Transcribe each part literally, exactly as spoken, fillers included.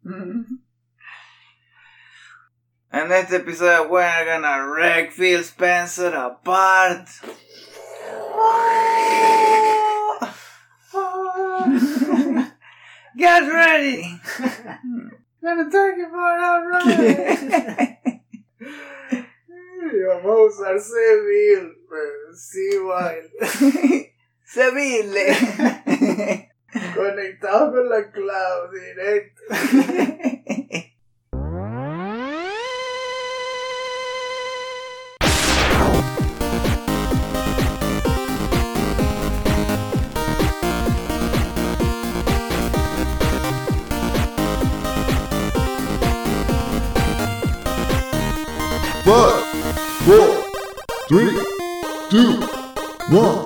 En este episodio we're gonna wreck Phil Spencer apart. Get ready. Gonna take it for a ride. Y vamos a usar Seville, pero sí, Wild. Seville. Conectado con la cloud directo. Five, four, three, two, one.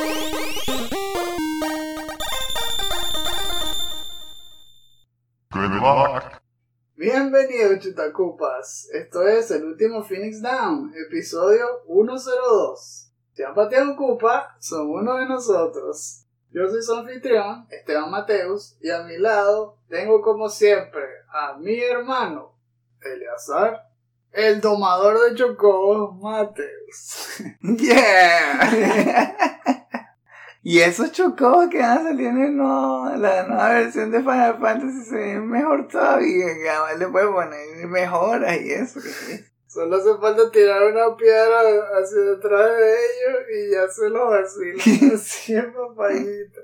Good luck. Bienvenidos, chutacupas. Esto es el último Phoenix Down, episodio ciento dos. Si han pateado un cupa, son uno de nosotros. Yo soy su anfitrión, Esteban Mateus, y a mi lado tengo como siempre a mi hermano, Eleazar, el domador de chocobos, Mateus. Yeah. Y esos chocobos que van a salir en el nuevo, la nueva versión de Final Fantasy se ven mejor todavía, que además le puedes poner mejoras y eso. Solo hace falta tirar una piedra hacia detrás de ellos y ya se los vacilan así en papayita.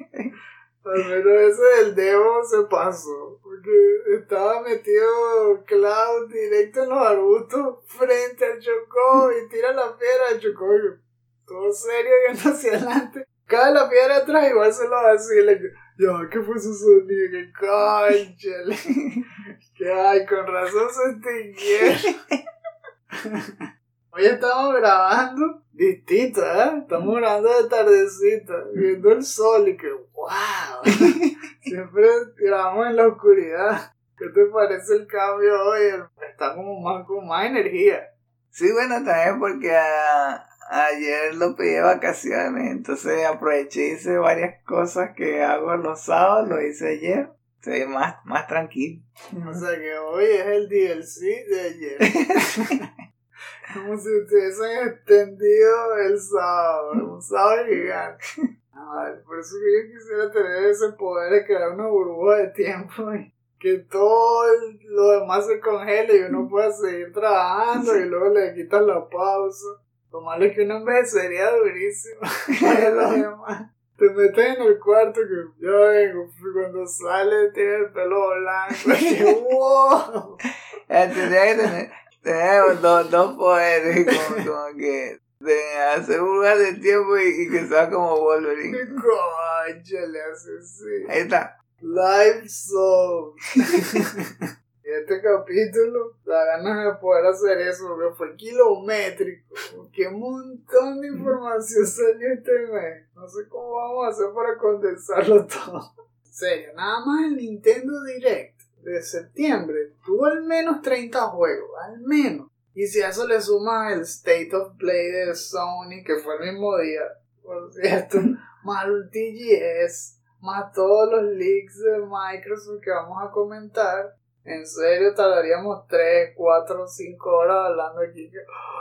Al menos ese del demo se pasó, porque estaba metido Cloud directo en los arbustos frente al chocobo y tira la piedra al chocobo. Todo serio yendo hacia adelante. Cae la piedra atrás, igual se lo vacila. Ya, ¿qué fue ese sonido? ¡Qué cónchale! Que ay, con razón se extinguieron. Hoy estamos grabando distinto, ¿eh? Estamos grabando de tardecita, viendo el sol y que ¡wow! Siempre grabamos en la oscuridad. ¿Qué te parece el cambio hoy? Está como más, con más energía. Sí, bueno, también porque a... ayer lo pedí de vacaciones, entonces aproveché y hice varias cosas que hago los sábados, lo hice ayer, estoy más, más tranquilo. O sea que hoy es el D L C de ayer. Como si hubiesen extendido el sábado, un sábado gigante. Ay, por eso que yo quisiera tener ese poder de crear una burbuja de tiempo y que todo lo demás se congele y uno pueda seguir trabajando y luego le quitan la pausa. Lo malo es que una envejecería durísimo. Los demás te metes en el cuarto que yo vengo, cuando sale tiene el pelo blanco. Y wow. Tendría que tener, tener dos, dos poderes, como, como que de hacer burbujas de tiempo y, y que sea como Wolverine. ¡Qué concha le hace así! Ahí está. Live Soul. Y este capítulo da ganas de poder hacer eso porque fue kilométrico. Qué montón de información salió este mes. No sé cómo vamos a hacer para condensarlo todo. En serio, nada más el Nintendo Direct de septiembre tuvo al menos treinta juegos, al menos. Y si a eso le sumas el State of Play de Sony, que fue el mismo día, por cierto, más el T G S, más todos los leaks de Microsoft que vamos a comentar, en serio tardaríamos tres, cuatro, cinco horas hablando aquí.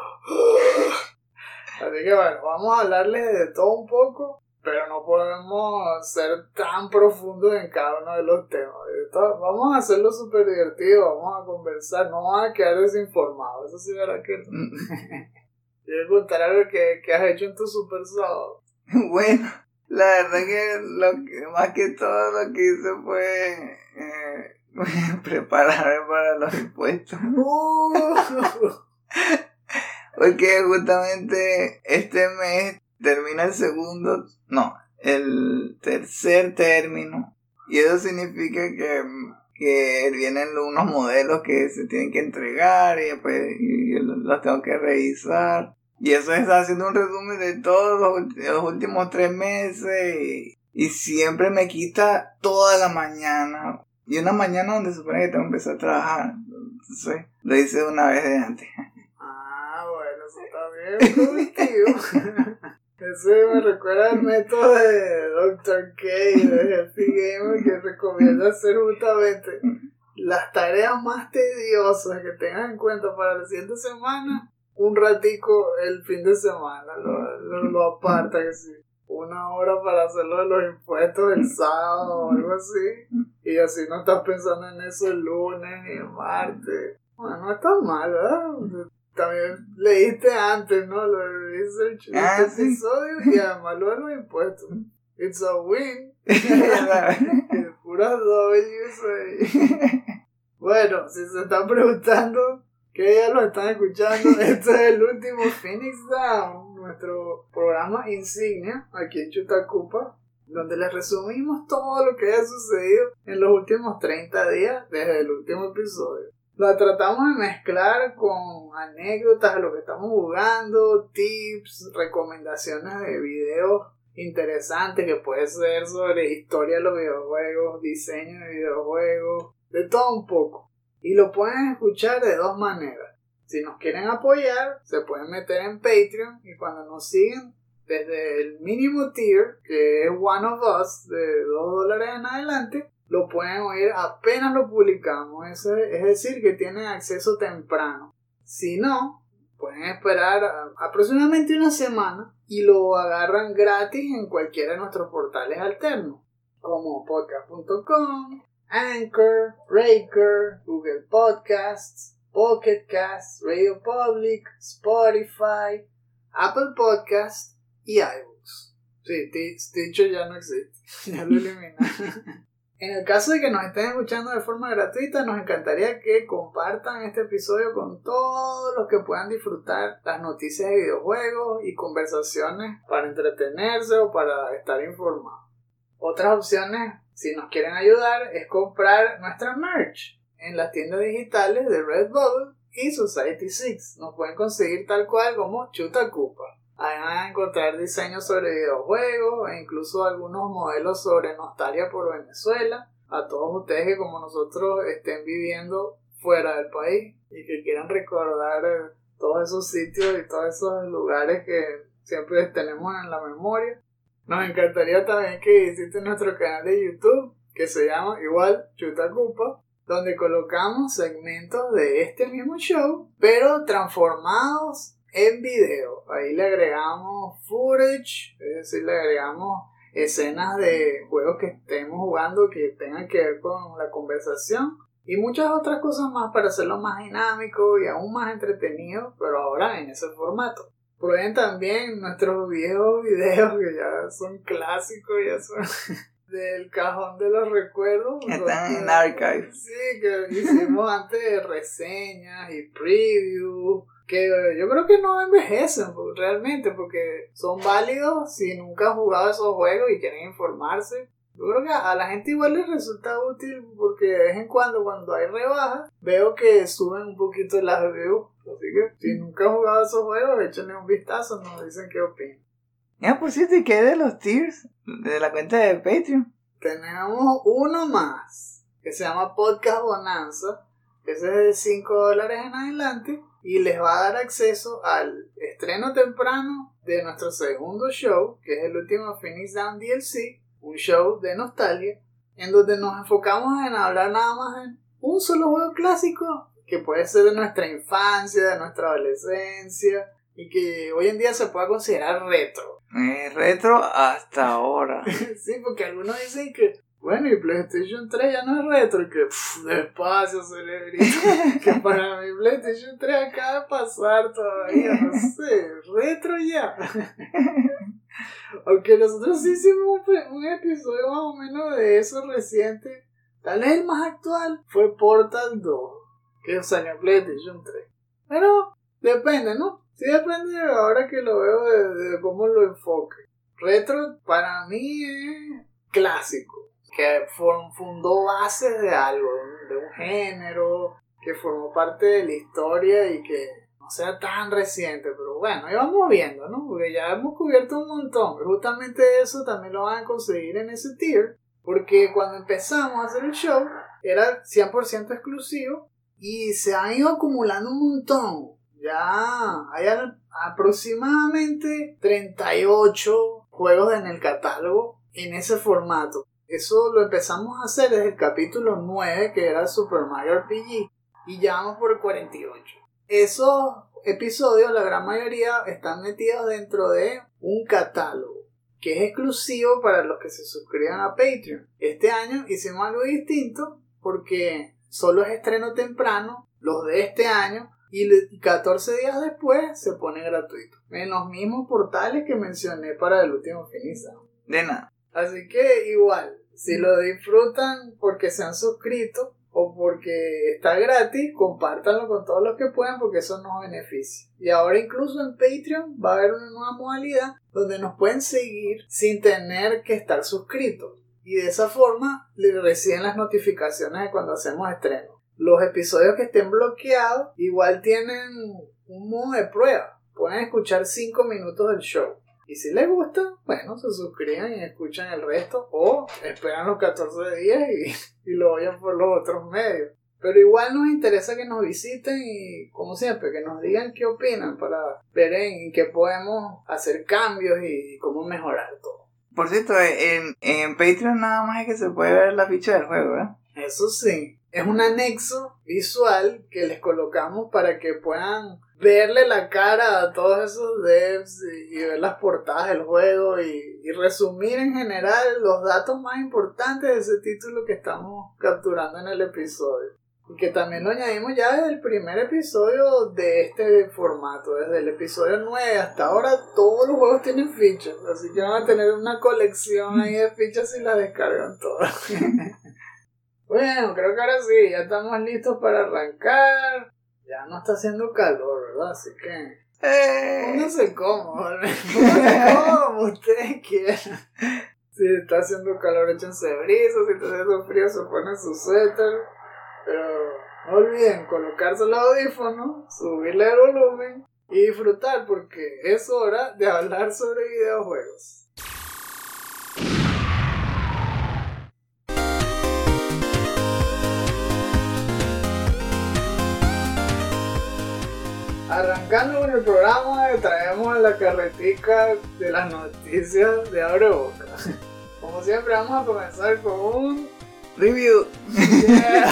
Así que bueno, vamos a hablarles de todo un poco, pero no podemos ser tan profundos en cada uno de los temas. Vamos a hacerlo súper divertido, vamos a conversar, no van a quedar desinformados. Eso sí verá que no. Quiero contar algo que, que has hecho en tu super sábado. Bueno, la verdad que, lo que más que todo lo que hice fue... Eh, prepararme para los impuestos. Porque justamente este mes termina el segundo, no, el tercer término. Y eso significa que, que vienen unos modelos que se tienen que entregar y después y los tengo que revisar. Y eso está haciendo un resumen de todos los, los últimos tres meses y, y siempre me quita toda la mañana. Y una mañana donde se supone que tengo que empezar a trabajar. Entonces, lo hice una vez de antes. Ah, bueno, eso está bien productivo. Ese me recuerda al método de doctor K, de Happy Gamer, que recomienda hacer justamente las tareas más tediosas que tengas en cuenta para la siguiente semana, un ratico el fin de semana, lo, lo, lo aparta que sí. Una hora para hacerlo de los impuestos el sábado o algo así. Y así no estás pensando en eso el lunes ni el martes. Bueno, no está mal, ¿verdad? También leíste antes, ¿no? Lo de research de ah, este sí. episodio y además lo de los impuestos. It's a win. Puras W's ahí. Bueno, si se están preguntando que ya lo están escuchando, este es el último Phoenix Down, nuestro programa insignia aquí en Chutacupa, donde les resumimos todo lo que ha sucedido en los últimos treinta días desde el último episodio. La tratamos de mezclar con anécdotas de lo que estamos jugando, tips, recomendaciones de videos interesantes que puede ser sobre historia de los videojuegos, diseño de videojuegos, de todo un poco. Y lo pueden escuchar de dos maneras. Si nos quieren apoyar, se pueden meter en Patreon y cuando nos siguen desde el mínimo tier, que es One of Us, de dos dólares en adelante, lo pueden oír apenas lo publicamos. Eso es, es decir, que tienen acceso temprano. Si no, pueden esperar a, aproximadamente una semana y lo agarran gratis en cualquiera de nuestros portales alternos, como podcast punto com, Anchor, Breaker, Google Podcasts, Pocket Casts, Radio Public, Spotify, Apple Podcasts y iBooks. Sí, Stitcher ya no existe, ya lo eliminaron. En el caso de que nos estén escuchando de forma gratuita, nos encantaría que compartan este episodio con todos los que puedan disfrutar las noticias de videojuegos y conversaciones para entretenerse o para estar informados. Otras opciones, si nos quieren ayudar, es comprar nuestra merch en las tiendas digitales de Redbubble y Society six. Nos pueden conseguir tal cual como Chutacupa. Ahí van a encontrar diseños sobre videojuegos e incluso algunos modelos sobre nostalgia por Venezuela. A todos ustedes que como nosotros estén viviendo fuera del país y que quieran recordar eh, todos esos sitios y todos esos lugares que siempre tenemos en la memoria. Nos encantaría también que visiten nuestro canal de YouTube, que se llama igual Chutacupa, donde colocamos segmentos de este mismo show, pero transformados en video. Ahí le agregamos footage, es decir, le agregamos escenas de juegos que estemos jugando que tengan que ver con la conversación y muchas otras cosas más para hacerlo más dinámico y aún más entretenido, pero ahora en ese formato. Prueben también nuestros viejos videos que ya son clásicos, ya son del cajón de los recuerdos. Están en archive. Sí, que hicimos antes de reseñas y previews, que yo creo que no envejecen realmente, porque son válidos si nunca han jugado esos juegos y quieren informarse. Yo creo que a la gente igual les resulta útil, porque de vez en cuando, cuando hay rebajas, veo que suben un poquito las reviews. Así que si nunca han jugado esos juegos, échenle un vistazo, nos dicen qué opinan. Ya pusiste que de los tiers de la cuenta de Patreon. Tenemos uno más, que se llama Podcast Bonanza. Ese es de cinco dólares en adelante y les va a dar acceso al estreno temprano de nuestro segundo show, que es el último Phoenix Down D L C, un show de nostalgia, en donde nos enfocamos en hablar nada más en un solo juego clásico, que puede ser de nuestra infancia, de nuestra adolescencia, y que hoy en día se puede considerar retro. Eh, retro hasta ahora. Sí, porque algunos dicen que, bueno, y PlayStation tres ya no es retro, y que, pff, despacio, celebrito, que para mí PlayStation tres acaba de pasar todavía, no sé, retro ya. Aunque nosotros sí hicimos un, un episodio más o menos de eso reciente, tal vez el más actual fue Portal dos, que salió en PlayStation tres. Pero depende, ¿no? Sí depende ahora que lo veo de, de cómo lo enfoque. Retro para mí es clásico, que fundó bases de algo, de un género, que formó parte de la historia y que no sea tan reciente, pero bueno, ahí vamos viendo, ¿no? Porque ya hemos cubierto un montón. Justamente eso también lo van a conseguir en ese tier, porque cuando empezamos a hacer el show era cien por ciento exclusivo y se han ido acumulando un montón. Ya hay aproximadamente treinta y ocho juegos en el catálogo en ese formato. Eso lo empezamos a hacer desde el capítulo nueve, que era Super Mario R P G, y ya vamos por el cuarenta y ocho. Esos episodios, la gran mayoría, están metidos dentro de un catálogo que es exclusivo para los que se suscriban a Patreon. Este año hicimos algo distinto porque solo es estreno temprano, los de este año, y catorce días después se pone gratuito. En los mismos portales que mencioné para el último finizado. De nada. Así que igual, si lo disfrutan porque se han suscrito o porque está gratis, compártanlo con todos los que puedan porque eso nos beneficia. Y ahora incluso en Patreon va a haber una nueva modalidad donde nos pueden seguir sin tener que estar suscritos. Y de esa forma les reciben las notificaciones de cuando hacemos estreno. Los episodios que estén bloqueados igual tienen un modo de prueba. Pueden escuchar cinco minutos del show. Y si les gusta, bueno, se suscriben y escuchan el resto. O esperan los catorce días y, y lo oyen por los otros medios. Pero igual nos interesa que nos visiten y, como siempre, que nos digan qué opinan para ver en qué podemos hacer cambios y cómo mejorar todo. Por cierto, en, en Patreon nada más es que se puede ver la ficha del juego, ¿verdad? Eso sí, es un anexo visual que les colocamos para que puedan verle la cara a todos esos devs y, y ver las portadas del juego y, y resumir en general los datos más importantes de ese título que estamos capturando en el episodio. Y que también lo añadimos ya desde el primer episodio de este formato. Desde el episodio nueve hasta ahora todos los juegos tienen fichas. Así que van a tener una colección ahí de fichas si las descargan todas. Bueno, creo que ahora sí, ya estamos listos para arrancar. Ya no está haciendo calor, ¿verdad? Así que ¡Eh! pónganse cómodos. Pónganse cómodos como ustedes quieran. Si está haciendo calor, échense brisa. Si está haciendo frío, se ponen su suéter. Pero no olviden colocarse los audífonos, subirle el volumen y disfrutar porque es hora de hablar sobre videojuegos. Arrancando con el programa, traemos la carretica de las noticias de Abre Boca. Como siempre, vamos a comenzar con un review. Yeah.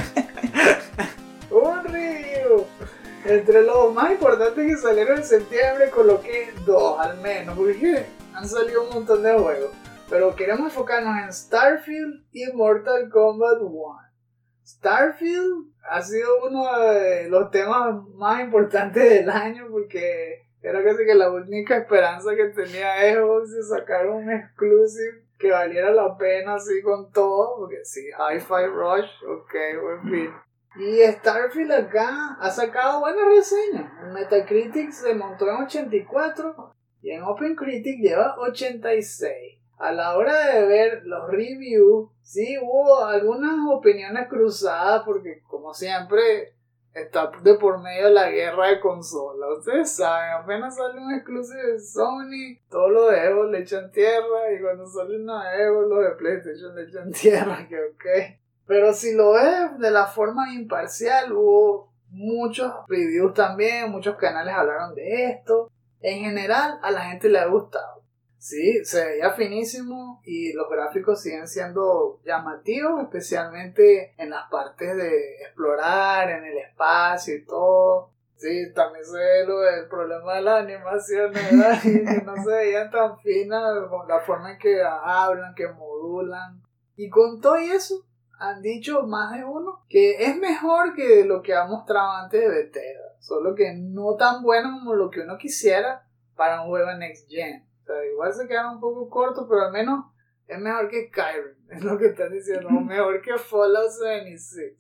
Un review. Entre los más importantes que salieron en septiembre, coloqué dos al menos, porque han salido un montón de juegos. Pero queremos enfocarnos en Starfield y Mortal Kombat uno. Starfield ha sido uno de los temas más importantes del año porque era casi que la única esperanza que tenía Xbox de sacar un exclusive que valiera la pena así con todo, porque sí, Hi-Fi Rush, ok, buen fin. Y Starfield acá ha sacado buenas reseñas. En Metacritic se montó en ochenta y cuatro y en OpenCritic lleva ochenta y seis. A la hora de ver los reviews, sí hubo algunas opiniones cruzadas porque, como siempre, está de por medio la guerra de consolas. Ustedes saben, apenas sale un exclusive de Sony, todos los de Xbox le echan tierra, y cuando sale una de Xbox, los de PlayStation le echan tierra, que ok. Pero si lo ves de la forma imparcial, hubo muchos reviews también, muchos canales hablaron de esto. En general, a la gente le ha gustado. Sí, se veía finísimo y los gráficos siguen siendo llamativos, especialmente en las partes de explorar, en el espacio y todo. Sí, también se ve lo del problema de las animaciones, ¿verdad? Y que no se veían tan finas con la forma en que hablan, que modulan. Y con todo eso, han dicho más de uno que es mejor que lo que ha mostrado antes de Bethesda, solo que no tan bueno como lo que uno quisiera para un juego Next Gen. O sea, igual se quedaron un poco cortos, pero al menos es mejor que Skyrim, es lo que están diciendo, o mejor que Fallout setenta y seis.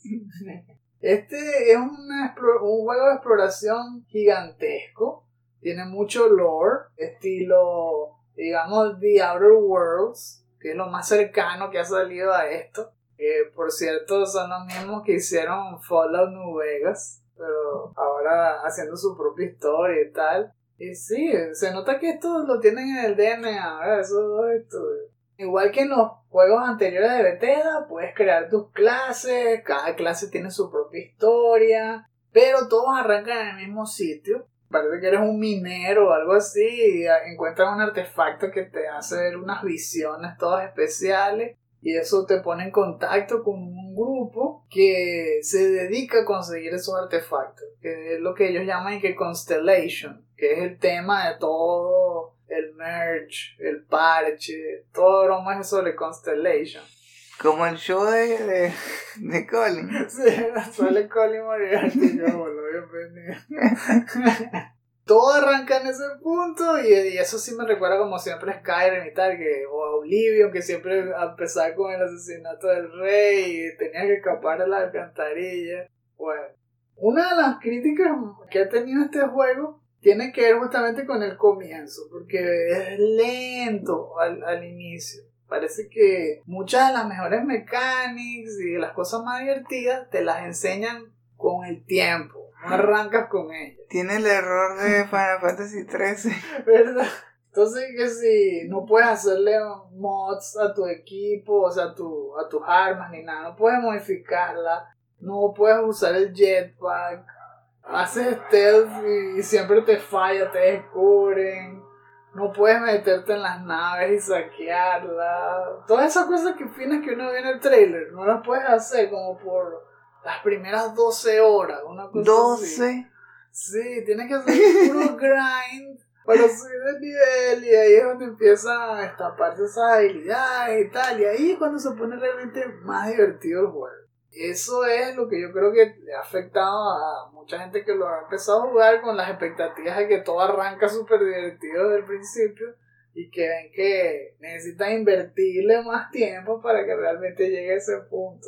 Este es una, un juego de exploración gigantesco, tiene mucho lore, estilo, digamos, The Outer Worlds, que es lo más cercano que ha salido a esto. Eh, por cierto, son los mismos que hicieron Fallout New Vegas, pero ahora haciendo su propia historia y tal. Y sí, se nota que esto lo tienen en el D N A, ¿verdad? Esos dos estudios. Igual que en los juegos anteriores de Bethesda, puedes crear tus clases, cada clase tiene su propia historia, pero todos arrancan en el mismo sitio. Parece que eres un minero o algo así y encuentras un artefacto que te hace ver unas visiones todas especiales. Y eso te pone en contacto con un grupo que se dedica a conseguir esos artefactos, que es lo que ellos llaman que Constellation, que es el tema de todo el merge, el parche, todo broma es sobre Constellation. Como el show de, de, de Colin. Sí, sale Colin Moriarty, yo boludo, bienvenido. Todo arranca en ese punto y, y eso sí me recuerda como siempre Skyrim y tal, que, o Oblivion, que siempre a empezar con el asesinato del rey y tenía que escapar de la alcantarilla. Bueno, una de las críticas que ha tenido este juego tiene que ver justamente con el comienzo, porque es lento al, al inicio. Parece que muchas de las mejores mechanics y las cosas más divertidas te las enseñan con el tiempo. No arrancas con ellas. Tiene el error de Final Fantasy trece. ¿Verdad? Entonces que si no puedes hacerle mods a tu equipo, o sea, a, tu, a tus armas ni nada, no puedes modificarla, no puedes usar el jetpack, haces stealth y siempre te falla, te descubren, no puedes meterte en las naves y saquearla, todas esas cosas que finas que uno ve en el trailer, no las puedes hacer como por las primeras doce horas, una cosa doce. así. Sí, tienes que hacer puro grind para subir de nivel y ahí es donde empiezan a destaparse esas habilidades y tal, y ahí es cuando se pone realmente más divertido el juego. Eso es lo que yo creo que le ha afectado a mucha gente que lo ha empezado a jugar con las expectativas de que todo arranca súper divertido desde el principio y que ven que necesitan invertirle más tiempo para que realmente llegue a ese punto.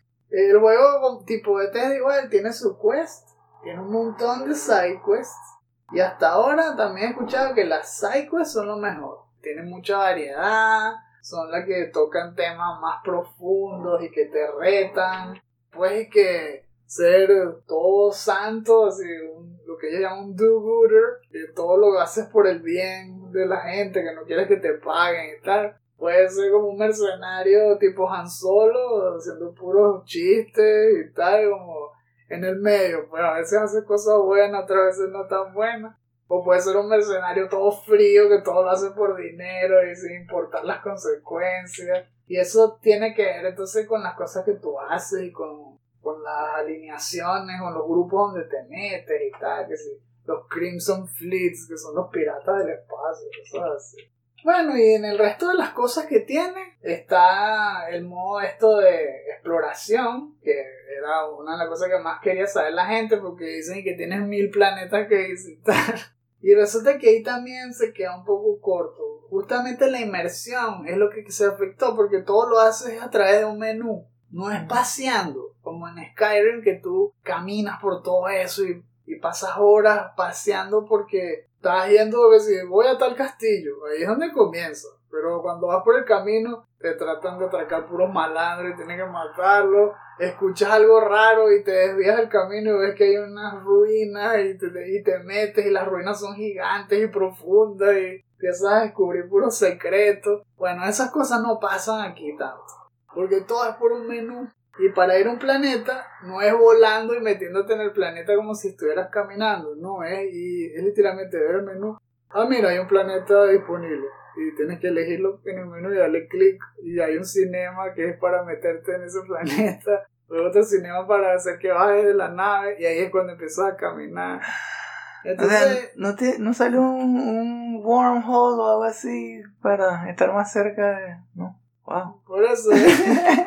El juego tipo de Bethesda igual tiene su quest, tiene un montón de side quests y hasta ahora también he escuchado que las side quests son lo mejor, tienen mucha variedad, son las que tocan temas más profundos y que te retan, pues que ser todo santo, así, un, lo que ellos llaman un do-gooder, que todo lo haces por el bien de la gente, que no quieres que te paguen y tal. Puede ser como un mercenario tipo Han Solo, haciendo puros chistes y tal, como en el medio. Pues a veces hace cosas buenas, otras veces no tan buenas. O puede ser un mercenario todo frío, que todo lo hace por dinero y sin importar las consecuencias. Y eso tiene que ver entonces con las cosas que tú haces y con, con las alineaciones, con los grupos donde te metes y tal. Que si los Crimson Fleets, que son los piratas del espacio, cosas así. Bueno, y en el resto de las cosas que tiene está el modo esto de exploración, que era una de las cosas que más quería saber la gente, porque dicen que tienes mil planetas que visitar. Y resulta que ahí también se queda un poco corto. Justamente la inmersión es lo que se afectó, porque todo lo haces a través de un menú. No es paseando, como en Skyrim, que tú caminas por todo eso y, y pasas horas paseando porque estás yendo, que si voy a tal castillo, ahí es donde comienza. Pero cuando vas por el camino, te tratan de atracar puros malandros y tienes que matarlos. Escuchas algo raro y te desvías del camino y ves que hay unas ruinas y te, y te metes y las ruinas son gigantes y profundas y empiezas a descubrir puros secretos. Bueno, esas cosas no pasan aquí tanto, porque todo es por un menú. Y para ir a un planeta no es volando y metiéndote en el planeta como si estuvieras caminando, no es, y es literalmente ver el menú. Ah, mira, hay un planeta disponible y tienes que elegirlo en el menú y darle clic, y hay un cinema que es para meterte en ese planeta, luego otro cinema para hacer que bajes de la nave y ahí es cuando empiezas a caminar. Entonces, o sea, ¿no, te, ¿no salió un, un wormhole o algo así para estar más cerca de...? No, wow. Por eso es,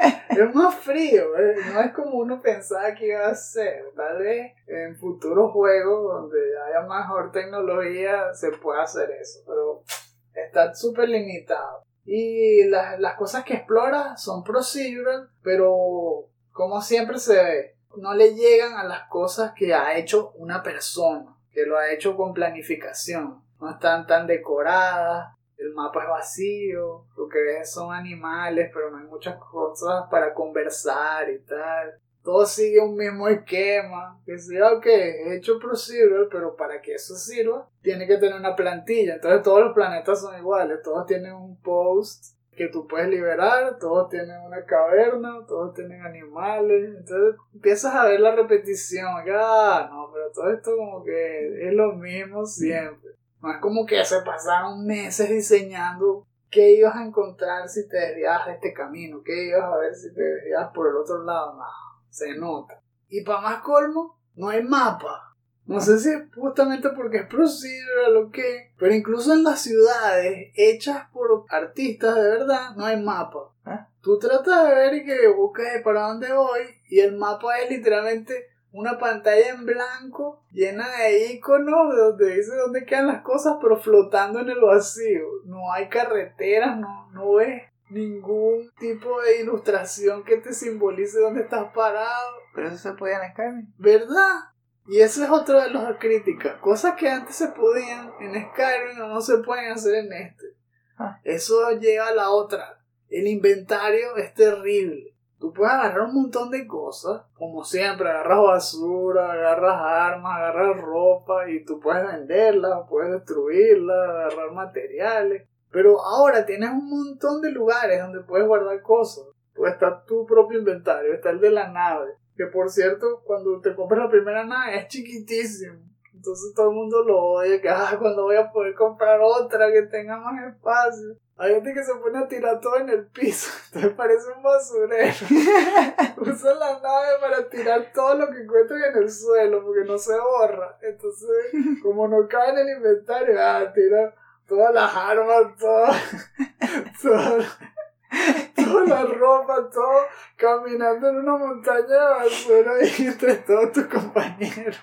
es más frío, ¿eh? No es como uno pensaba que iba a ser. Tal vez en futuros juegos donde haya mejor tecnología se pueda hacer eso, pero está súper limitado. Y las, las cosas que exploras son procedural, pero como siempre se ve, no le llegan a las cosas que ha hecho una persona, que lo ha hecho con planificación. No están tan decoradas, el mapa es vacío, lo que ves son animales, pero no hay muchas cosas para conversar y tal. Todo sigue un mismo esquema, que sí, ok, he hecho procedural, pero para que eso sirva, tiene que tener una plantilla. Entonces todos los planetas son iguales, todos tienen un post que tú puedes liberar, todos tienen una caverna, todos tienen animales. Entonces empiezas a ver la repetición, ah, no, pero todo esto como que es lo mismo siempre. No es como que se pasaron meses diseñando qué ibas a encontrar si te desviabas de este camino, qué ibas a ver si te desviabas por el otro lado. No, se nota. Y para más colmo, no hay mapa. No sé si es justamente porque es procedural o qué, pero incluso en las ciudades hechas por artistas de verdad, no hay mapa. ¿Eh? Tú tratas de ver y que, ok, ¿para dónde voy? Y el mapa es literalmente una pantalla en blanco llena de iconos de donde dice dónde quedan las cosas, pero flotando en el vacío. No hay carreteras, no, no ves ningún tipo de ilustración que te simbolice dónde estás parado. Pero eso se podía en Skyrim. ¿Verdad? Y eso es otra de las críticas. Cosas que antes se podían en Skyrim o no se pueden hacer en este. Ah. Eso llega a la otra. El inventario es terrible. Tú puedes agarrar un montón de cosas. Como siempre, agarras basura, agarras armas, agarras ropa y tú puedes venderla, puedes destruirla, agarrar materiales. Pero ahora tienes un montón de lugares donde puedes guardar cosas. Pues está tu propio inventario, está el de la nave. Que por cierto, cuando te compras la primera nave es chiquitísimo. Entonces todo el mundo lo odia. Que ah, cuando voy a poder comprar otra que tenga más espacio. Hay gente que se pone a tirar todo en el piso. Entonces parece un basurero. Usa la nave para tirar todo lo que encuentran en el suelo. Porque no se borra. Entonces, como no cabe en el inventario, ah, tira todas las armas, todas. Todas. Toda la ropa, todo caminando en una montaña de basura y entre todos tus compañeros.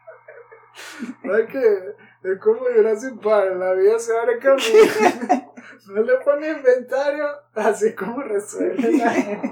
¿Sabes qué? Es como Jurassic Park, la vida se abre camino. No le pones inventario, así es como resuelve la gente.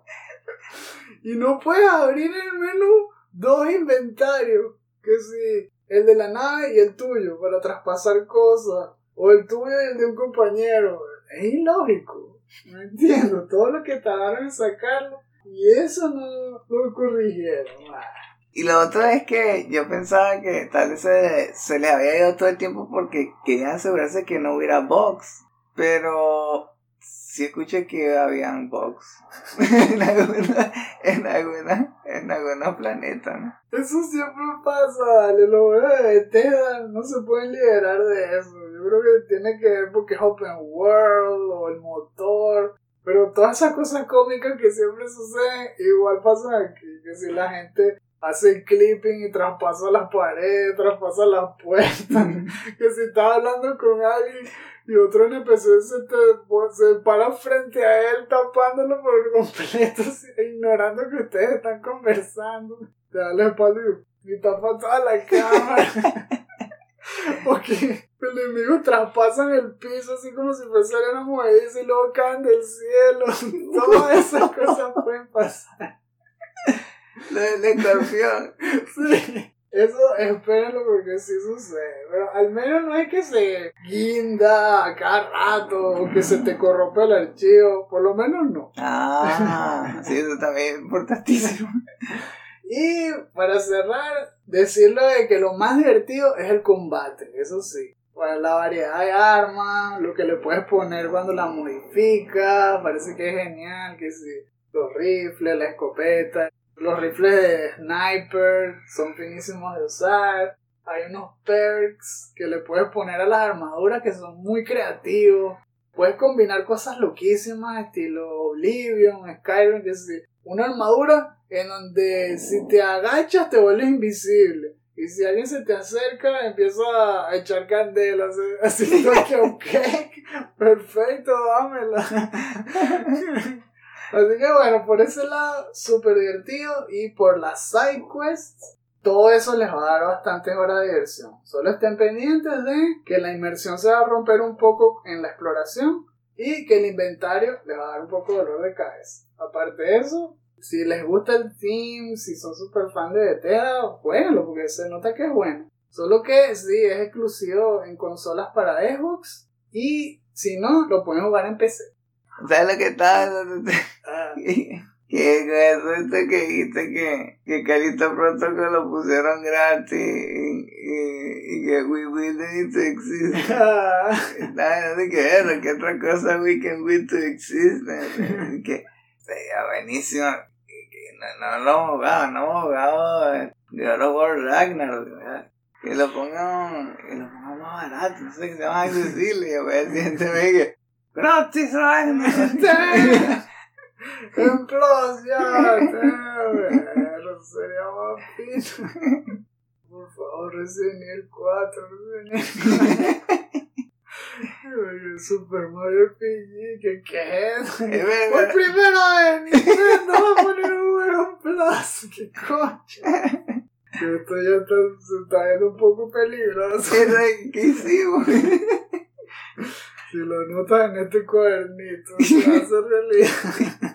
Y no puedes abrir en el menú dos inventarios, que si el de la nave y el tuyo, para traspasar cosas, o el tuyo y el de un compañero. Es ilógico. No entiendo, todo lo que tardaron en sacarlo y eso no lo corrigieron. Y lo otro es que yo pensaba que tal vez se, se le había ido todo el tiempo porque querían asegurarse que no hubiera bugs, pero sí escuché que habían bugs en algunos en alguna, en algunos planetas, ¿no? Eso siempre pasa, dale, los juegos de Bethesda no se pueden liberar de eso. Yo creo que tiene que ver porque es open world o el motor, pero todas esas cosas cómicas que siempre suceden igual pasan aquí, que si la gente hace el clipping y traspasa las paredes, traspasa las puertas, que si estás hablando con alguien y otro N P C se te se para frente a él tapándolo por completo, ignorando que ustedes están conversando, te da la espalda y, y tapa toda la cámara. Porque los enemigos traspasan el piso así como si fuera una movediza y luego caen del cielo. Todas esas cosas pueden pasar. Lo del escorpión. Sí. Eso espérenlo porque sí sucede. Pero al menos no es que se guinda a cada rato o que se te corrompe el archivo. Por lo menos no. Ah, sí, eso también es importantísimo. Y para cerrar, decirlo de que lo más divertido es el combate, eso sí. Para la variedad de armas, lo que le puedes poner cuando la modificas, parece que es genial, que sí. Los rifles, la escopeta, los rifles de sniper son finísimos de usar. Hay unos perks que le puedes poner a las armaduras que son muy creativos. Puedes combinar cosas loquísimas, estilo Oblivion, Skyrim, que sí. Una armadura en donde si te agachas te vuelves invisible. Y si alguien se te acerca, empieza a echar candela. Así, así que, ok, perfecto, dámela. Así que bueno, por ese lado, súper divertido. Y por las side quests, todo eso les va a dar bastantes horas de diversión. Solo estén pendientes de que la inmersión se va a romper un poco en la exploración y que el inventario les va a dar un poco de dolor de cabeza. Aparte de eso, si les gusta el theme, si son super fan de Bethesda, jueguenlo porque se nota que es bueno. Solo que sí, es exclusivo en consolas para Xbox y si no, lo pueden jugar en P C. ¿Sabes lo que estaba? Ah. Que con eso esto que dijiste que, que Callisto Protocol lo pusieron gratis y, y, y que We Will Need to Exist. Ah. No sé qué era, que otra cosa We Can Will to Exist. Que sería buenísimo. Que no, no lo hemos jugado, no hemos jugado God of War Ragnarok, ¿verdad? Que lo pongan, que lo pongan más barato, no sé, que sea más accesible. Y a ver si gente ve que Gratis, Raimi. En Plus, ya, pero sería más fino. Por favor, Resident Evil cuatro, Resident Evil. Super Mario R P G, ¿qué qué es? Por primera vez, Nintendo va a poner un juego en Plus, ¿qué coño? Esto ya está, se está viendo un poco peligroso. ¿Qué hicimos? Si lo notas en este cuadernito, se hace realidad.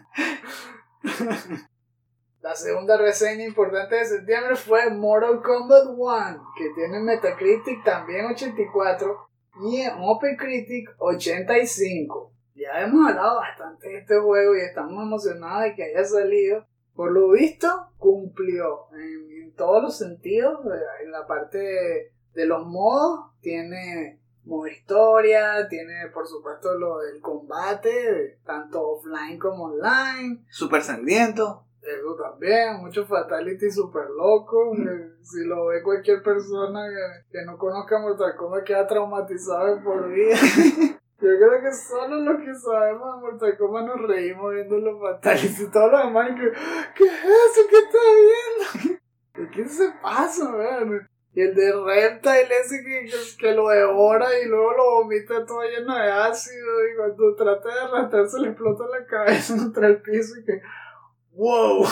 La segunda reseña importante de septiembre fue Mortal Kombat uno, que tiene Metacritic también ochenta y cuatro y en OpenCritic ochenta y cinco. Ya hemos hablado bastante de este juego y estamos emocionados de que haya salido. Por lo visto, cumplió en, en todos los sentidos. En la parte de, de los modos, tiene modo historia, tiene por supuesto lo del combate, tanto offline como online. Super sangriento. Eso también, muchos fatality super locos. Si lo ve cualquier persona que, que no conozca Mortal Kombat queda traumatizado de por vida. Yo creo que solo los que sabemos de Mortal Kombat nos reímos viendo los fatalities y todos los demás que, ¿qué es eso? ¿Qué está viendo? ¿Qué es ese paso, man? Y el de Reptile ese que, que, que lo devora y luego lo vomita todo lleno de ácido y cuando trata de arrastrarse le explota la cabeza contra el piso y que ¡wow!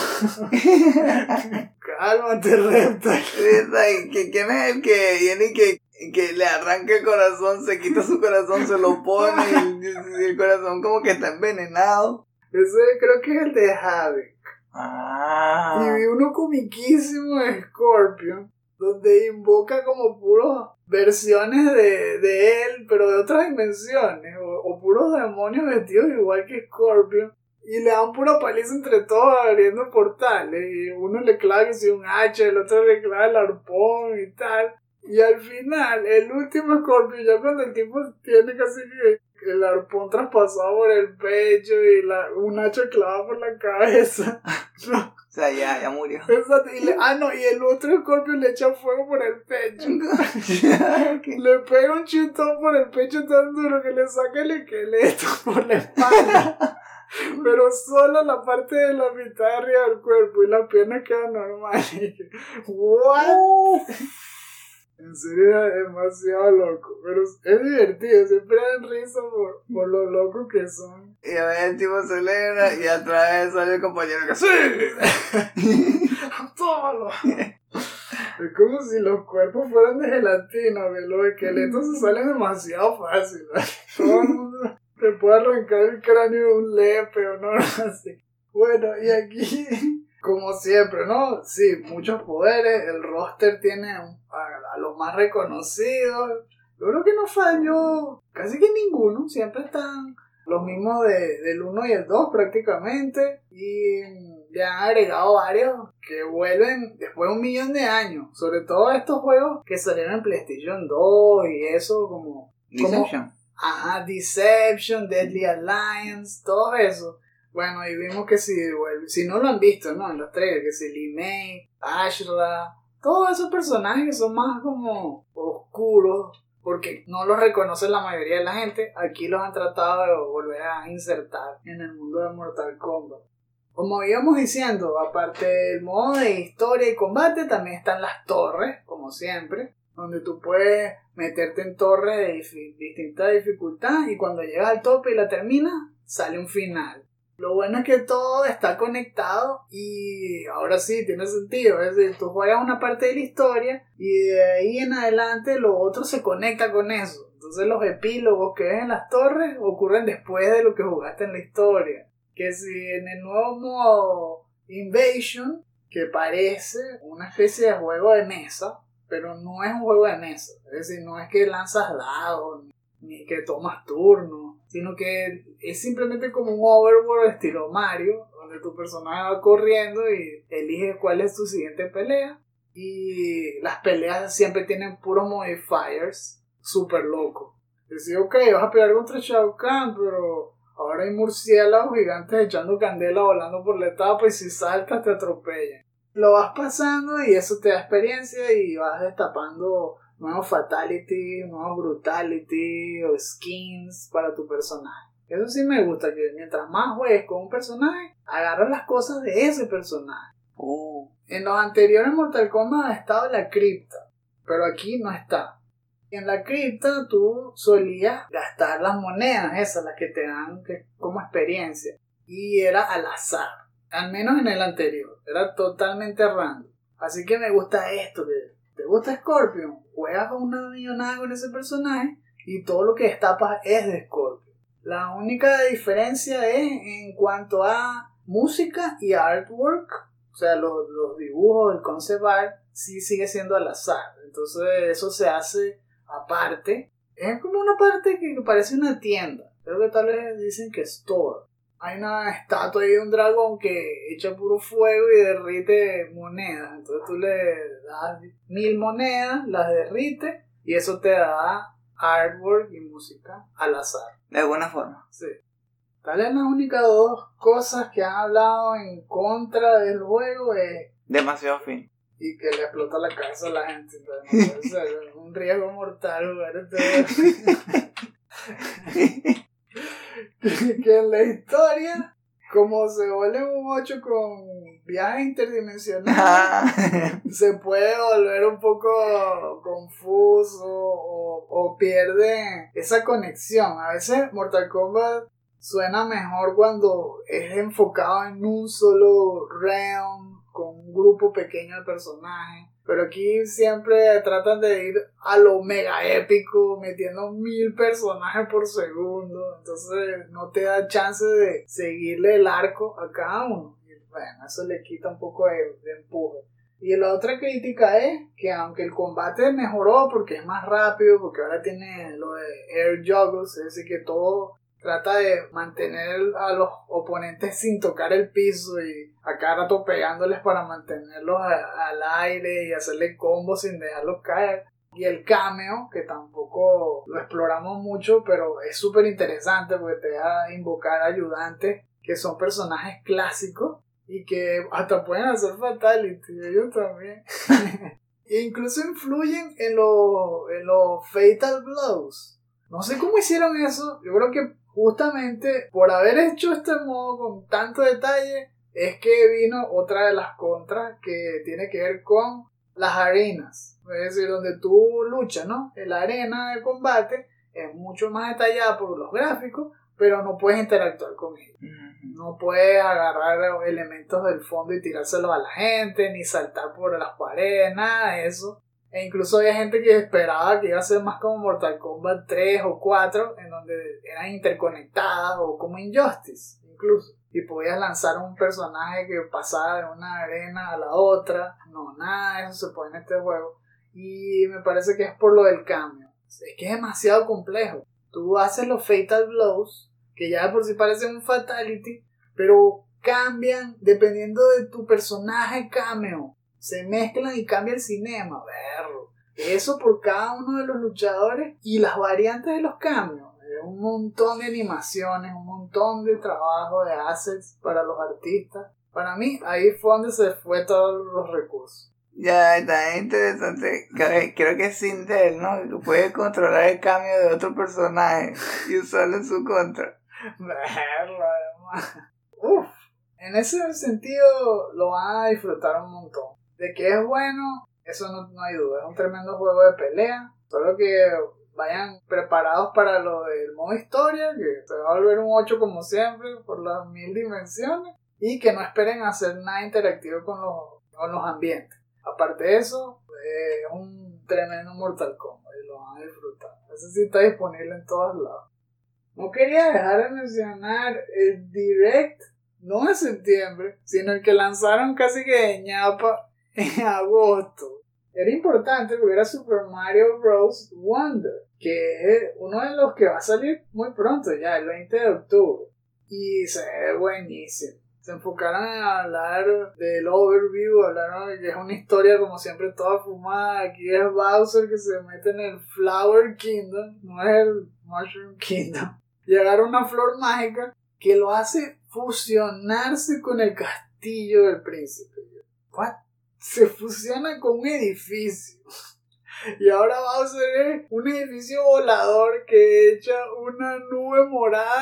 Cálmate, Reptile. ¿Quién es el que viene y que, que le arranca el corazón, se quita su corazón, se lo pone y, y el corazón como que está envenenado? Ese creo que es el de Havoc. Ah. Y vi uno comiquísimo de Scorpion donde invoca como puros versiones de, de él, pero de otras dimensiones, o, o puros demonios vestidos igual que Scorpion, y le dan pura paliza entre todos abriendo portales, y uno le clava que si un hacha, el otro le clava el arpón y tal, y al final, el último Scorpion, ya cuando el tipo tiene casi que el arpón traspasado por el pecho y la, un hacha clavado por la cabeza, no. O sea, ya, ya murió. Exacto. Y le, ah, no, y el otro Scorpion le echa fuego por el pecho. Le pega un chutón por el pecho tan duro que le saca el esqueleto por la espalda. Pero solo la parte de la mitad de arriba del cuerpo y las piernas quedan normales. ¿What? En serio, es demasiado loco. Pero es divertido, siempre dan risa por, por lo locos que son. Y a ver, el tipo celebra y atrás sale el compañero que ¡sí! ¡Tómalo! Es como si los cuerpos fueran de gelatina, que los esqueletos se salen demasiado fácil. Todo el mundo te puede arrancar el cráneo de un lepe o no así. Bueno, y aquí, como siempre, ¿no? Sí, muchos poderes. El roster tiene a, a los más reconocidos. Yo creo que no falló casi que ninguno. Siempre están los mismos de, del uno y el dos prácticamente. Y le han agregado varios que vuelven después de un millón de años. Sobre todo estos juegos que salieron en PlayStation dos y eso como... Deception. Como, ajá, Deception, Deadly Alliance, todo eso. Bueno, y vimos que si, bueno, si no lo han visto, ¿no? En los trailers, que si Li Mei, Ashra, todos esos personajes que son más como oscuros, porque no los reconoce la mayoría de la gente, aquí los han tratado de volver a insertar en el mundo de Mortal Kombat. Como íbamos diciendo, aparte del modo de historia y combate, también están las torres, como siempre, donde tú puedes meterte en torres de dif- distinta dificultad y cuando llegas al tope y la terminas, sale un final. Lo bueno es que todo está conectado y ahora sí tiene sentido, es decir, tú juegas una parte de la historia y de ahí en adelante lo otro se conecta con eso. Entonces los epílogos que ves en las torres ocurren después de lo que jugaste en la historia. Que si en el nuevo modo Invasion, que parece una especie de juego de mesa, pero no es un juego de mesa, es decir, no es que lanzas dados ni que tomas turnos, sino que es simplemente como un overworld estilo Mario, donde tu personaje va corriendo y elige cuál es tu siguiente pelea, y las peleas siempre tienen puros modifiers super locos. Es decir, ok, vas a pelear contra Shao Kahn, pero ahora hay murciélagos gigantes echando candela volando por la etapa y si saltas te atropellan. Lo vas pasando y eso te da experiencia y vas destapando nuevos fatality, nuevos brutality o skins para tu personaje. Eso sí me gusta, que mientras más juegues con un personaje, agarras las cosas de ese personaje. Uh. En los anteriores Mortal Kombat ha estado la cripta, pero aquí no está. En la cripta tú solías gastar las monedas, esas, las que te dan que, como experiencia. Y era al azar, al menos en el anterior, era totalmente random. Así que me gusta esto, que te gusta Scorpion, juegas con una millonada con ese personaje y todo lo que destapas es de Scorpion. La única diferencia es en cuanto a música y artwork, o sea, los, los dibujos, el concept art, sí sigue siendo al azar. Entonces eso se hace aparte. Es como una parte que parece una tienda. Creo que tal vez dicen que store. Hay una estatua ahí de un dragón que echa puro fuego y derrite monedas. Entonces tú le das mil monedas, las derrite y eso te da artwork y música al azar. De alguna forma. Sí. Tal vez las únicas dos cosas que han hablado en contra del juego es... demasiado fin. Y que le explota la cabeza a la gente. Entonces, no puede ser, es un riesgo mortal jugar este que, que en la historia, como se vuelve un ocho con viajes interdimensionales, se puede volver un poco confuso o, o pierde esa conexión. A veces Mortal Kombat suena mejor cuando es enfocado en un solo realm, con un grupo pequeño de personajes. Pero aquí siempre tratan de ir a lo mega épico, metiendo mil personajes por segundo. Entonces no te da chance de seguirle el arco a cada uno. Y bueno, eso le quita un poco de, de empuje. Y la otra crítica es que aunque el combate mejoró porque es más rápido, porque ahora tiene lo de air juggles, es decir que todo trata de mantener a los oponentes sin tocar el piso y a cada rato pegándoles para mantenerlos a, al aire y hacerle combos sin dejarlos caer. Y el cameo, que tampoco lo exploramos mucho, pero es súper interesante porque te deja invocar ayudantes que son personajes clásicos y que hasta pueden hacer fatality, ellos también. E incluso influyen en los en los fatal blows. No sé cómo hicieron eso, yo creo que justamente por haber hecho este modo con tanto detalle es que vino otra de las contras que tiene que ver con las arenas. Es decir, donde tú luchas, ¿no? La arena de combate es mucho más detallada por los gráficos, pero no puedes interactuar con ellos. No puedes agarrar elementos del fondo y tirárselos a la gente, ni saltar por las paredes, nada de eso. E incluso había gente que esperaba que iba a ser más como Mortal Kombat tres o cuatro, en donde eran interconectadas, o como Injustice, incluso. Y podías lanzar un personaje que pasaba de una arena a la otra. No, nada de eso se puede en este juego. Y me parece que es por lo del cambio. Es que es demasiado complejo. Tú haces los Fatal Blows, que ya de por sí parecen un Fatality, pero cambian dependiendo de tu personaje cameo. Se mezclan y cambia el cinema, berro. Eso por cada uno de los luchadores y las variantes de los cambios. Un montón de animaciones, un montón de trabajo de assets para los artistas. Para mí, ahí fue donde se fue todos los recursos. Ya, está interesante. Creo que es Sindel, ¿no? Que puede controlar el cambio de otro personaje y usarlo en su contra. Berro, además. Uf. En ese sentido, lo van a disfrutar un montón. De que es bueno, eso no, no hay duda. Es un tremendo juego de pelea. Solo que vayan preparados para lo del modo historia, que se va a volver un ocho como siempre, por las mil dimensiones. Y que no esperen hacer nada interactivo con los, con los ambientes. Aparte de eso, eh, es un tremendo Mortal Kombat y lo van a disfrutar. Ese sí está disponible en todos lados. No quería dejar de mencionar el Direct, no de septiembre, sino el que lanzaron casi que de ñapa en agosto. Era importante porque era Super Mario Bros. Wonder, que es uno de los que va a salir muy pronto ya, el veinte de octubre. Y se ve buenísimo. Se enfocaron a hablar del overview, hablaron de que es una historia como siempre toda fumada. Aquí es Bowser que se mete en el Flower Kingdom, no es el Mushroom Kingdom. Y agarra una flor mágica que lo hace fusionarse con el castillo del príncipe. ¿What? Se fusiona con un edificio. Y ahora Bowser es un edificio volador que echa una nube morada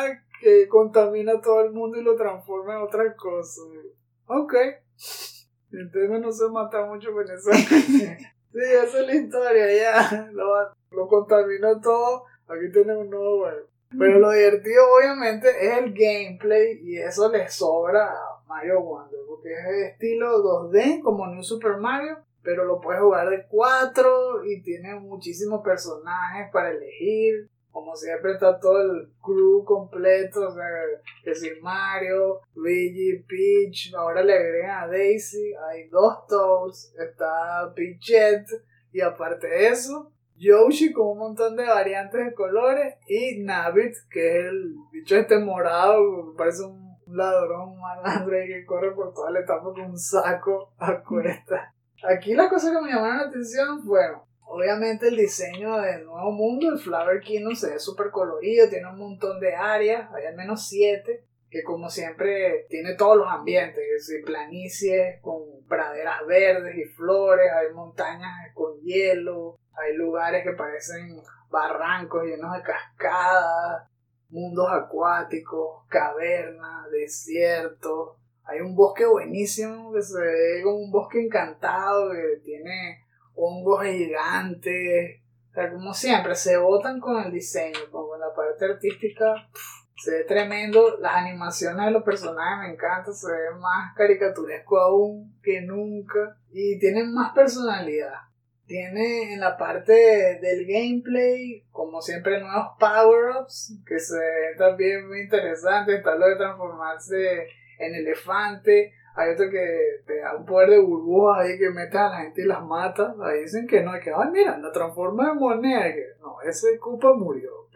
que contamina a todo el mundo y lo transforma en otra cosa. Ok. Nintendo no se mata mucho con eso. Sí, esa es la historia, ya. Lo, lo contaminó todo. Aquí tenemos un nuevo juego. Pero lo divertido, obviamente, es el gameplay. Y eso le sobra a Mario Wonder. Porque es estilo dos D, como New Super Mario. Pero lo puedes jugar de cuatro. Y tiene muchísimos personajes para elegir. Como siempre está todo el crew completo, o sea, que si Mario, Luigi, Peach, ahora le agregan a Daisy, hay dos Toads, está Peachette, y aparte de eso, Yoshi con un montón de variantes de colores, y Nabbit, que es el bicho este morado, que parece un ladrón, un malandro que corre por toda la etapa con un saco a cuesta. Aquí las cosas que me llamaron la atención fueron, obviamente el diseño del nuevo mundo, el Flower Kingdom se ve súper colorido, tiene un montón de áreas, hay al menos siete, que como siempre tiene todos los ambientes, es decir, planicies con praderas verdes y flores, hay montañas con hielo, hay lugares que parecen barrancos llenos de cascadas, mundos acuáticos, cavernas, desiertos, hay un bosque buenísimo que se ve como un bosque encantado que tiene hongos gigantes, o sea, como siempre, se botan con el diseño, con la parte artística, pff, se ve tremendo, las animaciones de los personajes me encantan, se ve más caricaturesco aún que nunca, y tienen más personalidad. Tiene en la parte del gameplay, como siempre, nuevos power-ups, que se ven también muy interesantes, está lo de transformarse en elefante. Hay otro que te da un poder de burbujas ahí que metes a la gente y las mata. Ahí dicen que no, que ay mira, la transforma en moneda. Y que no, ese Koopa murió, ¿ok?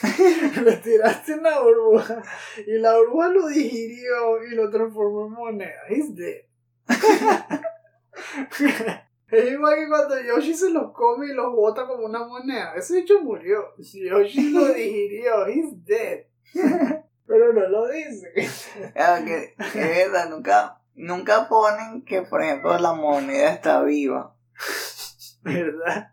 Le tiraste una burbuja y la burbuja lo digirió y lo transformó en moneda. He's dead. Es igual que cuando Yoshi se los come y los bota como una moneda. Ese bicho murió. Yoshi lo digirió. He's dead. Pero no lo dice. Claro que es verdad, nunca, nunca ponen que, por ejemplo, la moneda está viva. ¿Verdad?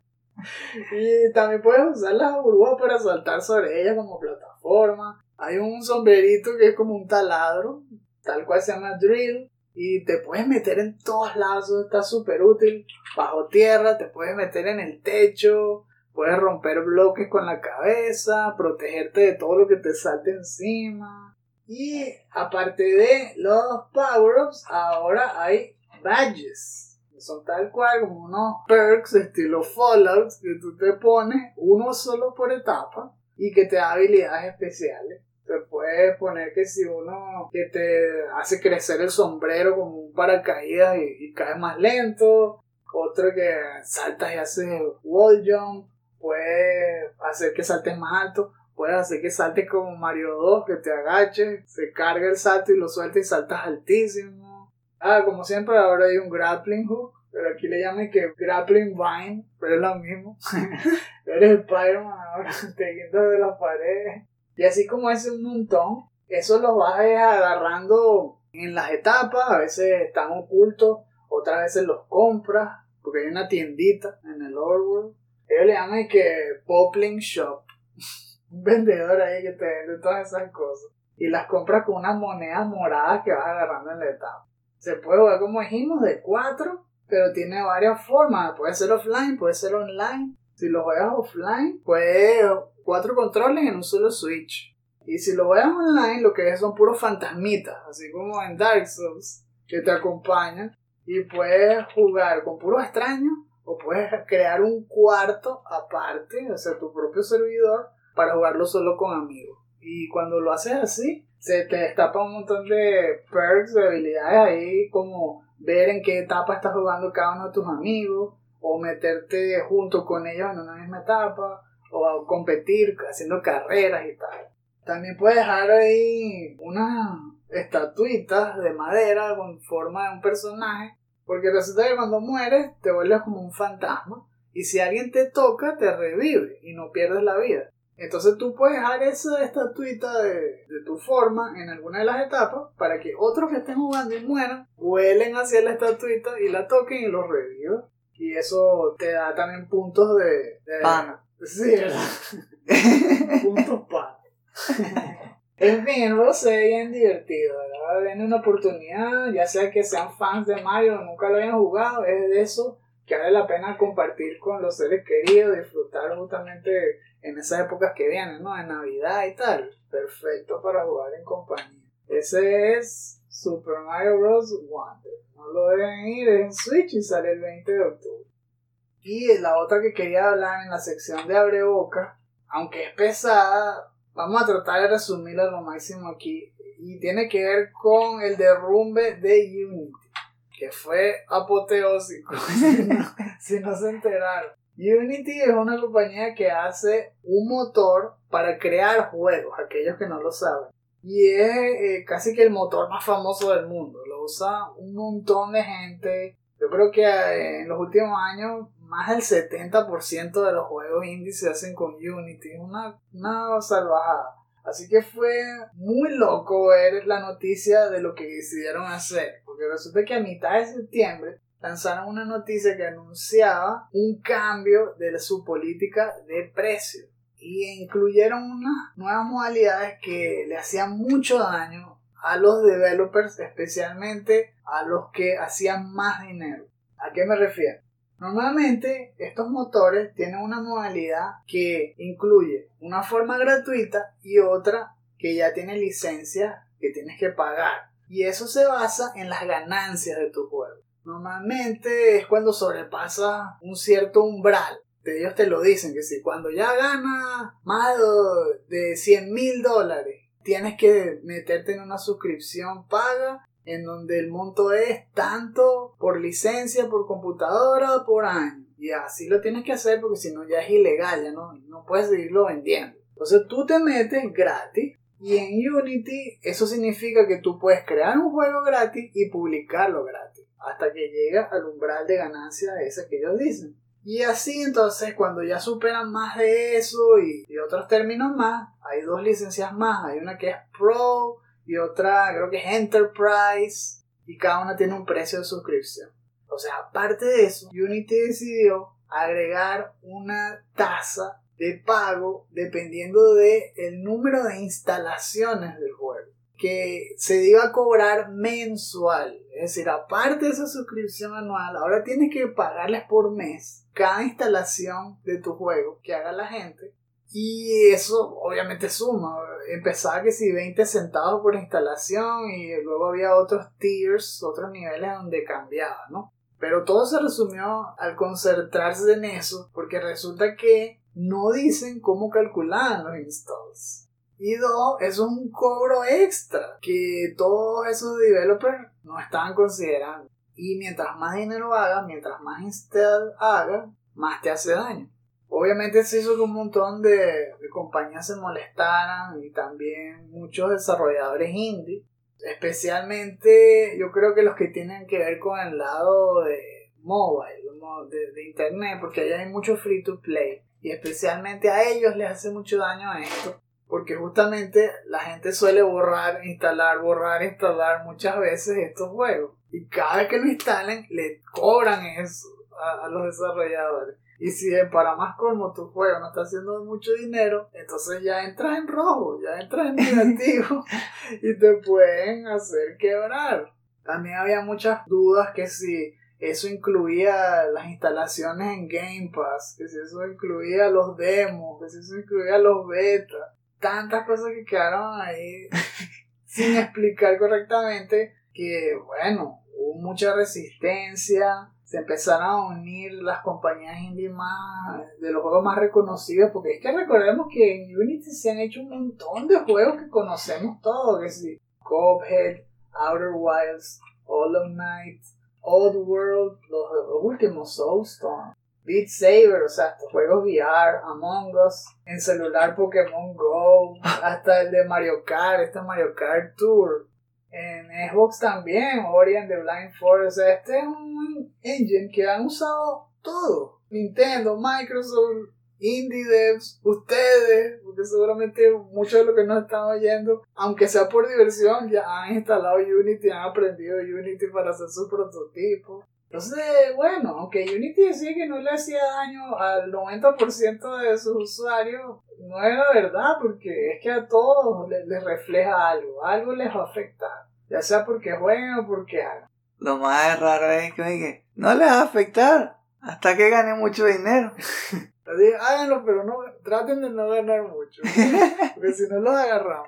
Y también puedes usar las burbujas para saltar sobre ellas como plataforma. Hay un sombrerito que es como un taladro, tal cual se llama drill. Y te puedes meter en todos lados, está súper útil. Bajo tierra, te puedes meter en el techo. Puedes romper bloques con la cabeza, protegerte de todo lo que te salte encima. Y aparte de los power-ups, ahora hay badges. Son tal cual como unos perks estilo Fallout que tú te pones, uno solo por etapa, y que te da habilidades especiales. Te puedes poner que si uno que te hace crecer el sombrero como un paracaídas y, y caes más lento. Otro que saltas y haces wall jump. Puedes hacer que saltes más alto, puedes hacer que saltes como Mario dos, que te agaches, se carga el salto y lo sueltas y saltas altísimo. Ah, como siempre ahora hay un grappling hook, pero aquí le llaman que grappling vine, pero es lo mismo. Eres Spider-Man ahora, te quitas de las paredes. Y así como es un montón, eso los vas agarrando en las etapas, a veces están ocultos, otras veces los compras, porque hay una tiendita en el Overworld. Ellos le llaman que Poplin Shop. Un vendedor ahí que te vende todas esas cosas. Y las compras con unas monedas moradas que vas agarrando en la etapa. Se puede jugar como dijimos de cuatro, pero tiene varias formas. Puede ser offline, puede ser online. Si lo juegas offline, puedes cuatro controles en un solo switch. Y si lo juegas online, lo que es son puros fantasmitas, así como en Dark Souls, que te acompañan. Y puedes jugar con puros extraños, o puedes crear un cuarto aparte, o sea, tu propio servidor, para jugarlo solo con amigos. Y cuando lo haces así, se te destapa un montón de perks, de habilidades ahí, como ver en qué etapa estás jugando cada uno de tus amigos, o meterte junto con ellos en una misma etapa, o competir haciendo carreras y tal. También puedes dejar ahí unas estatuitas de madera con forma de un personaje, porque resulta que cuando mueres te vuelves como un fantasma, y si alguien te toca te revive y no pierdes la vida. Entonces tú puedes dejar esa estatuita de, de tu forma en alguna de las etapas para que otros que estén jugando y mueran vuelen hacia la estatuita y la toquen y los revivan. Y eso te da también puntos de... de pana. Sí, ¿verdad? Puntos pana. En fin, el juego se ve bien divertido, ¿verdad? Den una oportunidad, ya sea que sean fans de Mario o nunca lo hayan jugado, es de eso que vale la pena compartir con los seres queridos, disfrutar justamente en esas épocas que vienen, ¿no? En Navidad y tal. Perfecto para jugar en compañía. Ese es Super Mario Bros. Wonder. No lo deben ir, es en Switch y sale el veinte de octubre. Y la otra que quería hablar en la sección de Abre Boca, aunque es pesada, vamos a tratar de resumirla lo máximo aquí. Y tiene que ver con el derrumbe de Unity, que fue apoteósico, si, no, si no se enteraron. Unity es una compañía que hace un motor para crear juegos, aquellos que no lo saben. Y es eh, casi que el motor más famoso del mundo. Lo usa un montón de gente. Yo creo que eh, en los últimos años más del setenta por ciento de los juegos indie se hacen con Unity. Es una, una salvajada. Así que fue muy loco ver la noticia de lo que decidieron hacer. Porque resulta que a mitad de septiembre lanzaron una noticia que anunciaba un cambio de su política de precio. Y incluyeron unas nuevas modalidades que le hacían mucho daño a los developers, especialmente a los que hacían más dinero. ¿A qué me refiero? Normalmente estos motores tienen una modalidad que incluye una forma gratuita y otra que ya tiene licencia que tienes que pagar. Y eso se basa en las ganancias de tu juego. Normalmente es cuando sobrepasa un cierto umbral. Ellos te lo dicen, que si cuando ya ganas más de cien mil dólares, tienes que meterte en una suscripción paga en donde el monto es tanto por licencia, por computadora, por año. Y así lo tienes que hacer porque si no ya es ilegal, ya no, no puedes seguirlo vendiendo. Entonces tú te metes gratis y en Unity eso significa que tú puedes crear un juego gratis y publicarlo gratis hasta que llega al umbral de ganancia ese que ellos dicen. Y así entonces cuando ya superan más de eso y, y otros términos más, hay dos licencias más. Hay una que es Pro y otra creo que es Enterprise y cada una tiene un precio de suscripción. O sea, aparte de eso, Unity decidió agregar una tasa de pago dependiendo del número de instalaciones del juego, que se iba a cobrar mensual. Es decir, aparte de esa suscripción anual, ahora tienes que pagarles por mes cada instalación de tu juego que haga la gente. Y eso obviamente suma. Empezaba que si veinte centavos por instalación y luego había otros tiers, otros niveles donde cambiaba, ¿no? Pero todo se resumió al concentrarse en eso, porque resulta que no dicen cómo calculan los installs. Y dos, eso es un cobro extra que todos esos developers no estaban considerando. Y mientras más dinero hagas, mientras más install hagas, más te hace daño. Obviamente se hizo que un montón de, de compañías se molestaran y también muchos desarrolladores indie. Especialmente yo creo que los que tienen que ver con el lado de mobile, de, de internet, porque allá hay mucho free to play. Y especialmente a ellos les hace mucho daño a esto. Porque justamente la gente suele borrar, instalar, borrar, instalar muchas veces estos juegos. Y cada vez que lo instalen, le cobran eso a, a los desarrolladores. Y si para más colmo tu juego no está haciendo mucho dinero, entonces ya entras en rojo, ya entras en negativo y te pueden hacer quebrar. También había muchas dudas que si eso incluía las instalaciones en Game Pass, que si eso incluía los demos, que si eso incluía los betas. Tantas cosas que quedaron ahí sin explicar correctamente que, bueno, hubo mucha resistencia. Se empezaron a unir las compañías indie más de los juegos más reconocidos, porque es que recordemos que en Unity se han hecho un montón de juegos que conocemos todos, que sí, Cuphead, Outer Wilds, Hollow Knight, Oddworld, los, los últimos Soulstorm, Beat Saber, o sea, estos juegos V R, Among Us, en celular Pokémon Go, hasta el de Mario Kart, este Mario Kart Tour. En Xbox también, Ori and the Blind Forest. O sea, este es un engine que han usado todo. Nintendo, Microsoft, indie devs, ustedes, porque seguramente muchos de los que nos están oyendo, aunque sea por diversión, ya han instalado Unity, han aprendido Unity para hacer sus prototipos. Entonces, bueno, aunque Unity decía que no le hacía daño al noventa por ciento de sus usuarios, no era verdad, porque es que a todos les, les refleja algo, algo les va a afectar, ya sea porque jueguen o porque hagan. Lo más raro es que, oye, no les va a afectar hasta que gane mucho dinero. Así, háganlo, pero no, traten de no ganar mucho, porque si no los agarramos.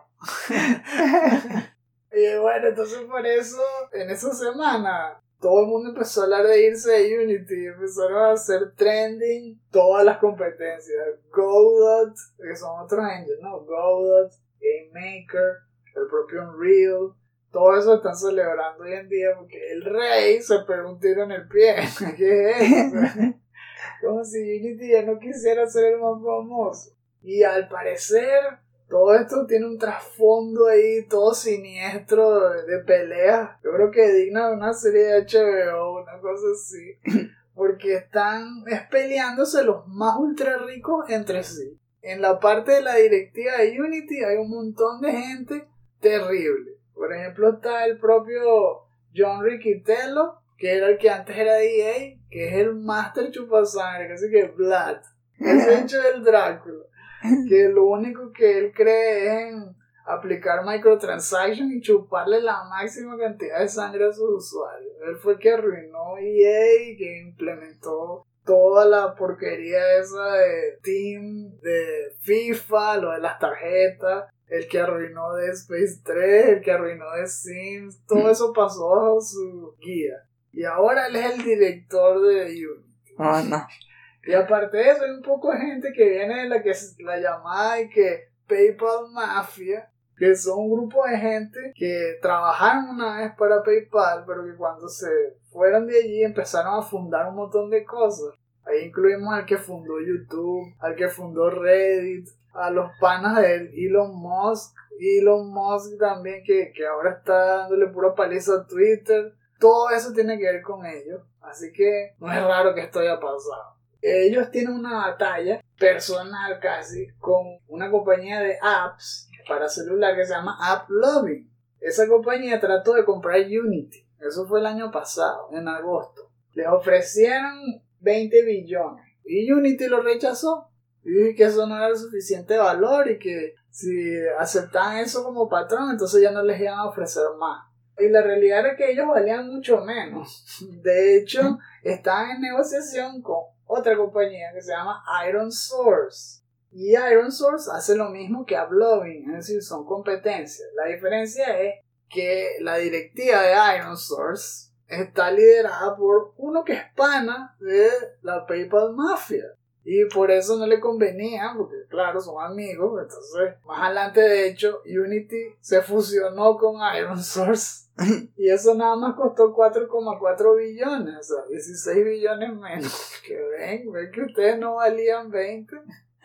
Y bueno, entonces por eso, en esa semana, todo el mundo empezó a hablar de irse de Unity, empezaron a hacer trending todas las competencias. Godot, que son otros engines, ¿no? Godot, GameMaker, el propio Unreal, todo eso están celebrando hoy en día porque el rey se pegó un tiro en el pie. ¿Qué es eso? Como si Unity ya no quisiera ser el más famoso. Y al parecer, todo esto tiene un trasfondo ahí, todo siniestro, de, de peleas. Yo creo que digna de una serie de H B O, una cosa así. Porque están es peleándose los más ultra ricos entre sí. En la parte de la directiva de Unity hay un montón de gente terrible. Por ejemplo, está el propio John Riccitiello, que era el que antes era de E A, que es el Master Chupasangre, casi que Vlad. Ese hecho del Drácula. Que lo único que él cree es en aplicar microtransactions y chuparle la máxima cantidad de sangre a sus usuarios. Él fue el que arruinó E A y que implementó toda la porquería esa de Team, de FIFA, lo de las tarjetas, el que arruinó Dead Space tres, el que arruinó The Sims, todo eso pasó bajo su guía. Y ahora él es el director de Unity. Oh, no. Y aparte de eso, hay un poco de gente que viene de la que la llamada y que PayPal Mafia, que son un grupo de gente que trabajaron una vez para PayPal, pero que cuando se fueron de allí empezaron a fundar un montón de cosas. Ahí incluimos al que fundó YouTube, al que fundó Reddit, a los panas de él, Elon Musk, Elon Musk también, que, que ahora está dándole pura paliza a Twitter. Todo eso tiene que ver con ellos, así que no es raro que esto haya pasado. Ellos tienen una batalla personal casi con una compañía de apps para celular que se llama AppLovin. Esa compañía trató de comprar Unity. Eso fue el año pasado, en agosto. Les ofrecieron veinte billones y Unity lo rechazó. Y dije que eso no era el suficiente valor y que si aceptaban eso como patrón, entonces ya no les iban a ofrecer más. Y la realidad era que ellos valían mucho menos. De hecho, estaban en negociación con otra compañía que se llama Iron Source. Y Iron Source hace lo mismo que AppLovin, es decir, son competencias. La diferencia es que la directiva de Iron Source está liderada por uno que es pana de la PayPal Mafia. Y por eso no le convenía, porque claro, son amigos. Entonces, más adelante de hecho, Unity se fusionó con Iron Source. Y eso nada más costó cuatro coma cuatro billones, o sea, dieciséis billones menos. Que ven, ven que ustedes no valían veinte.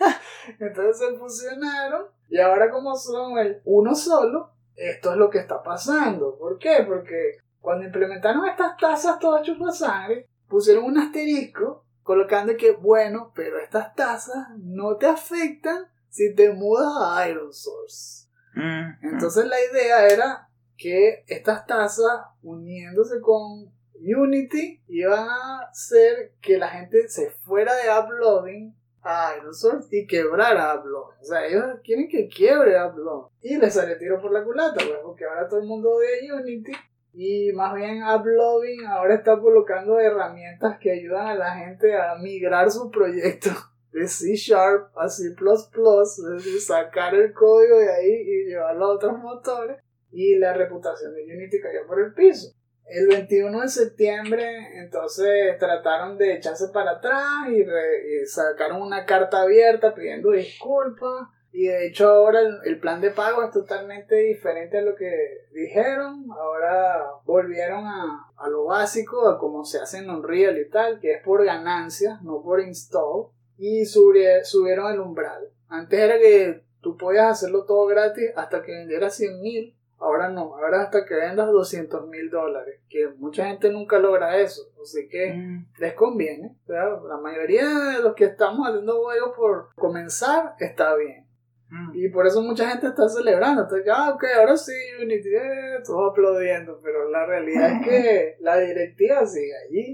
Entonces se fusionaron. Y ahora como son el uno solo, esto es lo que está pasando. ¿Por qué? Porque cuando implementaron estas tasas todas chupasangre, pusieron un asterisco colocando que, bueno, pero estas tasas no te afectan si te mudas a Iron Source. Mm, Entonces mm. la idea era que estas tasas, uniéndose con Unity, iban a hacer que la gente se fuera de AppLovin a Iron Source y quebrara AppLovin. O sea, ellos quieren que quiebre AppLovin. Y les sale tiro por la culata, pues, porque ahora todo el mundo odia Unity. Y más bien AppLovin ahora está colocando herramientas que ayudan a la gente a migrar sus proyectos de C Sharp a C plus plus, es decir, sacar el código de ahí y llevarlo a otros motores, y la reputación de Unity cayó por el piso. El veintiuno de septiembre entonces trataron de echarse para atrás y, re, y sacaron una carta abierta pidiendo disculpas. Y de hecho ahora el, el plan de pago es totalmente diferente a lo que dijeron. Ahora volvieron a, a lo básico, a cómo se hace en Unreal y tal, que es por ganancias, no por install. Y subie, subieron el umbral. Antes era que tú podías hacerlo todo gratis hasta que vendieras cien mil. Ahora no, ahora hasta que vendas doscientos mil dólares. Que mucha gente nunca logra eso. Así que mm. les conviene. O sea, la mayoría de los que estamos haciendo juegos por comenzar está bien. Mm. Y por eso mucha gente está celebrando. Entonces, ah, ok, ahora sí, Unity, eh, todos aplaudiendo. Pero la realidad es que la directiva sigue allí.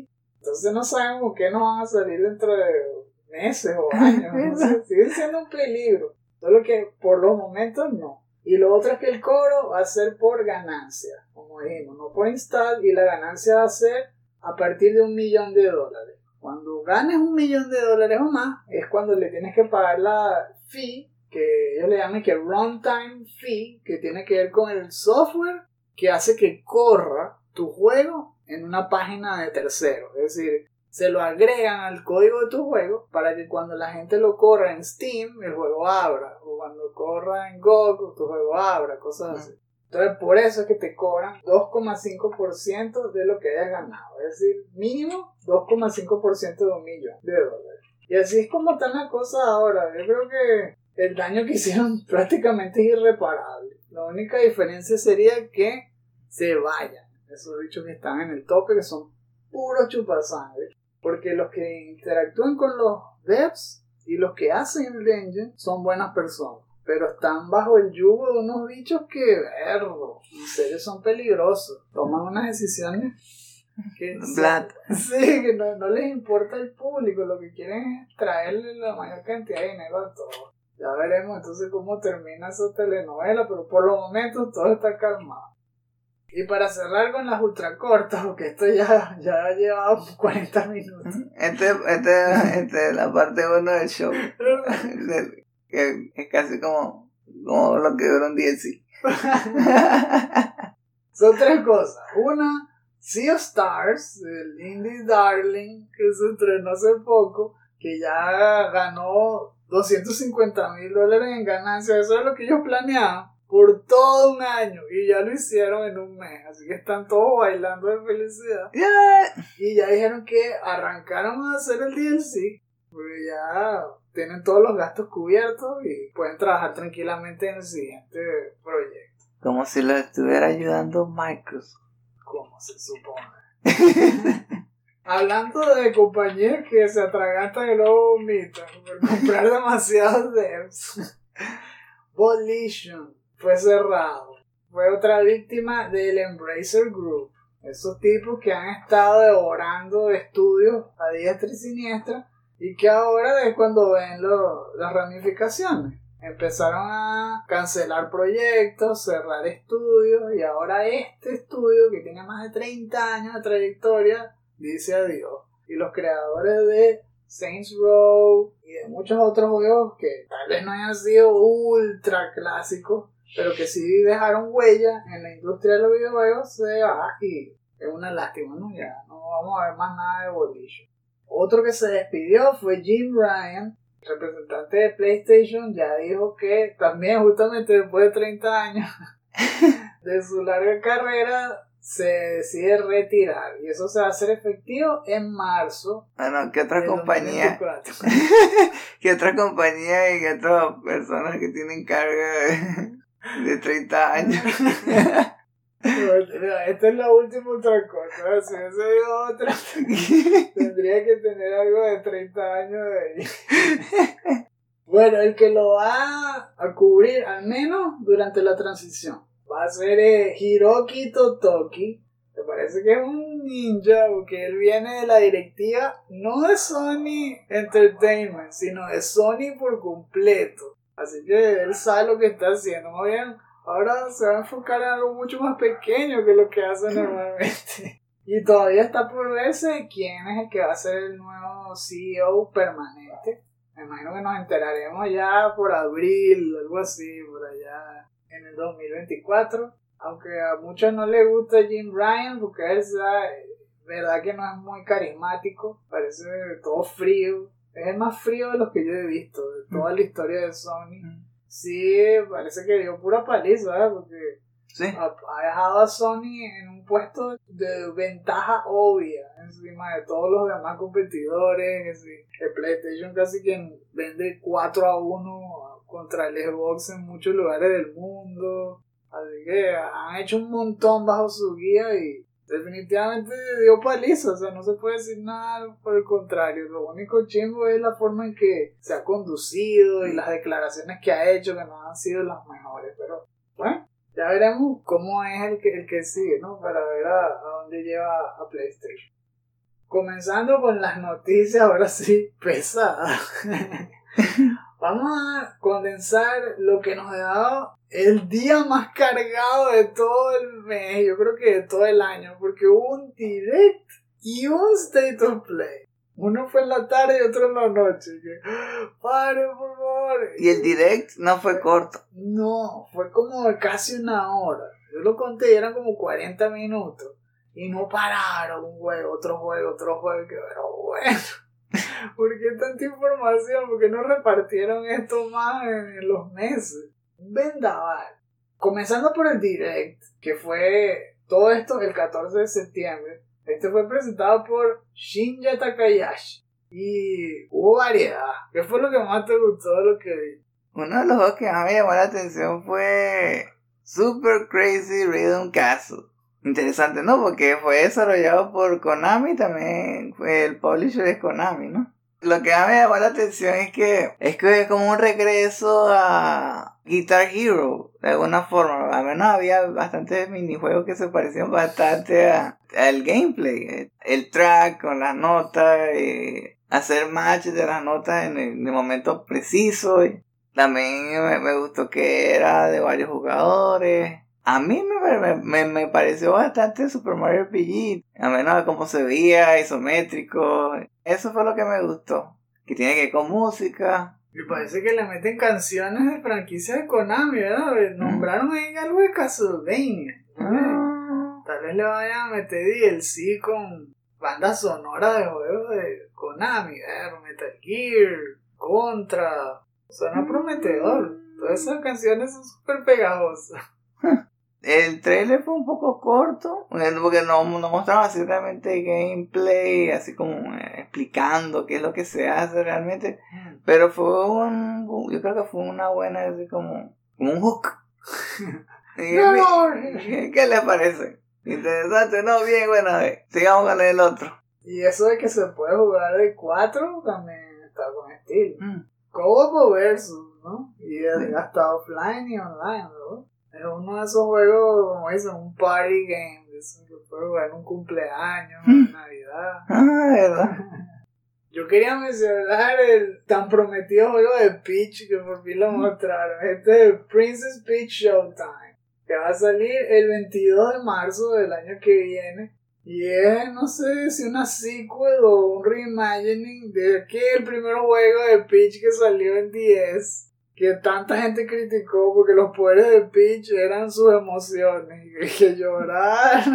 Entonces no sabemos qué nos van a salir dentro de meses o años. No sé, sigue siendo un peligro. Solo que por los momentos no. Y lo otro es que el cobro va a ser por ganancia, como dijimos, no por install, y la ganancia va a ser a partir de un millón de dólares. Cuando ganes un millón de dólares o más, es cuando le tienes que pagar la fee, que ellos le llaman que runtime fee, que tiene que ver con el software que hace que corra tu juego en una página de terceros. Es decir, se lo agregan al código de tu juego para que cuando la gente lo corra en Steam, el juego abra. O cuando corra en G O G, tu juego abra, cosas así. Entonces, por eso es que te cobran dos coma cinco por ciento de lo que hayas ganado. Es decir, mínimo dos coma cinco por ciento de un millón de dólares. Y así es como están las cosas ahora. Yo creo que el daño que hicieron prácticamente es irreparable. La única diferencia sería que se vayan esos bichos que están en el tope, que son puros chupasangre. Porque los que interactúan con los devs y los que hacen el engine son buenas personas. Pero están bajo el yugo de unos bichos que, verlo, en serio son peligrosos. Toman unas decisiones que, Blat. sí, que no, no les importa el público. Lo que quieren es traerle la mayor cantidad de dinero a todos. Ya veremos entonces cómo termina esa telenovela, pero por los momentos todo está calmado. Y para cerrar con las ultracortas, porque esto ya, ya ha llevado cuarenta minutos. Este, este, este es la parte buena del show. Este, que es casi como, como lo que duró un D L C. Son tres cosas. Una, Sea of Stars, el indie darling que se estrenó hace poco, que ya ganó doscientos cincuenta mil dólares en ganancias. Eso es lo que ellos planeaban por todo un año y ya lo hicieron en un mes, así que están todos bailando de felicidad. Yeah. Y ya dijeron que arrancaron a hacer el D L C, porque ya tienen todos los gastos cubiertos y pueden trabajar tranquilamente en el siguiente proyecto. Como si lo estuviera ayudando Microsoft. Como se supone. Hablando de compañías que se atragantan y luego vomitan por comprar demasiados devs. Volition fue cerrado. Fue otra víctima del Embracer Group. Esos tipos que han estado devorando estudios a diestra y siniestra y que ahora es cuando ven lo, las ramificaciones. Empezaron a cancelar proyectos, cerrar estudios y ahora este estudio que tiene más de treinta años de trayectoria dice adiós. Y los creadores de Saints Row y de muchos otros juegos que tal vez no hayan sido ultra clásicos, pero que sí dejaron huella en la industria de los videojuegos, se va y es una lástima, ¿no? Ya no vamos a ver más nada de Volition. Otro que se despidió fue Jim Ryan, representante de PlayStation. Ya dijo que también justamente después de treinta años de su larga carrera se decide retirar y eso se va a hacer efectivo en marzo. Bueno, ¿qué otra compañía? ¿Qué otra compañía y qué otras personas que tienen carga de, de treinta años? Mira, esta es la última otra cosa. Si hubiese digo otra, tendría que tener algo de treinta años de ahí. Bueno, el que lo va a cubrir al menos durante la transición va a ser eh, Hiroki Totoki. Me parece que es un ninja porque él viene de la directiva no de Sony Entertainment, sino de Sony por completo. Así que él sabe lo que está haciendo. Muy bien, ahora se va a enfocar en algo mucho más pequeño que lo que hace normalmente. Y todavía está por verse quién es el que va a ser el nuevo C E O permanente. Me imagino que nos enteraremos ya por abril, algo así, por allá en el dos mil veinticuatro. Aunque a muchos no les gusta Jim Ryan porque él es verdad que no es muy carismático, parece todo frío. Es el más frío de los que yo he visto, de toda la historia de Sony. Sí, parece que dio pura paliza, ¿eh? Porque sí. ha, ha dejado a Sony en un puesto de ventaja obvia encima de todos los demás competidores. Es decir, el PlayStation casi que vende cuatro a uno contra el Xbox en muchos lugares del mundo. Así que han hecho un montón bajo su guía y definitivamente dio paliza. O sea, no se puede decir nada por el contrario. Lo único chingo es la forma en que se ha conducido y las declaraciones que ha hecho, que no han sido las mejores. Pero bueno, ya veremos cómo es el que, el que sigue, ¿no? Para ver a, a dónde lleva a PlayStation. comenzando con las noticias, ahora sí, pesadas. Vamos a condensar lo que nos ha dado el día más cargado de todo el mes, yo creo que de todo el año, porque hubo un direct y un state of play. Uno fue en la tarde y otro en la noche. Que, ¡pare, por favor! Y el direct no fue corto. No, fue como casi una hora. Yo lo conté y eran como cuarenta minutos. Y no pararon, un juego, otro juego, otro juego. Que pero bueno, ¿por qué tanta información? ¿Por qué no repartieron esto más en, en los meses? Un vendaval. Comenzando por el direct, que fue todo esto el catorce de septiembre. Este fue presentado por Shinya Takahashi. Y hubo variedad. ¿Qué fue lo que más te gustó de lo que vi? Uno de los juegos que más me llamó la atención fue Super Crazy Rhythm Castle. Interesante, ¿no? Porque fue desarrollado por Konami, también fue el publisher de Konami, ¿no? Lo que más me llamó la atención es que es que es como un regreso a Guitar Hero, de alguna forma. Al menos había bastantes minijuegos que se parecían bastante a, al gameplay. El track con las notas, eh, hacer matches de las notas en el, en el momento preciso. También me, me gustó que era de varios jugadores. A mí me, me, me pareció bastante Super Mario R P G, a menos cómo se veía, isométrico. Eso fue lo que me gustó. Que tiene que ver con música. Me parece que le meten canciones de franquicia de Konami, ¿verdad? Nombraron ahí algo de Castlevania. Ah. Tal vez le vayan a meter D L C con bandas sonoras de juegos de Konami, ¿verdad? Metal Gear, Contra. Suena prometedor. Todas esas canciones son súper pegajosas. El trailer fue un poco corto, porque no, no mostraron así realmente gameplay, así como eh, explicando qué es lo que se hace realmente, pero fue un, yo creo que fue una buena, así como, como un hook. Y, No. ¿qué, ¿Qué les parece? Interesante, no, bien, bueno, sigamos con el otro. Y eso de que se puede jugar de cuatro también está con estilo. Mm. Co-op o versus, ¿no? Y hasta offline y online, ¿no? Es uno de esos juegos, como dicen, un party game, de esos que puedes jugar en un cumpleaños, en Navidad. Ah, ¿verdad? Yo quería mencionar el tan prometido juego de Peach que por fin lo mostraron. Este es Princess Peach Showtime, que va a salir el veintidós de marzo del año que viene. Y es, no sé si una sequel o un reimagining de aquel primer juego de Peach que salió en D S. Que tanta gente criticó porque los poderes de Peach eran sus emociones. Y que llorar,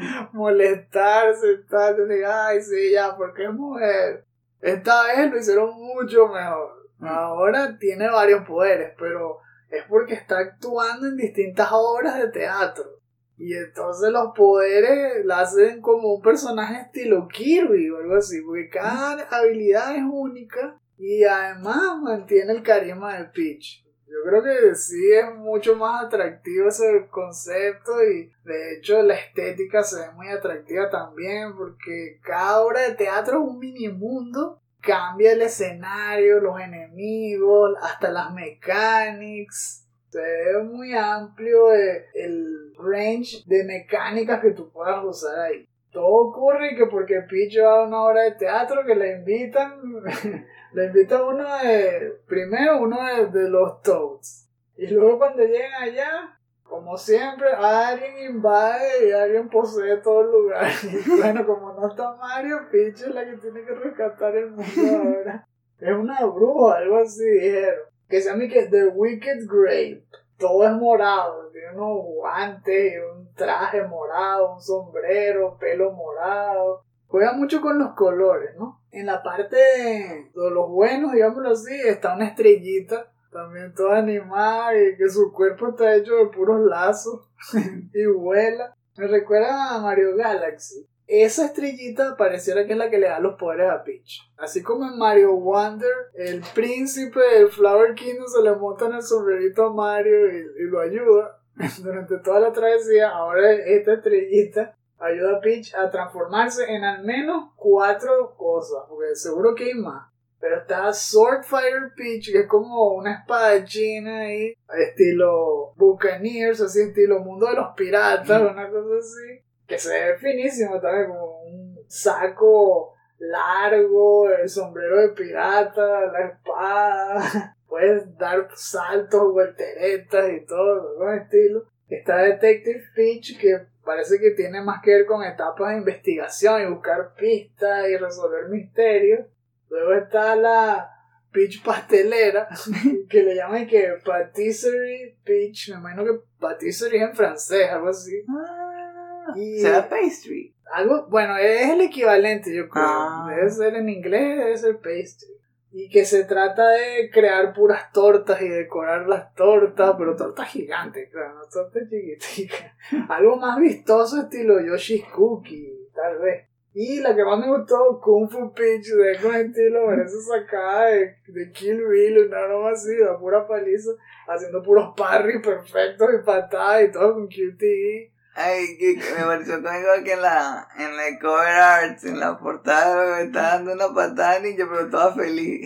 molestarse, tal. Y ay, sí, ya, porque es mujer. Esta vez lo hicieron mucho mejor. Ahora tiene varios poderes, pero es porque está actuando en distintas obras de teatro. Y entonces los poderes la hacen como un personaje estilo Kirby o algo así. Porque cada habilidad es única. Y además mantiene el carisma de Peach. Yo creo que sí es mucho más atractivo ese concepto y de hecho la estética se ve muy atractiva también porque cada obra de teatro es un mini mundo. Cambia el escenario, los enemigos, hasta las mechanics. Se ve muy amplio el range de mecánicas que tú puedas usar ahí. Todo ocurre que porque Peach va a una obra de teatro que le invitan, le invita uno de, primero uno de, de los Toads. Y luego cuando llegan allá, como siempre, alguien invade y alguien posee todo el lugar. Y bueno, como no está Mario, Peach es la que tiene que rescatar el mundo ahora. Es una bruja, algo así dijeron. Que se llama que The Wicked Grape. Todo es morado, tiene unos guantes, un traje morado, un sombrero, pelo morado. Juega mucho con los colores, ¿no? En la parte de los buenos, digámoslo así, está una estrellita, también toda animada, y que su cuerpo está hecho de puros lazos y vuela. Me recuerda a Mario Galaxy. Esa estrellita pareciera que es la que le da los poderes a Peach. Así como en Mario Wonder, el príncipe del Flower Kingdom se le monta en el sombrerito a Mario y, y lo ayuda durante toda la travesía. Ahora esta estrellita ayuda a Peach a transformarse en al menos cuatro cosas, porque seguro que hay más. Pero está Swordfighter Peach, que es como una espadachina ahí, estilo Buccaneers, así estilo Mundo de los Piratas, una cosa así. Que se ve finísimo también, como un saco largo, el sombrero de pirata, la espada, puedes dar saltos, volteretas y todo, con estilo. Está Detective Peach, que parece que tiene más que ver con etapas de investigación y buscar pistas y resolver misterios. Luego está la Peach pastelera, que le llaman que Patisserie Peach, me imagino que Patisserie es en francés, algo así. Ah, Y- ¿será pastry? Algo, bueno, es el equivalente, yo creo. Ah. Debe ser en inglés, debe ser pastry. Y que se trata de crear puras tortas y decorar las tortas, pero tortas gigantes, claro, no tortas chiquiticas. Algo más vistoso estilo Yoshi's Cookie, tal vez. Y la que más me gustó, Kung Fu Peach, de con estilo, parece sacada de, de Kill Bill, una broma así, da pura paliza, haciendo puros parries perfectos y patadas y todo con Q T E. Ay, que, que me pareció conmigo que en la, en la cover art, en la portada, me está dando una patada ninja, pero toda feliz.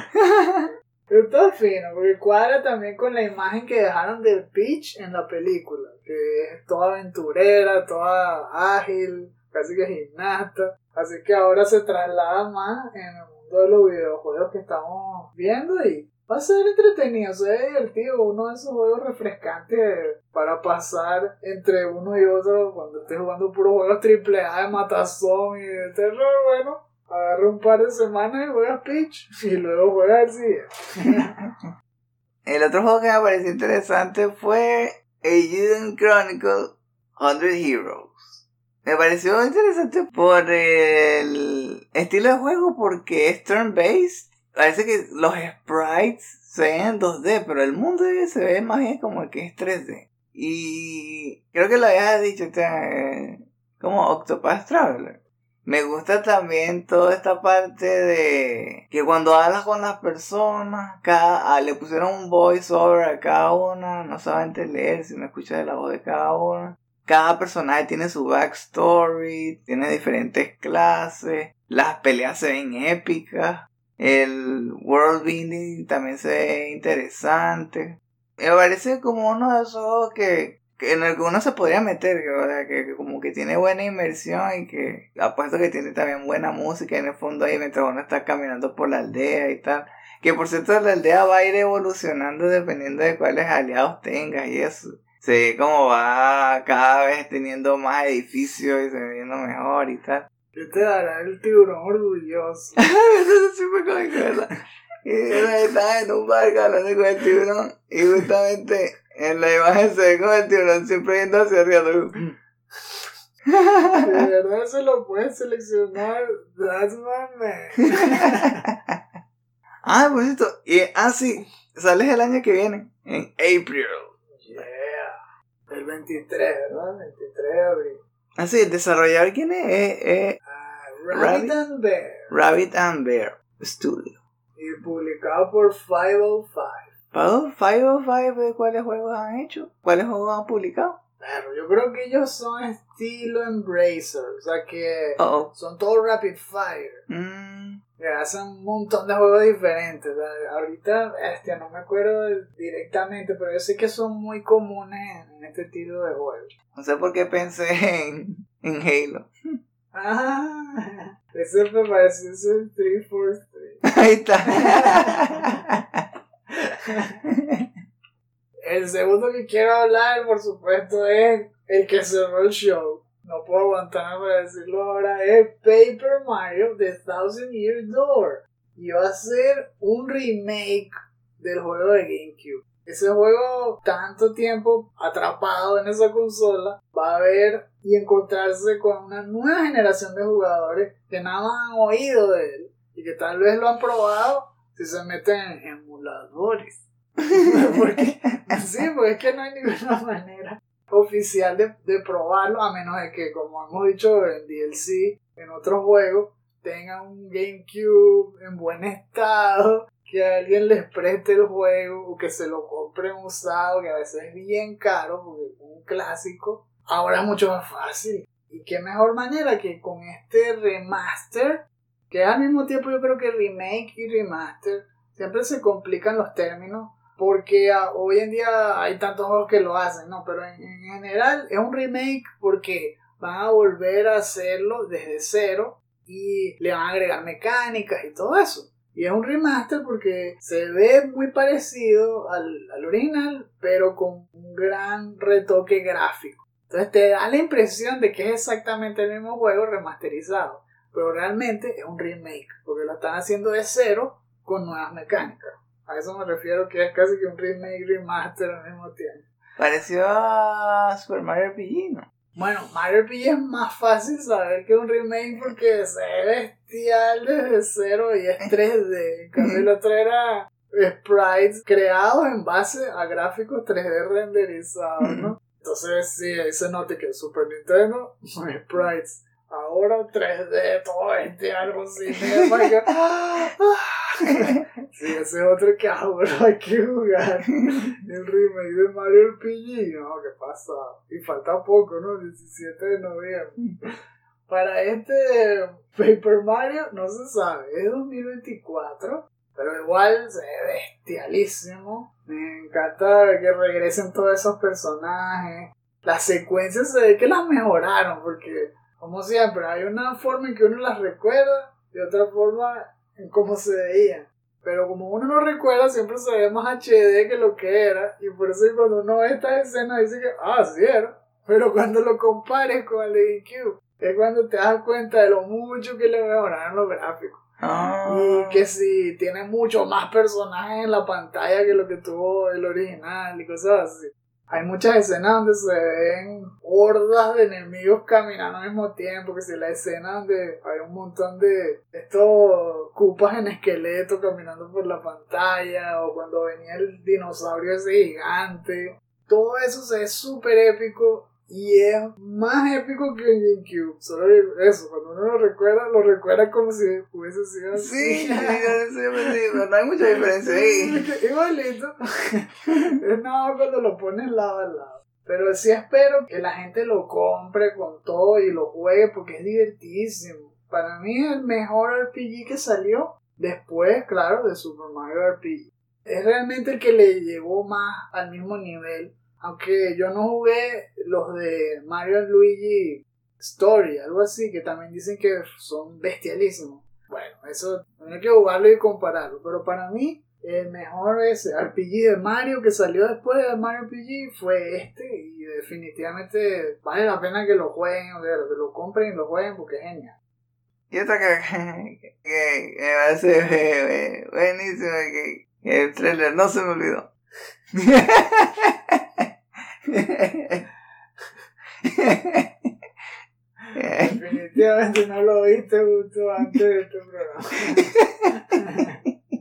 Pero todo fino, porque cuadra también con la imagen que dejaron de Peach en la película, que es toda aventurera, toda ágil, casi que gimnasta. Así que ahora se traslada más en el mundo de los videojuegos que estamos viendo y va a ser entretenido, se ve divertido, uno de esos juegos refrescantes para pasar entre uno y otro cuando estés jugando puros juegos triple A de matazón y de terror. Bueno, agarra un par de semanas y juegas Peach y luego juegas el siguiente. El otro juego que me pareció interesante fue Eiyuden Chronicle cien Heroes. Me pareció interesante por el estilo de juego porque es turn-based. Parece que los sprites se ven en dos D, pero el mundo se ve más bien como que es tres D. Y creo que lo habías dicho, o sea, eh, como Octopath Traveler. Me gusta también toda esta parte de que cuando hablas con las personas, cada, ah, le pusieron un voiceover a cada una, no solamente leer, sino escuchar la voz de cada una. Cada personaje tiene su backstory, tiene diferentes clases, las peleas se ven épicas, el world building también se ve interesante. Me parece como uno de esos juegos que, que en el que uno se podría meter, que, o sea, que, que como que tiene buena inmersión y que apuesto que tiene también buena música en el fondo ahí mientras uno está caminando por la aldea y tal. Que por cierto la aldea va a ir evolucionando dependiendo de cuáles aliados tengas y eso. Se ve como va cada vez teniendo más edificios y se ve viendo mejor y tal. ¿Qué te dará el tiburón orgulloso? Eso sí fue cómico, ¿verdad? Y estaba en un barco hablando con el tiburón y justamente en la imagen se ve con el tiburón siempre yendo hacia arriba. De verdad se lo puedes seleccionar. That's my man. Ah, pues esto. Y, ah, sí. Sales el año que viene. En April. Yeah. El veintitrés, ¿verdad? veintitrés de abril. Ah, sí. ¿El desarrollador quién es? Eh, eh, Ah, Rabbit and Bear. Rabbit and Bear Studio. Y publicado por quinientos cinco. ¿Para quinientos cinco cuáles juegos han hecho? ¿Cuáles juegos han publicado? Pero yo creo que ellos son estilo Embracer. O sea que Oh, oh. son todos Rapid Fire. Mm, Que hacen un montón de juegos diferentes. O sea, ahorita este, no me acuerdo directamente, pero yo sé que son muy comunes en, en este estilo de juegos. no sé por qué pensé en, en Halo. Ah, ese me pareció ese tres cuatro tres. Ahí está. El segundo que quiero hablar, por supuesto, es el que cerró el show. No puedo aguantarme para decirlo ahora. Es Paper Mario The Thousand Year Door. Y va a ser un remake del juego de GameCube. Ese juego, tanto tiempo atrapado en esa consola, va a ver y encontrarse con una nueva generación de jugadores que nada más han oído de él y que tal vez lo han probado si se meten en emuladores. Porque, sí, porque es que no hay ninguna manera oficial de, de probarlo, a menos de que, como hemos dicho en D L C, en otros juegos, tengan un GameCube en buen estado, que alguien les preste el juego o que se lo compren usado, que a veces es bien caro porque es un clásico. Ahora es mucho más fácil. Y qué mejor manera que con este remaster, que al mismo tiempo yo creo que remake y remaster siempre se complican los términos, porque uh, hoy en día hay tantos juegos que lo hacen, ¿no? Pero en, en general es un remake porque van a volver a hacerlo desde cero y le van a agregar mecánicas y todo eso. Y es un remaster porque se ve muy parecido al, al original, pero con un gran retoque gráfico. Entonces te da la impresión de que es exactamente el mismo juego remasterizado, pero realmente es un remake, porque lo están haciendo de cero con nuevas mecánicas. A eso me refiero, que es casi que un remake remaster al mismo tiempo. Pareció a Super Mario R P G, ¿no? Bueno, Mario R P G es más fácil saber que es un remake porque se ve bestial desde cero y es tres D. En cambio el otro era sprites creados en base a gráficos tres D renderizados, ¿no? Entonces sí, ahí se nota que el Super Nintendo son sprites. Ahora tres D, todo este algo así. Sí, ese es otro que ahora hay que jugar. El remake de Mario R P G. No, ¿qué pasa? Y falta poco, ¿no? diecisiete de noviembre. Para este Paper Mario no se sabe. Es dos mil veinticuatro. Pero igual se ve bestialísimo. Me encanta que regresen todos esos personajes. Las secuencias se ve que las mejoraron porque, como siempre, hay una forma en que uno las recuerda y otra forma en cómo se veían. Pero como uno no recuerda, siempre se ve más H D que lo que era. Y por eso cuando uno ve estas escenas dice que, ah, sí era. Pero cuando lo compares con el de GameCube, es cuando te das cuenta de lo mucho que le mejoraron los gráficos. Ah. Y que si tiene mucho más personajes en la pantalla que lo que tuvo el original y cosas así. Hay muchas escenas donde se ven hordas de enemigos caminando al mismo tiempo, que si la escena donde hay un montón de estos cupas en esqueleto caminando por la pantalla, o cuando venía el dinosaurio ese gigante, todo eso se ve súper épico y es más épico que en GameCube. Solo eso, cuando uno lo recuerda, lo recuerda como si hubiese sido así. Sí, sí, sí, no hay mucha diferencia ahí. Igualito. Es nada más cuando lo pones lado a lado. Pero sí espero que la gente lo compre con todo y lo juegue porque es divertidísimo. Para mí es el mejor R P G que salió después, claro, de Super Mario R P G. Es realmente el que le llevó más al mismo nivel. Aunque yo no jugué los de Mario and Luigi Story, algo así, que también dicen que son bestialísimos. Bueno, eso hay que jugarlo y compararlo. Pero para mí, el mejor ese R P G de Mario que salió después de Mario R P G fue este. Y definitivamente vale la pena que lo jueguen, o sea, que lo compren y lo jueguen porque es genial. Y otra que, que, que me parece eh, buenísimo, que, que el trailer no se me olvidó. Definitivamente no lo viste justo antes de este programa.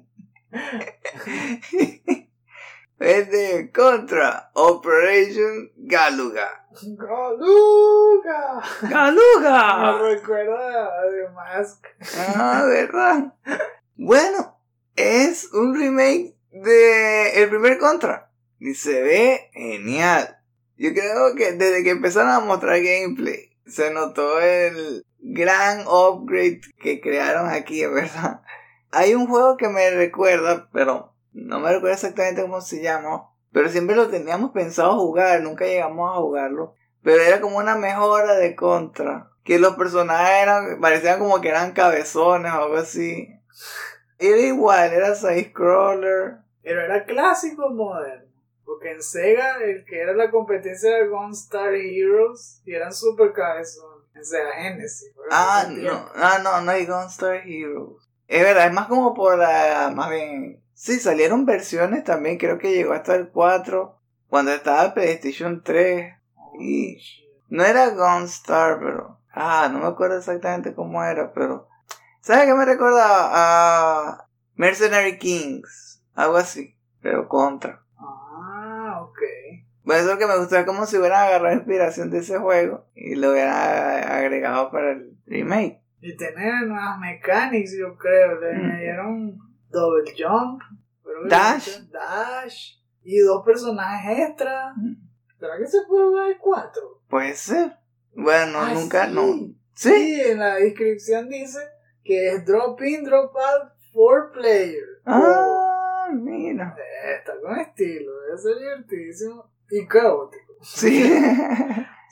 Es de Contra Operation Galuga. ¡Galuga! ¡Galuga! Me recuerda a The Mask. Ah, ¿verdad? Bueno, es un remake de el primer Contra y se ve genial. Yo creo que desde que empezaron a mostrar gameplay se notó el gran upgrade que crearon aquí, ¿verdad? Hay un juego que me recuerda, pero no me recuerdo exactamente cómo se llama, pero siempre lo teníamos pensado jugar, nunca llegamos a jugarlo, pero era como una mejora de Contra, que los personajes eran, parecían como que eran cabezones o algo así. Era igual, era side-scroller. Pero era clásico o moderno. Porque en Sega, el que era la competencia era Gunstar Heroes y eran super cabezones. En Sega Genesis. Ah, no, ah, no, no hay Gunstar Heroes. Es verdad, es más como por la, más bien, sí, salieron versiones también, creo que llegó hasta el cuatro, cuando estaba el PlayStation tres. Y no era Gunstar, pero, ah, no me acuerdo exactamente cómo era, pero, ¿sabes qué me recuerda a Mercenary Kings? Algo así, pero Contra. Ah, ok. Bueno, eso es lo que me gustó, es como si hubieran agarrado inspiración de ese juego y lo hubieran agregado para el remake. Y tener nuevas mecánicas, yo creo. Le añadieron double jump, dash, dash y dos personajes extra. ¿Será que se puede jugar cuatro? Puede ser. Bueno, ah, nunca, sí. no. ¿Sí? Sí, en la descripción dice que es drop in, drop out, four player. Ah, oh, mira. Eh, está con estilo, debe ser divertidísimo y caótico. Sí.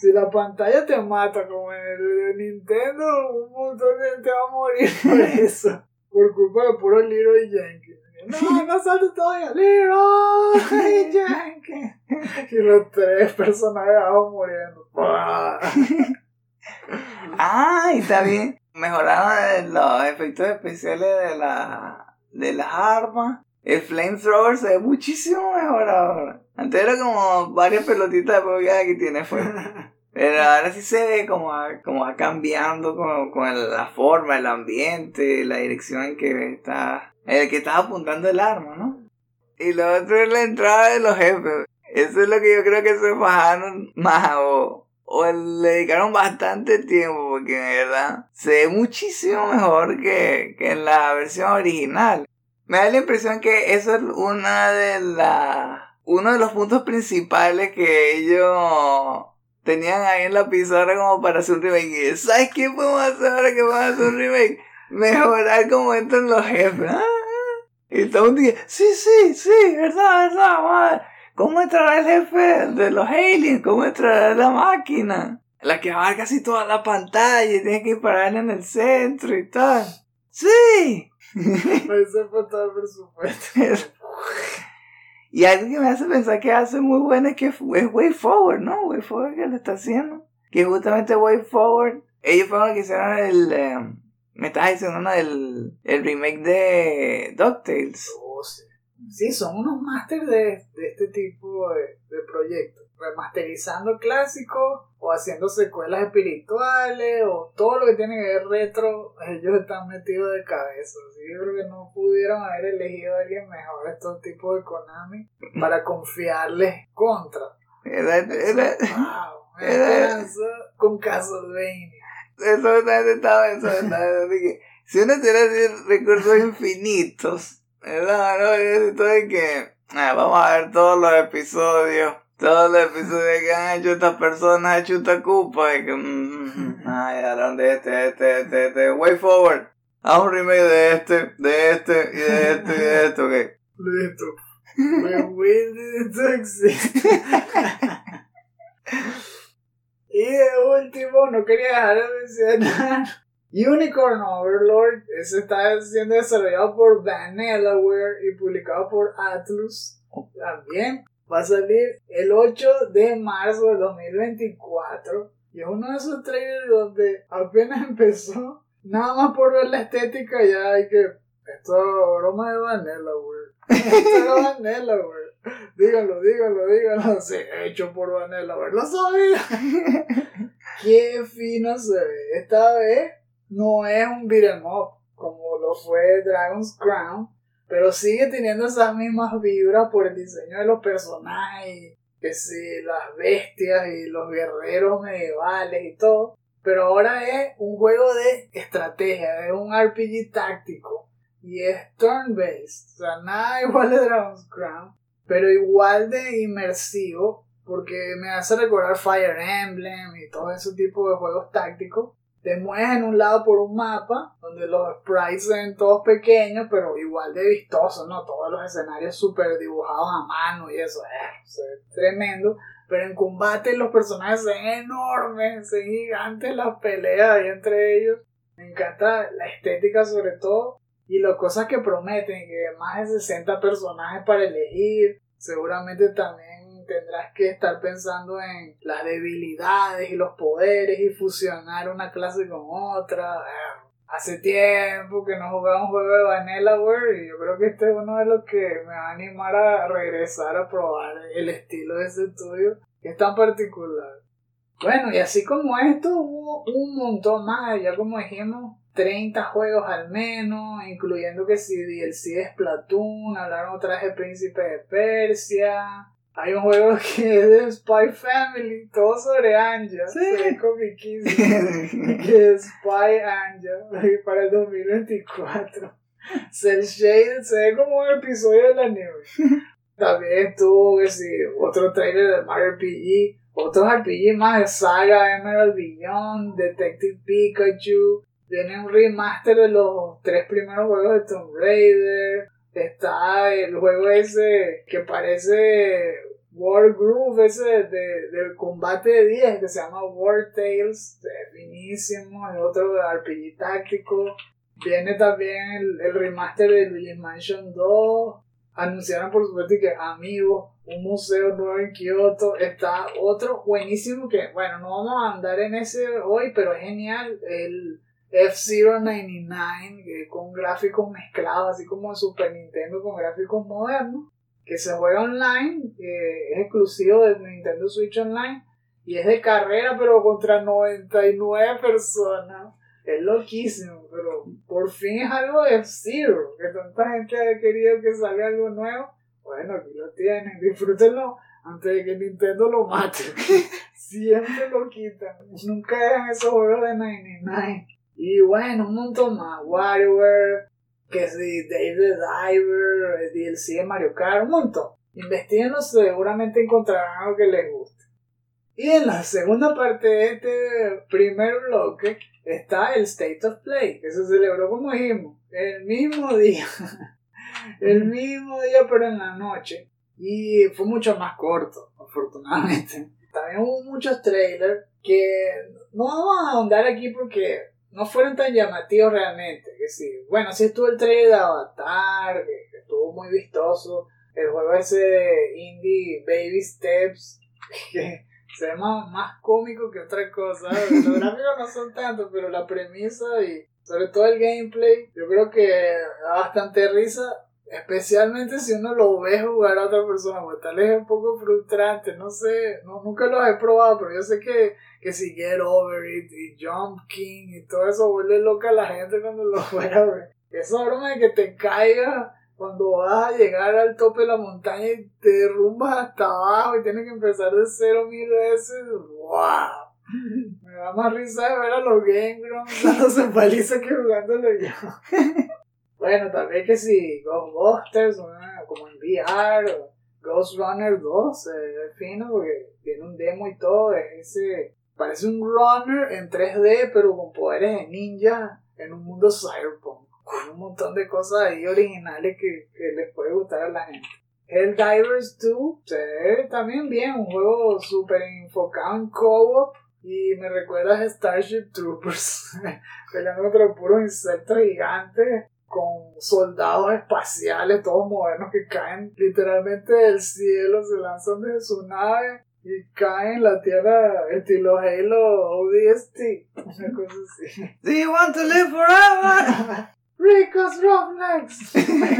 Si la pantalla te mata, como en el de Nintendo, un montón de gente va a morir por eso. Por culpa de puro Leroy Jenkins. No, no saltes todavía, Leroy Jenkins. Y los tres personajes abajo muriendo. Ah, y también mejoraron los efectos especiales de, la, de las armas. El flamethrower se ve muchísimo mejor ahora. Antes era como varias pelotitas de fuego que tiene fuego. Pero ahora sí se ve como va, como va cambiando con, con el- la forma, el ambiente, la dirección en que está, en el que está apuntando el arma, ¿no? Y lo otro es la entrada de los jefes. Eso es lo que yo creo que se bajaron más o, o le dedicaron bastante tiempo porque de verdad se ve muchísimo mejor que, que en la versión original. Me da la impresión que eso es una de las uno de los puntos principales que ellos tenían ahí en la pizarra como para hacer un remake. ¿Sabes qué podemos hacer ahora que vamos a hacer un remake? Mejorar cómo entran los jefes. Ah, y todo el mundo dice, sí, sí, sí, verdad, verdad, vamos a ver. ¿Cómo entrará el jefe de los aliens? ¿Cómo entrará la máquina? La que abarca casi toda la pantalla y tiene que dispararle en el centro y tal. ¡Sí! Ese fue todo el presupuesto. Y algo que me hace pensar que hace muy bueno es que es Way Forward, ¿no? Way Forward que lo está haciendo. Que justamente Way Forward, ellos fueron los que hicieron el... Eh, me estás diciendo, ¿no? El, el remake de DuckTales. Oh, sí. Sí, son unos másters de, de este tipo de, de proyectos. Remasterizando clásicos o haciendo secuelas espirituales o todo lo que tiene que ver retro, ellos están metidos de cabeza. Así yo creo que no pudieron haber elegido a alguien mejor estos tipos de Konami para confiarles contra. Era, era, Wow, me era- esperanza con Castlevania. eso justamente estaba pensando. Así que si uno tuviera así recursos infinitos, ¿verdad? ¿No? Y esto de que ah, vamos a ver todos los episodios. Todos los episodios que han hecho estas personas de Chutacupa. De que, mm, ay, hablaron de este, de este, de este, de este. Way Forward. Haz un remake de este, de este, y de este, y de este, ok. Listo. Me will to exist. Y de último, no quería dejar de mencionar Unicorn Overlord. Ese está siendo desarrollado por Vanillaware y publicado por Atlus. También va a salir el ocho de marzo de dos mil veinticuatro. Y es uno de esos trailers donde apenas empezó, nada más por ver la estética ya hay que... Esto es broma de Vanillaware. Esto es Vanillaware. Díganlo, díganlo, díganlo. Sí, hecho por Vanillaware. Lo sabía. Qué fino se ve. Esta vez no es un beat'em up como lo fue Dragon's Crown, pero sigue teniendo esas mismas vibras por el diseño de los personajes, que sí, las bestias y los guerreros medievales y todo. Pero ahora es un juego de estrategia, es un R P G táctico y es turn-based, o sea, nada igual de Dragon's Crown, pero igual de inmersivo, porque me hace recordar Fire Emblem y todo ese tipo de juegos tácticos. Te mueves en un lado por un mapa donde los sprites se ven todos pequeños, pero igual de vistosos, ¿no? Todos los escenarios súper dibujados a mano y eso, eh, se ve tremendo. Pero en combate los personajes se ven enormes, se ven gigantes las peleas ahí entre ellos. Me encanta la estética sobre todo y las cosas que prometen, que más de sesenta personajes para elegir. Seguramente también tendrás que estar pensando en las debilidades y los poderes y fusionar una clase con otra. Hace tiempo que no jugaba un juego de Vanillaware y yo creo que este es uno de los que me va a animar a regresar a probar el estilo de ese estudio, que es tan particular. Bueno, y así como esto hubo un montón más, ya como dijimos, treinta juegos al menos, incluyendo que si D L C de Splatoon, hablaron otra vez de Príncipe de Persia. Hay un juego que es de Spy Family, todo sobre Anja, Sí. se ve comiquísimo, que es Spy Anja, para el dos mil veinticuatro. Cell Shaded se ve como un episodio del anime. También estuvo, que sí, otro trailer de Mario R P G, otros R P G más de Saga, Emerald Beyond, Detective Pikachu. Viene un remaster de los tres primeros juegos de Tomb Raider. Está el juego ese que parece Wargroove ese de, de, de combate de diez que se llama War Tales, es finísimo, es otro R P G táctico. Viene también el, el remaster de Luigi's Mansion dos. Anunciaron por supuesto que Amiibo, un museo nuevo en Kioto. Está otro buenísimo que, bueno, no vamos a andar en ese hoy, pero es genial, el F-Zero noventa y nueve, que con gráficos mezclados, así como Super Nintendo con gráficos modernos, que se juega online, que es exclusivo de Nintendo Switch Online, y es de carrera, pero contra noventa y nueve personas. Es loquísimo, pero por fin es algo de F-Zero, que tanta gente ha querido que salga algo nuevo. Bueno, aquí lo tienen, disfrútenlo antes de que Nintendo lo mate. Siempre lo quitan, nunca dejan esos juegos de noventa y nueve. Y bueno, un montón más, WarioWare, que si Dave the Diver, el D L C de Mario Kart, un montón. Investíguenlo, seguramente encontrarán algo que les guste. Y en la segunda parte de este primer bloque está el State of Play, que se celebró, como dijimos, el mismo día. El mismo día, pero en la noche. Y fue mucho más corto, afortunadamente. También hubo muchos trailers que no vamos a ahondar aquí porque no fueron tan llamativos realmente. Que sí, bueno, sí estuvo el trailer de Avatar, que, que estuvo muy vistoso. El juego ese de indie Baby Steps, que se ve más, más cómico que otra cosa. Los gráficos no son tantos, pero la premisa y sobre todo el gameplay, yo creo que da bastante risa, especialmente si uno lo ve jugar a otra persona, porque tal vez es un poco frustrante, no sé, no, nunca los he probado, pero yo sé que, que si Get Over It y Jump King y todo eso vuelve loca a la gente cuando lo juega, güey. Esa broma de que te caiga cuando vas a llegar al tope de la montaña y te derrumbas hasta abajo y tienes que empezar de cero mil veces, ¡wow! Me da más risa de ver a los Game Grumps dándose paliza que jugándolo yo. Bueno, también que si Ghostbusters, ¿no? Como en V R, o Ghost Runner dos, eh, es fino porque tiene un demo y todo, es ese, parece un runner en tres D pero con poderes de ninja en un mundo cyberpunk, con un montón de cosas ahí originales que, que les puede gustar a la gente. Helldivers dos se ve también bien, un juego súper enfocado en co-op y me recuerda a Starship Troopers, peleando contra puros insectos gigantes con soldados espaciales todos modernos que caen literalmente del cielo, se lanzan desde su nave y caen en la tierra estilo Halo O D S T, una cosa así. Do you want to live forever? Rico's Roughnecks.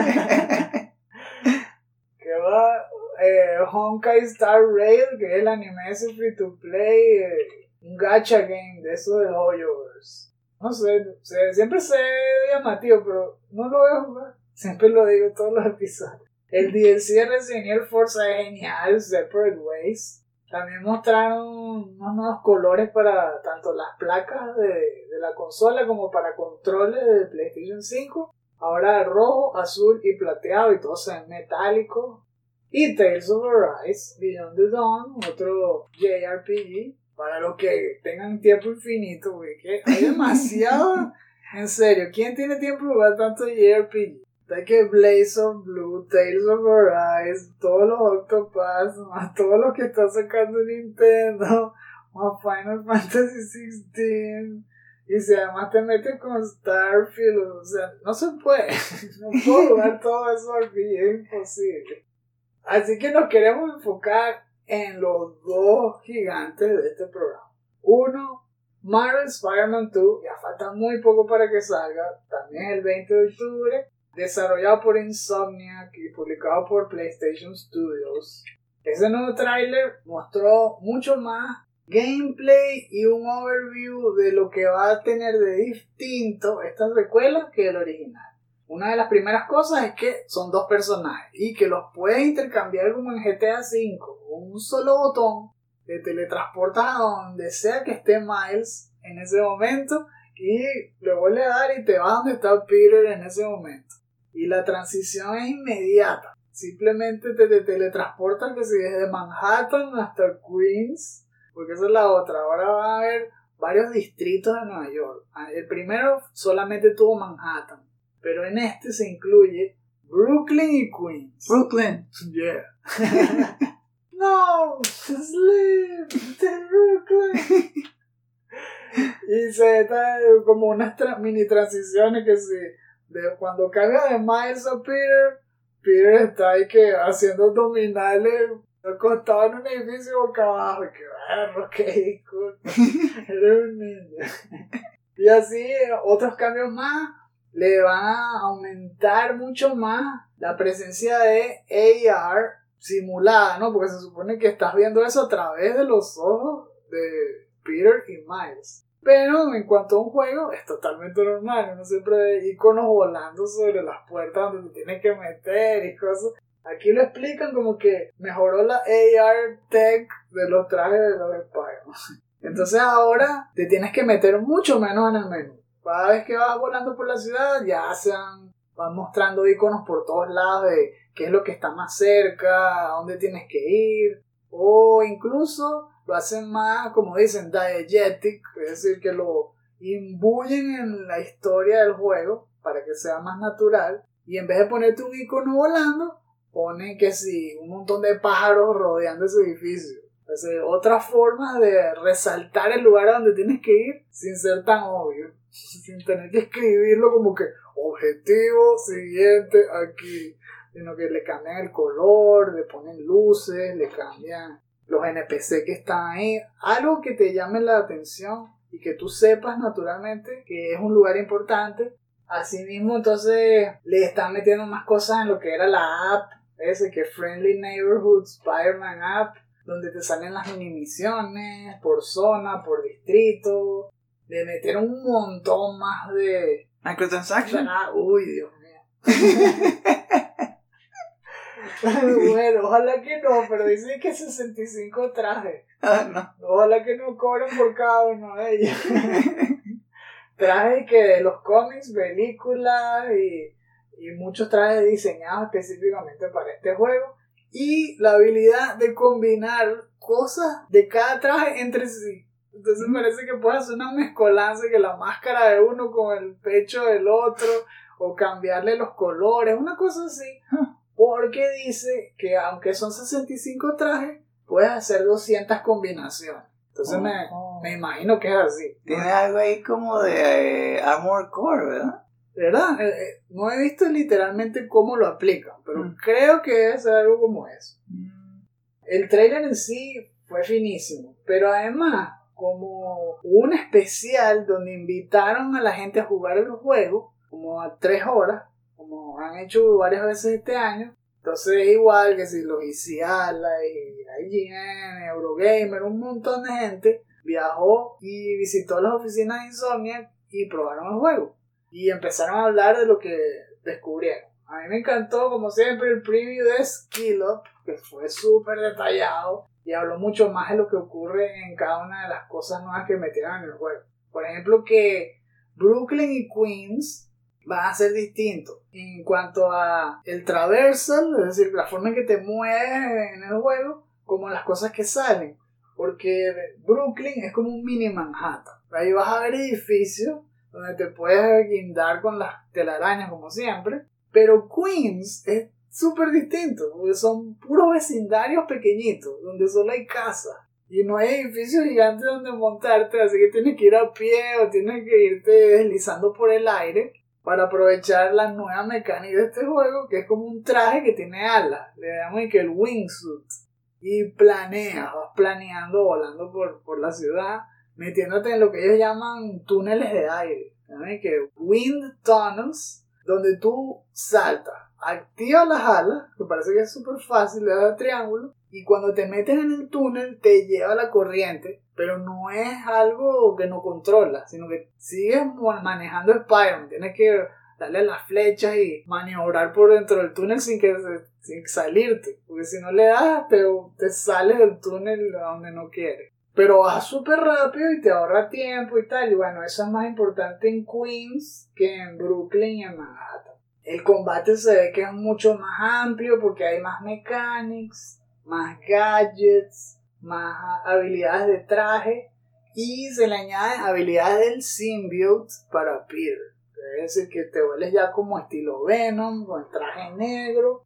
Que va eh, Honkai Star Rail, que es el anime ese free to play, eh, un gacha game de eso de Hoyoverse. No sé, sé, siempre se ve llamativo, pero no lo veo jugar. Siempre lo digo en todos los episodios. El D L C de Resident Evil Forza es genial, Separate Ways. También mostraron unos nuevos colores para tanto las placas de, de la consola como para controles de PlayStation cinco. Ahora rojo, azul y plateado y todos se ven metálicos. Y Tales of Arise, Beyond the Dawn, otro J R P G. Para los que tengan tiempo infinito, güey, que hay demasiado. En serio, ¿quién tiene tiempo de jugar tanto J R P G? Está que Blaze of Blue, Tales of Arise, todos los Octopaths, más todo lo que está sacando Nintendo, más Final Fantasy sixteen. Y si además te metes con Starfield, o sea, no se puede. No puedo jugar todo eso R P G, es imposible. Así que nos queremos enfocar en los dos gigantes de este programa. Uno, Marvel Spider-Man dos, ya falta muy poco para que salga, también el veinte de octubre, desarrollado por Insomniac y publicado por PlayStation Studios. Ese nuevo tráiler mostró mucho más gameplay y un overview de lo que va a tener de distinto esta secuela que el original. Una de las primeras cosas es que son dos personajes y que los puedes intercambiar como en G T A cinco. Con un solo botón te teletransportas a donde sea que esté Miles en ese momento y le vuelves a dar y te vas donde está Peter en ese momento. Y la transición es inmediata. Simplemente te, te teletransportas que si desde Manhattan hasta Queens, porque esa es la otra. Ahora va a haber varios distritos de Nueva York. El primero solamente tuvo Manhattan, pero en este se incluye Brooklyn y Queens. Brooklyn. Yeah. no, sleep, the Brooklyn. Y se está como unas tra- mini transiciones que si de cuando cambia de Miles a Peter, Peter está ahí que haciendo abdominales acostado en un edificio boca abajo. Y que barro, qué disculpa. Eres un niño. Y así otros cambios más le van a aumentar mucho más la presencia de A R simulada, ¿no? Porque se supone que estás viendo eso a través de los ojos de Peter y Miles. Pero en cuanto a un juego, es totalmente normal. Uno siempre ve iconos volando sobre las puertas donde te tienes que meter y cosas. Aquí lo explican como que mejoró la A R tech de los trajes de los Spider-Man. Entonces ahora te tienes que meter mucho menos en el menú. Cada vez que vas volando por la ciudad ya se van, van mostrando iconos por todos lados de qué es lo que está más cerca, a dónde tienes que ir. O incluso lo hacen más, como dicen, diegetic, es decir, que lo imbuyen en la historia del juego para que sea más natural. Y en vez de ponerte un icono volando, ponen que sí, un montón de pájaros rodeando ese edificio. Es decir, otras formas de resaltar el lugar a donde tienes que ir sin ser tan obvio, sin tener que escribirlo como que objetivo siguiente aquí, sino que le cambian el color, le ponen luces, le cambian los N P C que están ahí, algo que te llame la atención y que tú sepas naturalmente que es un lugar importante. Asimismo, entonces le están metiendo más cosas en lo que era la app, ese que Friendly Neighborhood Spider-Man App, donde te salen las mini misiones por zona, por distrito. Le metieron un montón más de Microtransactions. Ah, uy, Dios mío. Bueno, ojalá que no, pero dicen que sesenta y cinco trajes. Ah, no. Ojalá que no cobren por cada uno de ellos. Trajes que de los cómics, películas y, y muchos trajes diseñados específicamente para este juego. Y la habilidad de combinar cosas de cada traje entre sí. Entonces mm. parece que puedes hacer una mezcolanza, que la máscara de uno con el pecho del otro, o cambiarle los colores, una cosa así. Porque dice que aunque son sesenta y cinco trajes, puedes hacer doscientas combinaciones. Entonces oh, me, oh. me imagino que es así. Tiene algo ahí como de eh, Armored Core, ¿verdad? ¿Verdad? Eh, eh, no he visto literalmente cómo lo aplican, pero mm. creo que debe ser algo como eso. Mm. El trailer en sí fue finísimo, pero además, como un especial donde invitaron a la gente a jugar el juego, como a tres horas, como han hecho varias veces este año. Entonces igual que si los Iciala y I G N, Eurogamer, un montón de gente viajó y visitó las oficinas de Insomniac y probaron el juego. Y empezaron a hablar de lo que descubrieron. A mí me encantó, como siempre, el preview de Skill Up, que fue súper detallado y habló mucho más de lo que ocurre en cada una de las cosas nuevas que metieron en el juego. Por ejemplo, que Brooklyn y Queens van a ser distintos en cuanto a el traversal, es decir, la forma en que te mueves en el juego, como las cosas que salen, porque Brooklyn es como un mini Manhattan. Ahí vas a ver edificios donde te puedes guindar con las telarañas como siempre, pero Queens es súper distinto, porque son puros vecindarios pequeñitos donde solo hay casas y no hay edificios gigantes donde montarte, así que tienes que ir a pie o tienes que irte deslizando por el aire para aprovechar la nueva mecánica de este juego, que es como un traje que tiene alas, le llamamos que el wingsuit, y planeas, vas planeando, volando por, por la ciudad, metiéndote en lo que ellos llaman túneles de aire, ¿sabes? Que wind tunnels, donde tú saltas, activas las alas, que parece que es súper fácil, le das al triángulo, y cuando te metes en el túnel te lleva la corriente, pero no es algo que no controlas, sino que sigues manejando Spider-Man. Tienes que darle a las flechas y maniobrar por dentro del túnel sin, que, sin salirte, porque si no le das te, te sales del túnel a donde no quieres. Pero vas súper rápido y te ahorra tiempo y tal, y bueno, eso es más importante en Queens que en Brooklyn y en Manhattan. El combate se ve que es mucho más amplio porque hay más mechanics, más gadgets, más habilidades de traje, y se le añaden habilidades del symbiote para Peter. Es decir, que te vuelves ya como estilo Venom, con el traje negro, y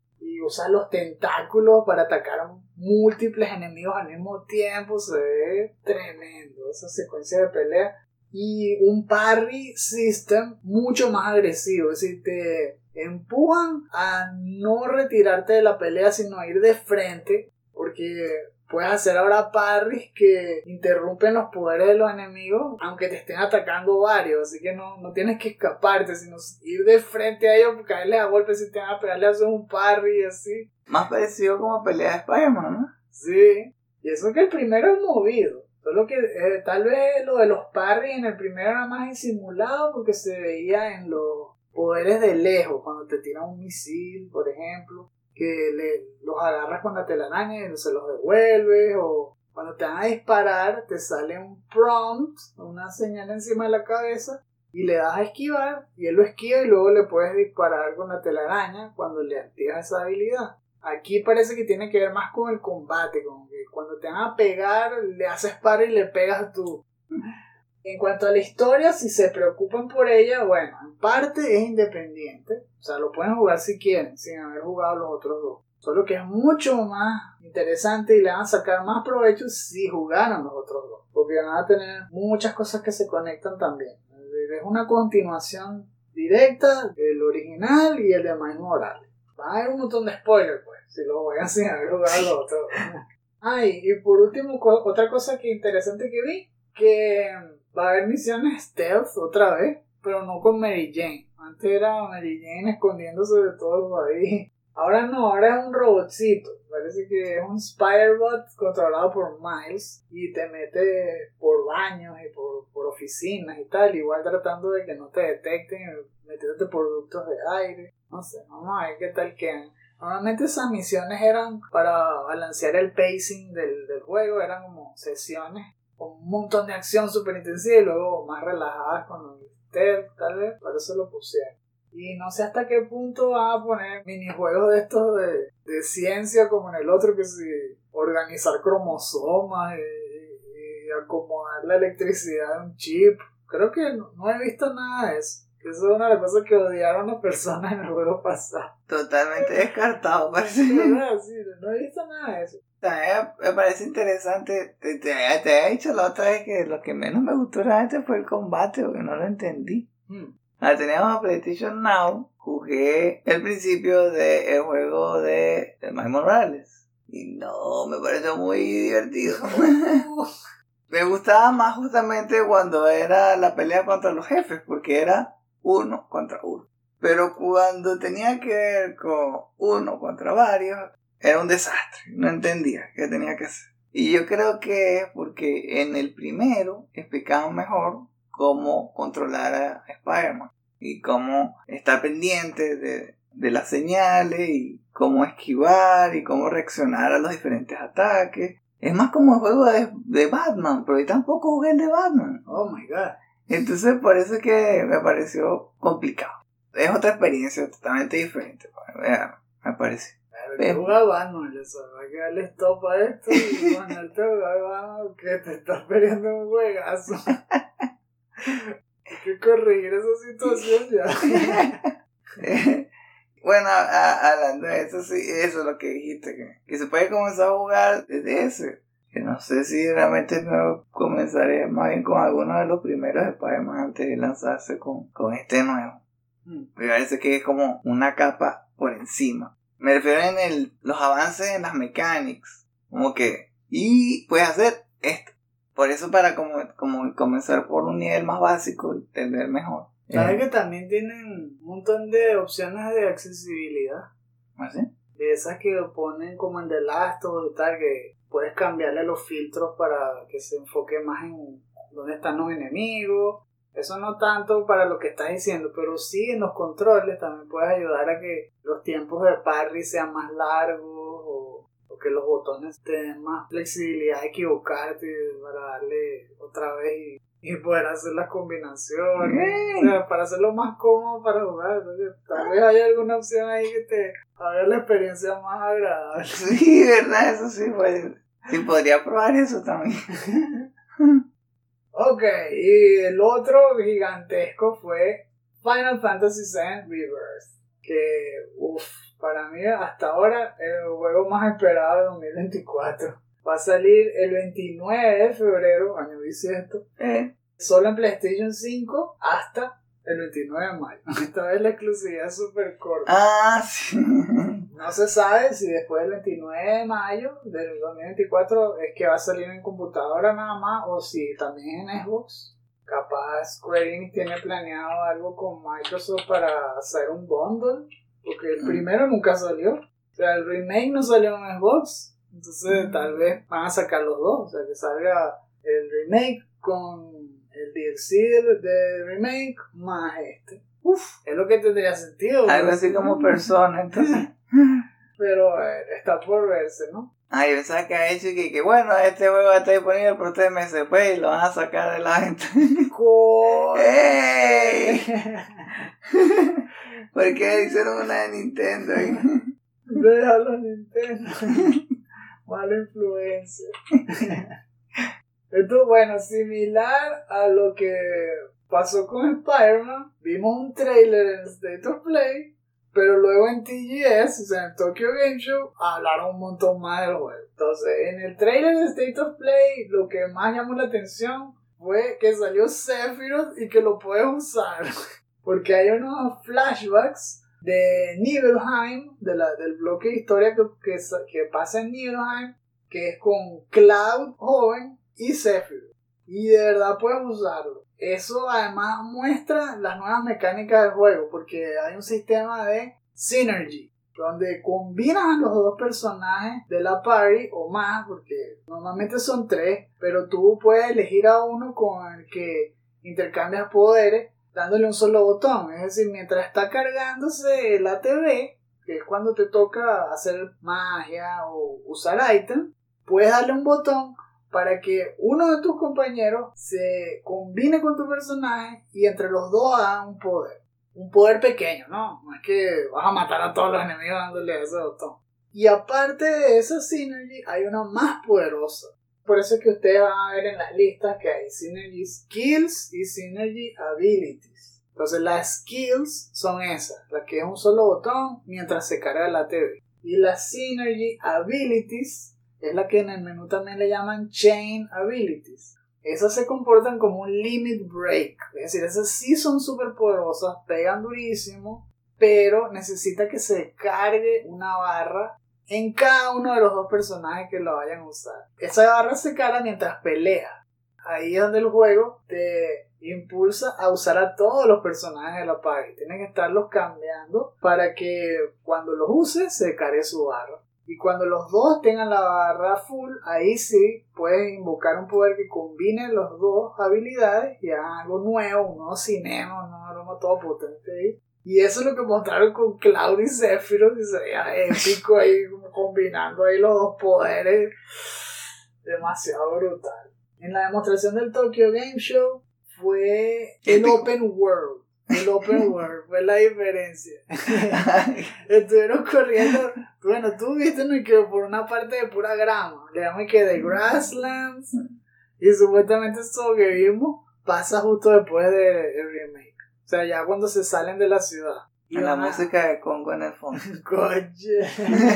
usas los tentáculos para atacar a múltiples enemigos al mismo tiempo. Se ve tremendo esa secuencia de pelea. Y un parry system mucho más agresivo. Es decir, te empujan a no retirarte de la pelea, sino a ir de frente. Porque puedes hacer ahora parries que interrumpen los poderes de los enemigos, aunque te estén atacando varios. Así que no, no tienes que escaparte, sino ir de frente a ellos, caerles a golpes. Si te van a pegar, le haces un parry y así. Más parecido como pelea de Spider-Man, ¿no? Sí. Y eso que el primero es movido. Solo que eh, tal vez lo de los parries en el primero era más disimulado porque se veía en los poderes de lejos, cuando te tiran un misil, por ejemplo, que le, los agarras con la telaraña y se los devuelves, o cuando te van a disparar te sale un prompt, una señal encima de la cabeza y le das a esquivar y él lo esquiva y luego le puedes disparar con la telaraña cuando le activas esa habilidad. Aquí parece que tiene que ver más con el combate, como que cuando te van a pegar, le haces par y le pegas tú. En cuanto a la historia, si se preocupan por ella, bueno, en parte es independiente. O sea, lo pueden jugar si quieren, sin haber jugado los otros dos. Solo que es mucho más interesante y le van a sacar más provecho si jugaron los otros dos. Porque van a tener muchas cosas que se conectan también. Es una continuación directa del original y el de Miles Morales. Va a haber un montón de spoilers, pues, si lo juegan sin haber jugado los otros. Ay, y por último, otra cosa que interesante que vi, que va a haber misiones stealth otra vez, pero no con Mary Jane. Antes era Mary Jane escondiéndose de todos ahí. Ahora no, ahora es un robotcito. Parece que es un Spider-Bot controlado por Miles y te mete por baños y por, por oficinas y tal, igual tratando de que no te detecten, metiéndote por ductos de aire. No sé, vamos a ver qué tal quedan. Normalmente esas misiones eran para balancear el pacing del, del juego, eran como sesiones con un montón de acción súper intensiva y luego más relajadas con el stealth, tal vez, por eso lo pusieron. Y no sé hasta qué punto van a poner minijuegos de estos de, de ciencia como en el otro, que si organizar cromosomas y, y, y acomodar la electricidad de un chip. Creo que no, no he visto nada de eso. Eso es una de las cosas que odiaron las personas en el juego pasado. Totalmente descartado, parece. Sí, no, sí, no he visto nada de eso. También me parece interesante. Te, te, te había dicho la otra vez que lo que menos me gustó realmente fue el combate, porque no lo entendí. Hmm. Al teníamos a PlayStation Now, jugué el principio del juego de, de Miles Morales. Y no, me pareció muy divertido. Me gustaba más justamente cuando era la pelea contra los jefes, porque era uno contra uno. Pero cuando tenía que ver con uno contra varios, era un desastre. No entendía qué tenía que hacer. Y yo creo que es porque en el primero explicaban mejor cómo controlar a Spider-Man y cómo estar pendiente de, de las señales y cómo esquivar y cómo reaccionar a los diferentes ataques. Es más como el juego de, de Batman, pero yo tampoco jugué el de Batman. Oh my god. Entonces por eso es que me pareció complicado. Es otra experiencia totalmente diferente. Me parece. Pero juega Batman, hay que darle stop a esto y mandarte a jugar Batman que te estás peleando un juegazo. Hay que corregir esa situación ya. Bueno, a, a, hablando de eso, sí, eso es lo que dijiste, que, que se puede comenzar a jugar desde ese. Que no sé si realmente me comenzaré más bien con alguno de los primeros Spider-Man antes de lanzarse con, con este nuevo. Me parece que es como una capa por encima. Me refiero en el, los avances en las mechanics. Como que, y puedes hacer esto. Por eso para como, como comenzar por un nivel más básico y entender mejor. ¿Sabes eh. que también tienen un montón de opciones de accesibilidad? ¿Ah, sí? De esas que ponen como en The Last of Us y tal, que puedes cambiarle los filtros para que se enfoque más en dónde están los enemigos. Eso no tanto para lo que estás diciendo, pero sí en los controles también puedes ayudar a que los tiempos de parry sean más largos o, o que los botones te den más flexibilidad de equivocarte para darle otra vez y, y poder hacer las combinaciones. O sea, para hacerlo más cómodo para jugar. Entonces, tal vez haya alguna opción ahí que te haga la experiencia más agradable. Sí, verdad, eso sí, pues. Sí, podría probar eso también. Ok, y el otro gigantesco fue Final Fantasy seven Rebirth, que uff, para mí hasta ahora el juego más esperado de dos mil veinticuatro. Va a salir el veintinueve de febrero, año bisiesto, Eh. solo en PlayStation cinco hasta el veintinueve de mayo. Esta vez la exclusividad es súper corta. Ah, sí. No se sabe si después del veintinueve de mayo del dos mil veinticuatro es que va a salir en computadora nada más o si también en Xbox. Capaz Square Enix tiene planeado algo con Microsoft para hacer un bundle, porque el primero nunca salió. O sea, el remake no salió en Xbox. Entonces tal vez van a sacar los dos, o sea que salga el remake con el D L C del de remake más este. Uf, es lo que tendría sentido. Algo así como Persona, entonces. Pero eh, está por verse, ¿no? Ah, yo pensaba que ha hecho que, que bueno, este juego va a estar disponible por tres meses después y lo van a sacar de la venta. ¡Ey! ¿Por qué hicieron una de Nintendo ahí? Déjalo Nintendo. Mala influencia. Esto, bueno, similar a lo que pasó con Spider-Man, vimos un trailer en State of Play, pero luego en T G S, o sea en Tokyo Game Show, hablaron un montón más del juego. Entonces, en el trailer de State of Play, lo que más llamó la atención fue que salió Sephiroth y que lo puedes usar. Porque hay unos flashbacks de Nibelheim, de la, del bloque de historia que, que, que pasa en Nibelheim, que es con Cloud joven y Sephiroth. Y de verdad puedes usarlo. Eso además muestra las nuevas mecánicas del juego, porque hay un sistema de synergy, donde combinas a los dos personajes de la party o más, porque normalmente son tres, pero tú puedes elegir a uno con el que intercambias poderes dándole un solo botón. Es decir, mientras está cargándose el A T V, que es cuando te toca hacer magia o usar item, puedes darle un botón para que uno de tus compañeros se combine con tu personaje y entre los dos hagan un poder. Un poder pequeño, ¿no? No es que vas a matar a todos los enemigos dándole ese botón. Y aparte de esa synergy, hay una más poderosa. Por eso es que ustedes van a ver en las listas que hay Synergy Skills y Synergy Abilities. Entonces las Skills son esas, las que es un solo botón mientras se carga la T V. Y las Synergy Abilities es la que en el menú también le llaman Chain Abilities. Esas se comportan como un Limit Break. Es decir, esas sí son súper poderosas, pegan durísimo, pero necesita que se cargue una barra en cada uno de los dos personajes que lo vayan a usar. Esa barra se carga mientras pelea. Ahí es donde el juego te impulsa a usar a todos los personajes de la party. Tienes que estarlos cambiando para que cuando los uses se cargue su barra. Y cuando los dos tengan la barra full, ahí sí puedes invocar un poder que combine las dos habilidades y haga algo nuevo, un nuevo cinema, un nuevo aroma todo potente ahí. Y eso es lo que mostraron con Cloud y Sephiroth, y se veía épico ahí, combinando ahí los dos poderes. Demasiado brutal. En la demostración del Tokyo Game Show fue el épico. Open World. El Open World fue la diferencia. Estuvieron corriendo. Bueno, tú viste, ¿no? Que por una parte de pura grama, le llaman que de Grasslands, y supuestamente esto que vimos pasa justo después del remake. O sea, ya cuando se salen de la ciudad. Y la van a... música de Congo en el fondo. Coche.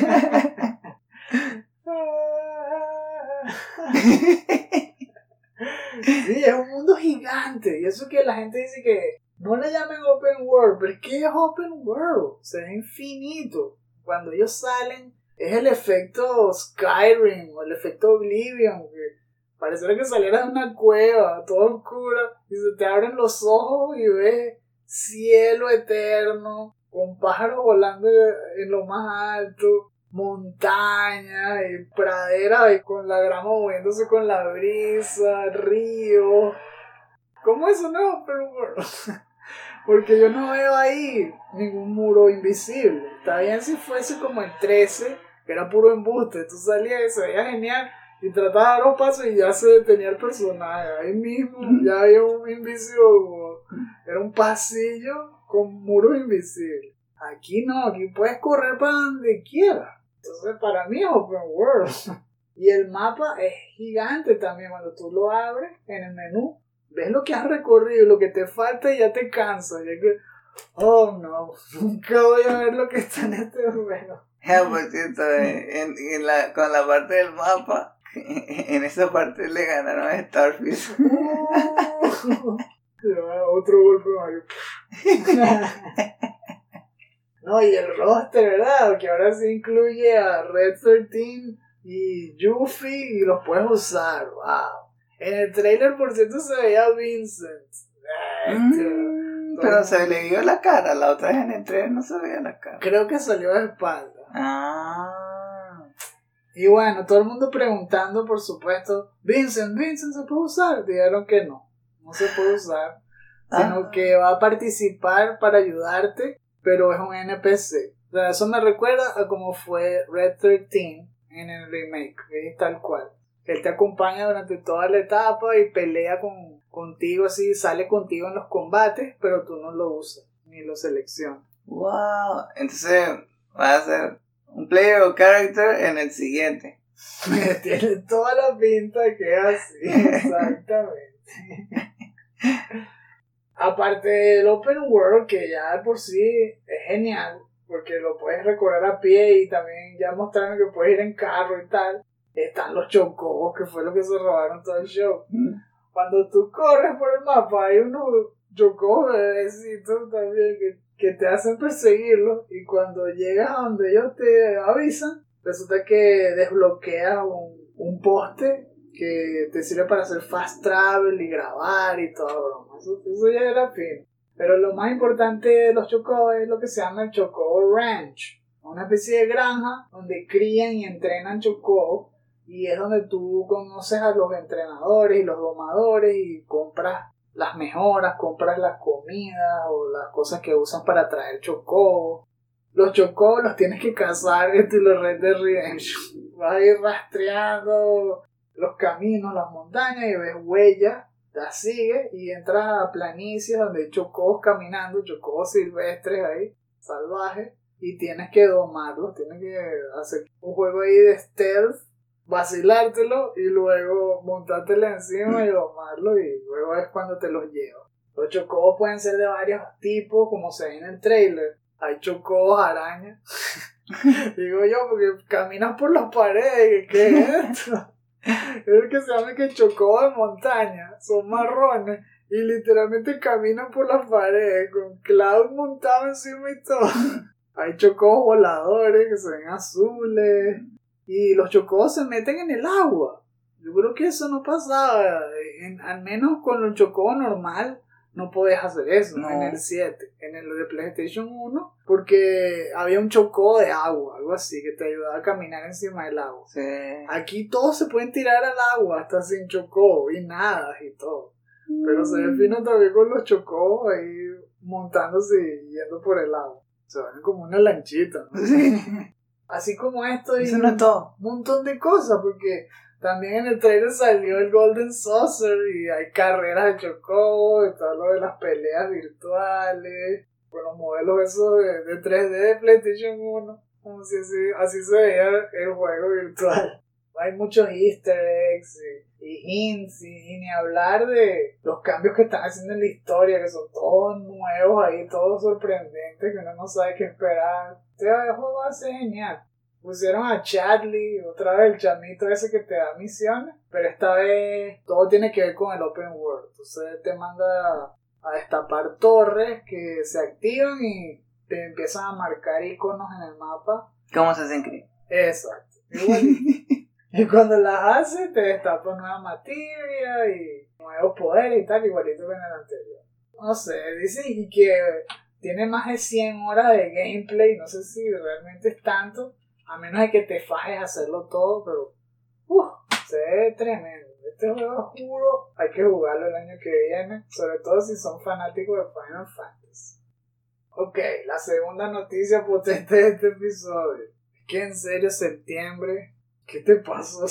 Sí, es un mundo gigante. Y eso que la gente dice que no le llamen Open World, pero es que es Open World. O sea, es infinito. Cuando ellos salen, es el efecto Skyrim o el efecto Oblivion, que pareciera que salieras de una cueva, todo oscura, y se te abren los ojos y ves cielo eterno, con pájaros volando en lo más alto, montañas y praderas y con la grama moviéndose con la brisa, ríos. ¿Cómo eso no es Open World? Porque yo no veo ahí ningún muro invisible. Está bien si fuese como el trece, que era puro embuste. Tú salías y se veía genial y tratabas de dar los pasos y ya se detenía el personaje. Ahí mismo ya había un invisible. Era un pasillo con muros invisibles. Aquí no, aquí puedes correr para donde quieras. Entonces para mí es Open World. Y el mapa es gigante también. Cuando tú lo abres en el menú, ves lo que has recorrido, lo que te falta y ya te cansas. Ya que Oh no, nunca voy a ver lo que está en este juego. Ya, por cierto, en, en la, con la parte del mapa, en esa parte le ganaron a Starfish. Uh, otro golpe Mario. No, y el roster, ¿verdad? Que ahora sí incluye a Red trece y Yuffie y los puedes usar. Wow. En el trailer, por cierto, se veía a Vincent. Mm, pero se le vio la cara, la otra vez en el trailer no se veía la cara. Creo que salió de espalda. Ah. Y bueno, todo el mundo preguntando, por supuesto, Vincent, Vincent, ¿se puede usar? Dijeron que no, no se puede usar, sino Ah. que va a participar para ayudarte, pero es un N P C. O sea, eso me recuerda a cómo fue Red trece en el remake, es tal cual. Él te acompaña durante toda la etapa y pelea con, contigo así, sale contigo en los combates, pero tú no lo usas, ni lo seleccionas. Wow. Entonces va a ser un player o character en el siguiente. Tiene toda la pinta que es así, exactamente. Aparte del Open World, que ya de por sí es genial, porque lo puedes recorrer a pie y también ya mostraron que puedes ir en carro y tal. Están los chocobos, que fue lo que se robaron todo el show. Mm. Cuando tú corres por el mapa, hay unos chocobos bebecitos también que, que te hacen perseguirlos. Y cuando llegas a donde ellos te avisan, resulta que desbloqueas un, un poste que te sirve para hacer fast travel y grabar y todo. ¿No? Eso, eso ya era fin. Pero lo más importante de los chocobos es lo que se llama el Chocobo Ranch. Una especie de granja donde crían y entrenan chocobos. Y es donde tú conoces a los entrenadores y los domadores y compras las mejoras, compras las comidas o las cosas que usan para traer chocobos. Los chocobos los tienes que cazar, estilo Red Dead Redemption. Vas a ir rastreando los caminos, las montañas y ves huellas, las sigues y entras a planicies donde hay chocobos caminando, chocobos silvestres ahí, salvajes, y tienes que domarlos, tienes que hacer un juego ahí de stealth, vacilártelo y luego montártelo encima y domarlo y luego es cuando te los llevas. Los chocobos pueden ser de varios tipos, como se ve en el trailer. Hay chocobos araña. Digo yo, porque caminan por las paredes. ¿Qué es esto? Es el que se llama que chocobo de montaña. Son marrones y literalmente caminan por las paredes con Cloud montado encima y todo. Hay chocobos voladores que se ven azules. Y los chocobos se meten en el agua. Yo creo que eso no pasaba. En, al menos con el chocobo normal no podés hacer eso. No. En el siete. En el de PlayStation uno. Porque había un chocobo de agua. Algo así. Que te ayudaba a caminar encima del agua. Sí. Aquí todos se pueden tirar al agua. Hasta sin chocobo. Y nada. Y todo. Pero se ve fino también con los chocobos ahí montándose y yendo por el agua. Se ven como una lanchita, ¿no? Sí. Así como esto y Eso no es todo. un montón de cosas, porque también en el trailer salió el Golden Saucer y hay carreras de chocobo, está lo de las peleas virtuales, con los modelos esos de, de tres D de PlayStation uno, como si así, así se veía el juego virtual. Hay muchos easter eggs y, y hints y, y ni hablar de los cambios que están haciendo en la historia, que son todos nuevos ahí, todos sorprendentes, que uno no sabe qué esperar. Este juego va a ser genial. Pusieron a Chadley, otra vez el chamito ese que te da misiones, pero esta vez todo tiene que ver con el open world. Entonces te manda a destapar torres que se activan y te empiezan a marcar iconos en el mapa. ¿Cómo se hacen creer? Exacto. Igualito. Y cuando las haces te destapan nueva materia y nuevos poderes y tal, igualito que en el anterior. No sé, dicen y que tiene más de cien horas de gameplay, no sé si realmente es tanto, a menos de que te fajes a hacerlo todo, pero uff, se ve tremendo. Este juego, juro, hay que jugarlo el año que viene, sobre todo si son fanáticos de Final Fantasy. Ok, la segunda noticia potente de este episodio. Es que en serio, septiembre, ¿qué te pasó?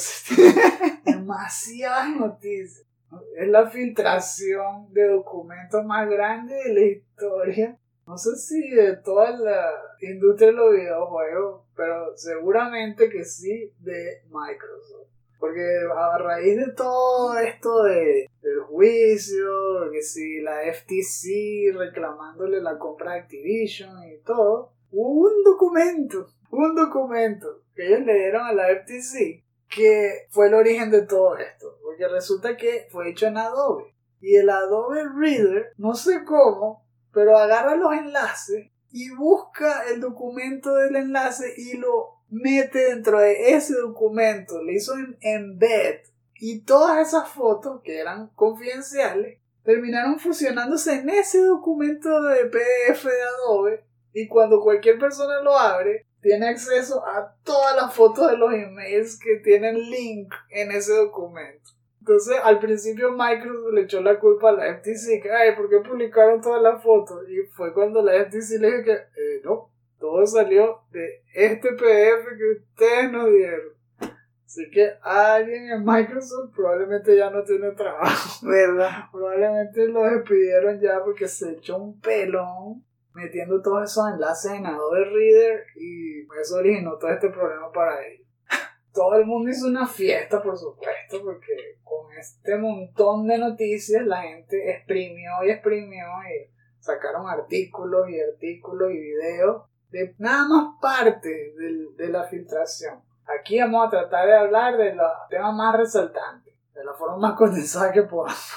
Demasiadas noticias. Es la filtración de documentos más grande de la historia. No sé si de toda la industria de los videojuegos, pero seguramente que sí de Microsoft. Porque a raíz de todo esto de, del juicio, que si la F T C reclamándole la compra de Activision y todo, hubo un documento, un documento que ellos le dieron a la F T C que fue el origen de todo esto. Porque resulta que fue hecho en Adobe. Y el Adobe Reader, no sé cómo, pero agarra los enlaces y busca el documento del enlace y lo mete dentro de ese documento, le hizo un embed y todas esas fotos que eran confidenciales terminaron fusionándose en ese documento de P D F de Adobe y cuando cualquier persona lo abre tiene acceso a todas las fotos de los emails que tienen link en ese documento. Entonces al principio Microsoft le echó la culpa a la F T C que ay, ¿por qué publicaron todas las fotos? Y fue cuando la F T C le dijo que eh, no, todo salió de este P D F que ustedes nos dieron. Así que alguien en Microsoft probablemente ya no tiene trabajo. ¿Verdad? Probablemente lo despidieron ya porque se echó un pelón metiendo todos esos enlaces en Adobe Reader y eso originó todo este problema para ellos. Todo el mundo hizo una fiesta, por supuesto, porque con este montón de noticias la gente exprimió y exprimió y sacaron artículos y artículos y videos de nada más parte de, de la filtración. Aquí vamos a tratar de hablar de los temas más resaltantes, de la forma más condensada que podamos.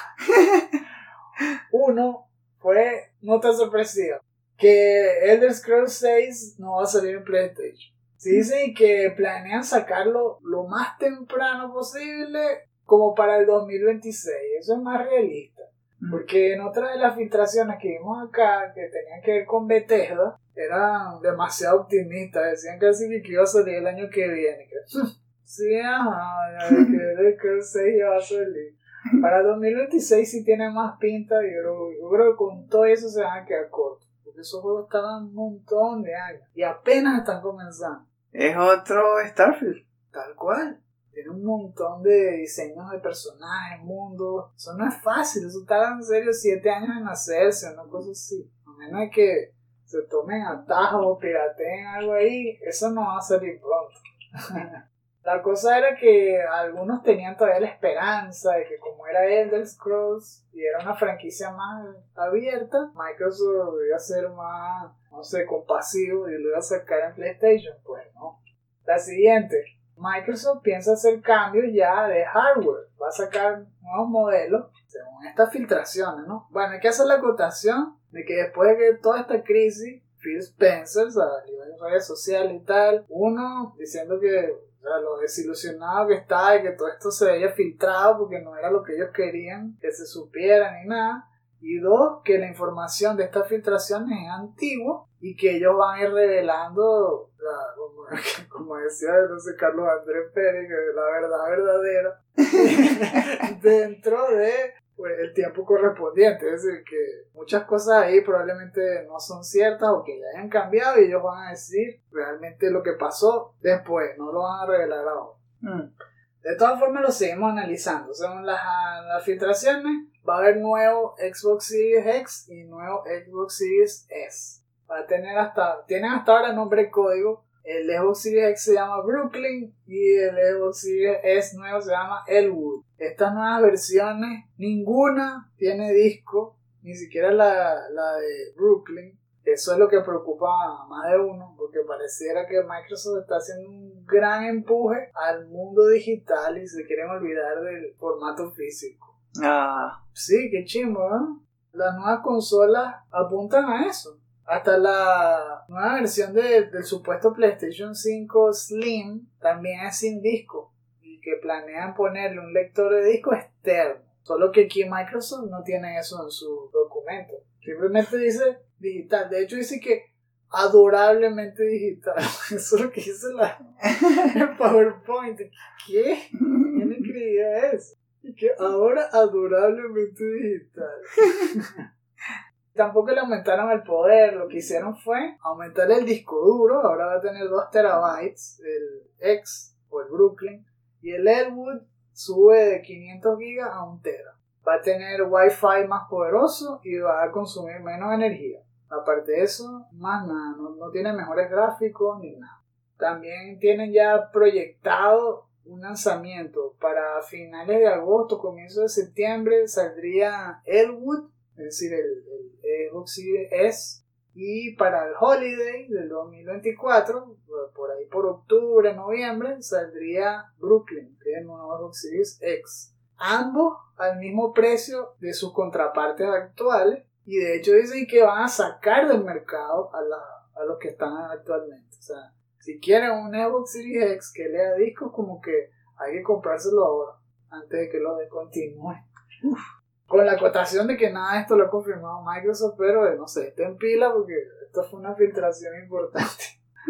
Uno fue, nota sorpresiva, que Elder Scrolls seis no va a salir en PlayStation. Se dice que planean sacarlo lo más temprano posible, como para el dos mil veintiséis. Eso es más realista. Porque en otra de las filtraciones que vimos acá, que tenían que ver con Bethesda, eran demasiado optimistas. Decían casi que iba a salir el año que viene. Que, sí, ajá, que el Scrolls seis iba a salir. Para dos mil veintiséis sí tiene más pinta. Y yo, yo creo que con todo eso se van a quedar cortos. Porque esos juegos estaban un montón de años. Y apenas están comenzando. Es otro Starfield. Tal cual. Tiene un montón de diseños de personajes, mundos. Eso no es fácil. Eso tarda en serio siete años en hacerse, una cosa así. A menos de que se tomen atajos o pirateen algo ahí, eso no va a salir pronto. La cosa era que algunos tenían todavía la esperanza de que como era Elder Scrolls y era una franquicia más abierta, Microsoft iba a ser más, no sé, compasivo y lo iba a sacar en PlayStation. Pues no. La siguiente. Microsoft piensa hacer cambios ya de hardware. Va a sacar nuevos modelos según estas filtraciones, ¿no? Bueno, hay que hacer la acotación de que después de que toda esta crisis, Phil Spencer salió en redes sociales y tal, uno diciendo que o sea, lo desilusionado que estaba y que todo esto se había filtrado porque no era lo que ellos querían que se supiera ni nada. Y dos, que la información de estas filtraciones es antigua y que ellos van a ir revelando, la, como, como decía no sé, Carlos Andrés Pérez, que la verdad verdadera, dentro de pues, el tiempo correspondiente. Es decir, que muchas cosas ahí probablemente no son ciertas o que ya hayan cambiado y ellos van a decir realmente lo que pasó después, no lo van a revelar ahora. Mm. De todas formas lo seguimos analizando. Según las, las filtraciones, va a haber nuevo Xbox Series X y nuevo Xbox Series S. Va a tener hasta, tienen hasta ahora nombre código. El Xbox Series X se llama Brooklyn y el Xbox Series S nuevo se llama Elwood. Estas nuevas versiones, ninguna tiene disco, ni siquiera la, la de Brooklyn. Eso es lo que preocupa a más de uno, porque pareciera que Microsoft está haciendo un gran empuje al mundo digital y se quieren olvidar del formato físico. Ah. Sí, qué chimbo, ¿no? Las nuevas consolas apuntan a eso. Hasta la nueva versión de, del supuesto PlayStation cinco Slim también es sin disco y que planean ponerle un lector de disco externo. Solo que aquí Microsoft no tiene eso en su documento. Simplemente dice digital. De hecho dice que adorablemente digital. Eso es lo que dice la, el PowerPoint. ¿Qué? ¿Quién escribió eso? Y que ahora adorablemente digital. Tampoco le aumentaron el poder. Lo que hicieron fue aumentar el disco duro. Ahora va a tener dos terabytes el X o el Brooklyn. Y el Elwood sube de quinientos gigas a un tera. Va a tener Wi-Fi más poderoso y va a consumir menos energía. Aparte de eso, más nada. No, no tiene mejores gráficos ni nada. También tienen ya proyectado un lanzamiento para finales de agosto, comienzo de septiembre, saldría Elwood, es decir, el, el Xbox Series S, y para el Holiday del dos mil veinticuatro, por ahí por octubre, noviembre, saldría Brooklyn, que es el nuevo Xbox Series X. Ambos al mismo precio de sus contrapartes actuales, y de hecho dicen que van a sacar del mercado a, la, a los que están actualmente. O sea, si quieren un Xbox Series X que lea discos, como que hay que comprárselo ahora, antes de que lo descontinúe. Uf. Con la acotación de que nada de esto lo ha confirmado Microsoft, pero no sé, está en pila porque esto fue una filtración importante.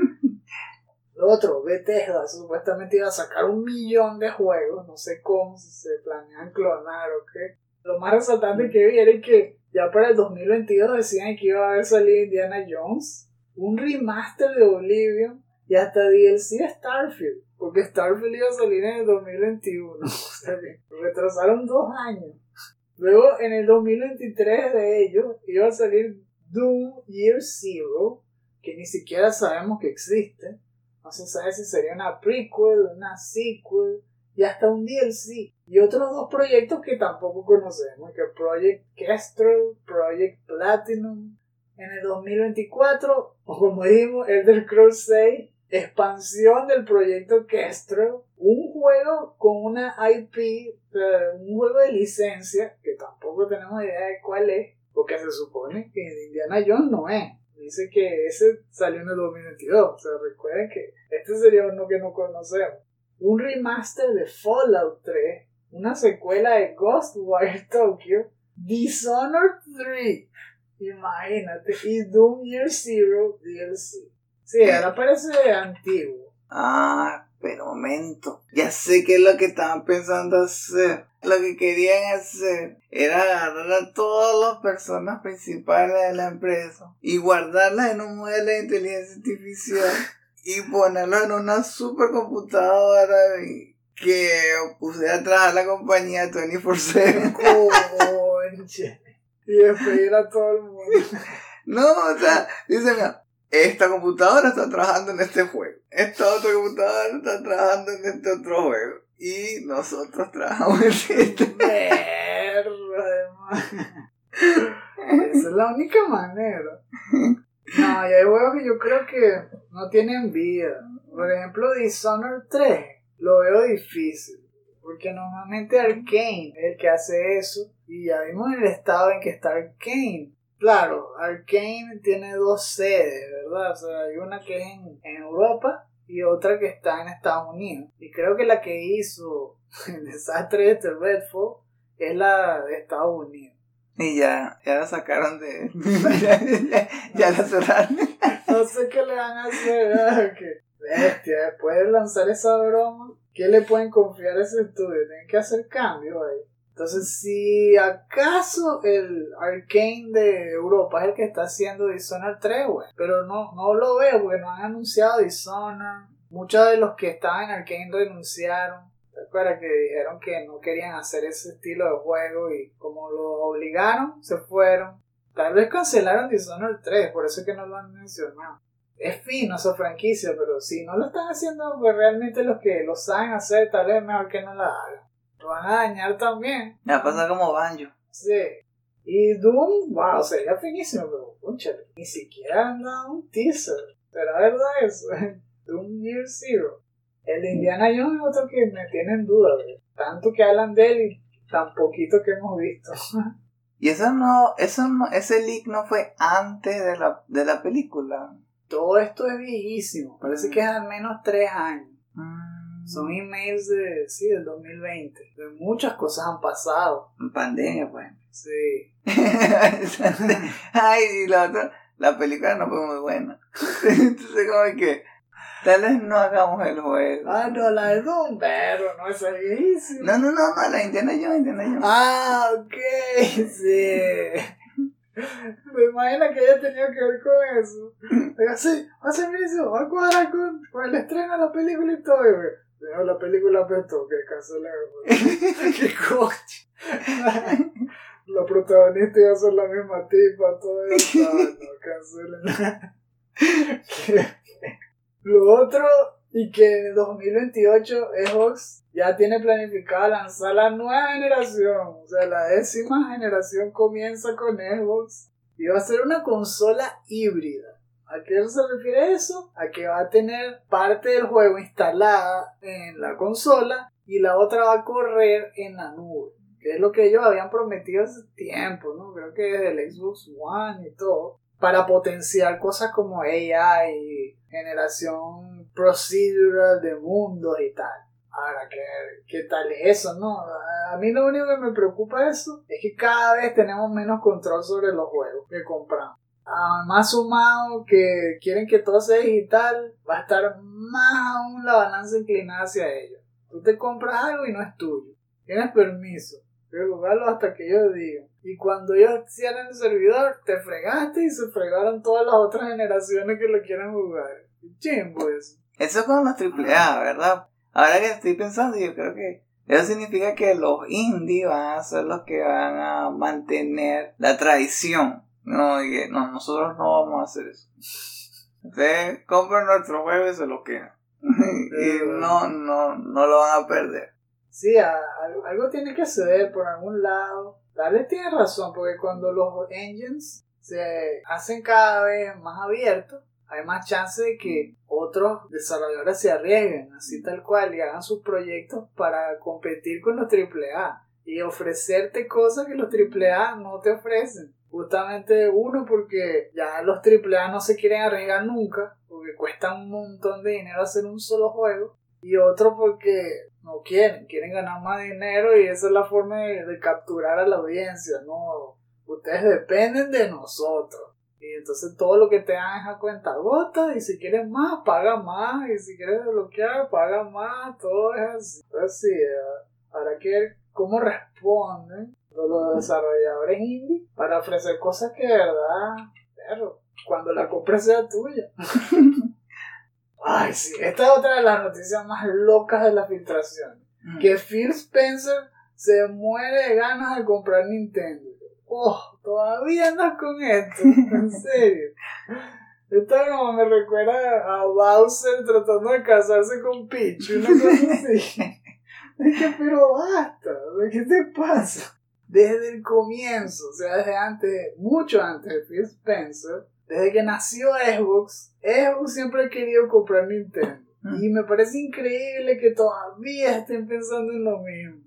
Lo otro, Bethesda supuestamente iba a sacar un millón de juegos, no sé cómo, si se planean clonar o qué. Lo más resaltante que vi era que ya para el dos mil veintidós decían que iba a haber salido Indiana Jones, un remaster de Oblivion y hasta D L C de Starfield, porque Starfield iba a salir en el dos mil veintiuno, o sea que retrasaron dos años. Luego en el dos mil veintitrés de ellos iba a salir Doom Year Zero, que ni siquiera sabemos que existe. No se sabe si sería una prequel, una sequel y hasta un D L C. Y otros dos proyectos que tampoco conocemos, que Project Kestrel, Project Platinum. En el dos mil veinticuatro, o como dijimos, Elder Scrolls seis, expansión del proyecto Kestrel, un juego con una I P, un juego de licencia, que tampoco tenemos idea de cuál es, porque se supone que Indiana Jones no es. Dice que ese salió en el dos mil veintidós. O sea, recuerden que este sería uno que no conocemos. Un remaster de Fallout tres, una secuela de Ghostwire Tokyo, Dishonored tres, imagínate, y Doom Year Zero D L C. Sí, ahora parece antiguo. Ah, pero momento. Ya sé qué es lo que estaban pensando hacer. Lo que querían hacer era agarrar a todas las personas principales de la empresa y guardarlas en un modelo de inteligencia artificial y ponerlos en una supercomputadora que pusiera a trabajar la compañía veinticuatro siete. Conche. Y despedir a todo el mundo. No, o sea, dicen, mira, esta computadora está trabajando en este juego, esta otra computadora está trabajando en este otro juego y nosotros trabajamos en este. Mierda, esa es la única manera. No, y hay juegos que yo creo que no tienen vida. Por ejemplo, Dishonored tres lo veo difícil, porque normalmente Arcane es el que hace eso, y ya vimos el estado en que está Arcane. Claro, Arcane tiene dos sedes, ¿verdad? O sea, hay una que es en, en Europa y otra que está en Estados Unidos. Y creo que la que hizo el desastre este Redfall es la de Estados Unidos. Y ya, ya la sacaron de... ya, ya, ya la cerraron. No sé qué le van a hacer, ¿verdad? Que bestia, después de lanzar esa broma, ¿qué le pueden confiar a ese estudio? Tienen que hacer cambios ahí. Entonces, si acaso el Arcane de Europa es el que está haciendo Dishonored tres, güey, pero no, no lo veo porque no han anunciado Dishonored. Muchos de los que estaban en Arcane renunciaron. ¿Te acuerdas que dijeron que no querían hacer ese estilo de juego y como lo obligaron, se fueron? Tal vez cancelaron Dishonored tres, por eso es que no lo han mencionado. Es fino esa franquicia, pero si no lo están haciendo, pues realmente los que lo saben hacer, tal vez es mejor que no la hagan. Lo van a dañar también. Ya pasa como Banjo. Sí. Y Doom, wow, sería finísimo, pero conchale, ni siquiera han dado un teaser. ¿Será verdad eso? Doom Year Zero. El Indiana Jones es otro que me tiene en duda, ¿verdad? Tanto que hablan de él y tan poquito que hemos visto. Y eso no, eso no, ese leak no fue antes de la, de la película. Todo esto es viejísimo. Parece que es al menos tres años. Mm. Son emails de, sí, del dos mil veinte. De muchas cosas han pasado. En pandemia, pues. Sí. Ay, y la otra, la película no fue muy buena. Entonces, como que tal vez no hagamos el juego. Ah, no, la de Doom, pero no es viejísimo. No, no, no, no, la Indiana Jones, Indiana Jones. Ah, ok, sí. Me imagino que haya tenido que ver con eso. Diga, sí, va a ser eso, va a cuadrar con, con el estreno de la película y todo. No, la película apestó, que cancelaron. Qué coche. La protagonista iba a ser la misma tipa, todo eso. No, no, cancelen. Lo otro, Y que en el dos mil veintiocho Xbox ya tiene planificada lanzar la nueva generación. O sea, la décima generación comienza con Xbox. Y va a ser una consola híbrida. ¿A qué se refiere eso? A que va a tener parte del juego instalada en la consola y la otra va a correr en la nube. Que es lo que ellos habían prometido hace tiempo, ¿no? Creo que desde el Xbox One y todo. Para potenciar cosas como A I y generación procedural de mundos y tal. Ahora, ¿qué, qué tal es eso, no? A mí lo único que me preocupa de eso es que cada vez tenemos menos control sobre los juegos que compramos. Además, sumado que quieren que todo sea digital, va a estar más aún la balanza inclinada hacia ellos. Tú te compras algo y no es tuyo. Tienes permiso. Pero jugarlo hasta que ellos digan. Y cuando ellos cierren el servidor, te fregaste y se fregaron todas las otras generaciones que lo quieren jugar. Chimbo eso. Eso con los triple A, ¿verdad? Ahora que estoy pensando, yo creo que eso significa que los indie van a ser los que van a mantener la tradición. No, y que, no, nosotros no vamos a hacer eso. Ustedes compran nuestro juego y se lo quedan. Y no, no, no lo van a perder. Sí, a, a, algo tiene que ceder por algún lado. Tal vez tiene razón, porque cuando los engines se hacen cada vez más abiertos, hay más chance de que otros desarrolladores se arriesguen, así tal cual, y hagan sus proyectos para competir con los triple A y ofrecerte cosas que los triple A no te ofrecen. Justamente uno, porque ya los triple A no se quieren arriesgar nunca, porque cuesta un montón de dinero hacer un solo juego, y otro porque no quieren, quieren ganar más dinero y esa es la forma de, de capturar a la audiencia, no, ustedes dependen de nosotros. Y entonces todo lo que te dan es a cuenta gota, y si quieres más, paga más, y si quieres desbloquear, paga más, todo es así. Entonces sí, habrá que ver cómo responden los desarrolladores indie para ofrecer cosas que de verdad, perro, cuando la compra sea tuya. Ay, sí, esta es otra de las noticias más locas de la filtración. Mm. Que Phil Spencer se muere de ganas de comprar Nintendo. Oh, todavía andas con esto, en serio. Esto como me recuerda a Bowser tratando de casarse con Peach, una cosa así. Es que, pero basta, ¿qué te pasa? Desde el comienzo, o sea, desde antes, mucho antes de Phil Spencer, desde que nació Xbox, Xbox siempre ha querido comprar Nintendo. Y me parece increíble que todavía estén pensando en lo mismo.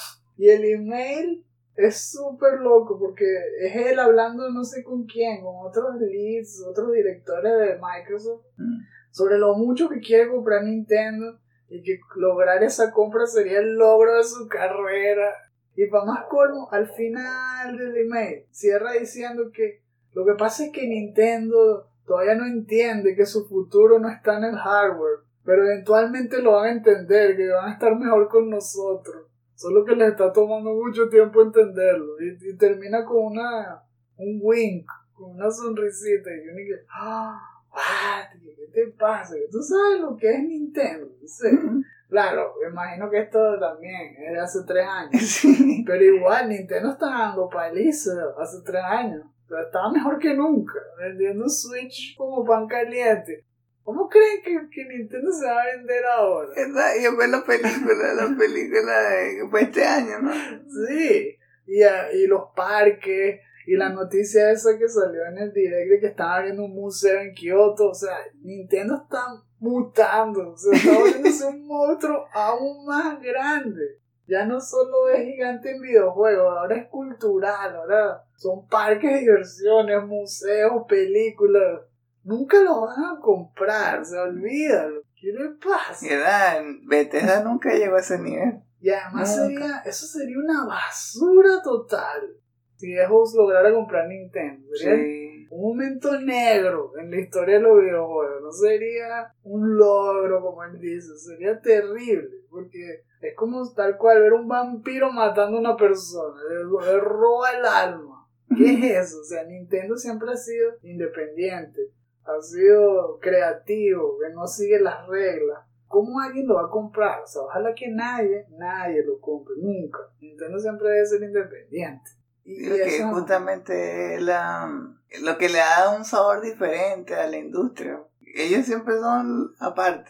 Y el email es súper loco porque es él hablando no sé con quién, con otros leads, otros directores de Microsoft, mm. sobre lo mucho que quiere comprar Nintendo y que lograr esa compra sería el logro de su carrera. Y para más colmo, al final del email cierra diciendo que lo que pasa es que Nintendo todavía no entiende que su futuro no está en el hardware, pero eventualmente lo van a entender, que van a estar mejor con nosotros. Solo que les está tomando mucho tiempo entenderlo. Y, y termina con una un wink, con una sonrisita. Y uno dice, ah, ¿qué te pasa? ¿Tú sabes lo que es Nintendo? No sé. Claro, me imagino que esto también es de hace tres años. Sí. Pero igual, Nintendo está dando paliza hace tres años. Pero estaba mejor que nunca, vendiendo Switch como pan caliente. ¿Cómo creen que, que Nintendo se va a vender ahora? Yo fue la película, la película de, fue este año, ¿no? Sí, y, y los parques, y la noticia esa que salió en el direct de que estaban abriendo un museo en Kioto. O sea, Nintendo está mutando, o sea, está volviéndose un monstruo aún más grande. Ya no solo es gigante en videojuegos, ahora es cultural, ahora son parques de diversiones, museos, películas. Nunca lo van a comprar, se olvídalo. ¿Qué le pasa? ¿Verdad? Bethesda nunca llegó a ese nivel. Y además sería, eso sería una basura total. Si Xbox lograra comprar Nintendo, sería sí. un momento negro en la historia de los videojuegos. No sería un logro, como él dice, sería terrible. Porque es como tal cual ver un vampiro matando a una persona, le, le roba el alma. ¿Qué es eso? O sea, Nintendo siempre ha sido independiente. Ha sido creativo, que no sigue las reglas. ¿Cómo alguien lo va a comprar? O sea, ojalá que nadie, nadie lo compre, nunca. Nintendo siempre debe ser independiente. Y lo que justamente es la, lo que le da un sabor diferente a la industria. Ellos siempre son aparte.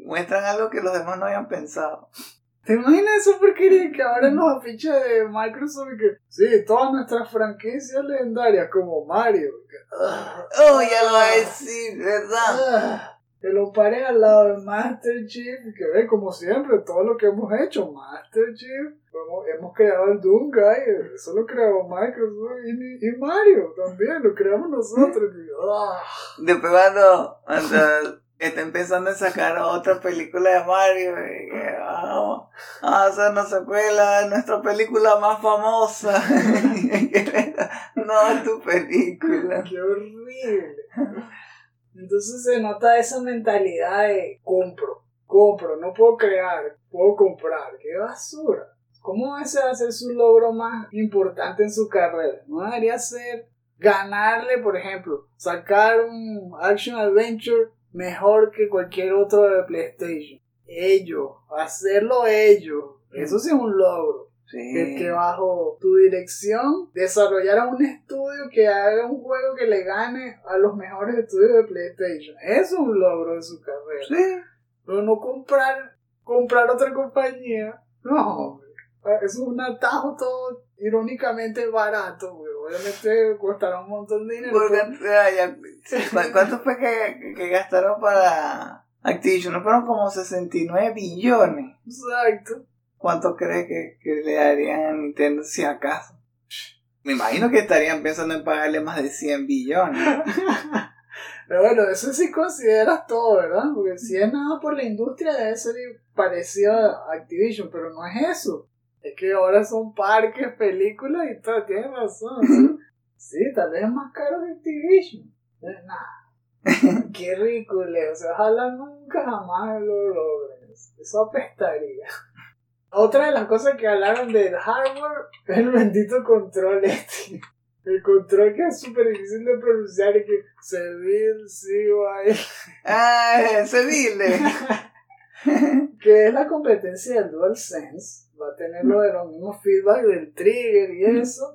muestran algo que los demás no habían pensado. ¿Te imaginas esa porquería que ahora en los afiches de Microsoft y que sí, todas nuestras franquicias legendarias como Mario? Que, Oh, ya lo va a decir, ¿verdad? ah, que lo paren al lado de Master Chief y que ve como siempre todo lo que hemos hecho. Master Chief, hemos, hemos creado el Doom Guy, eso lo creó Microsoft y, y Mario también, lo creamos nosotros. Y, ah. Después cuando, cuando estén pensando en sacar otra película de Mario, y que, vamos a hacer una secuela de nuestra película más famosa. No, es tu película. ¡Qué horrible! Entonces se nota esa mentalidad de compro, compro, no puedo crear, puedo comprar. ¡Qué basura! ¿Cómo ese va a ser su logro más importante en su carrera? No debería ser ganarle, por ejemplo, sacar un Action Adventure mejor que cualquier otro de PlayStation. Ellos, hacerlo ellos, eso sí es un logro. Sí. Que, que bajo tu dirección desarrollaran un estudio que haga un juego que le gane a los mejores estudios de PlayStation. Eso es un logro de su carrera. Sí. Pero no comprar, comprar otra compañía. No, hombre. Eso es un atajo todo irónicamente barato, güey. Obviamente costará un montón de dinero. Porque, o sea, ya- ¿cuánto fue que, que gastaron para Activision? No fueron como sesenta y nueve billones. Exacto. ¿Cuánto crees que, que le darían a Nintendo si acaso? Me imagino que estarían pensando en pagarle más de cien billones. Pero bueno, eso sí consideras todo, ¿verdad? Porque si es nada por la industria debe ser parecido a Activision, pero no es eso. Es que ahora son parques, películas y todo, tienes razón. Sí, tal vez es más caro que Activision. Entonces, nada. Qué ridículo. O sea, ojalá nunca jamás lo logren. Eso apestaría. Otra de las cosas que hablaron del hardware es el bendito control este. El control que es súper difícil de pronunciar y que Seville, sí, guay. ¡Ah, Seville! Que es la competencia del DualSense. Va a tener lo de los mismos feedback del trigger y eso.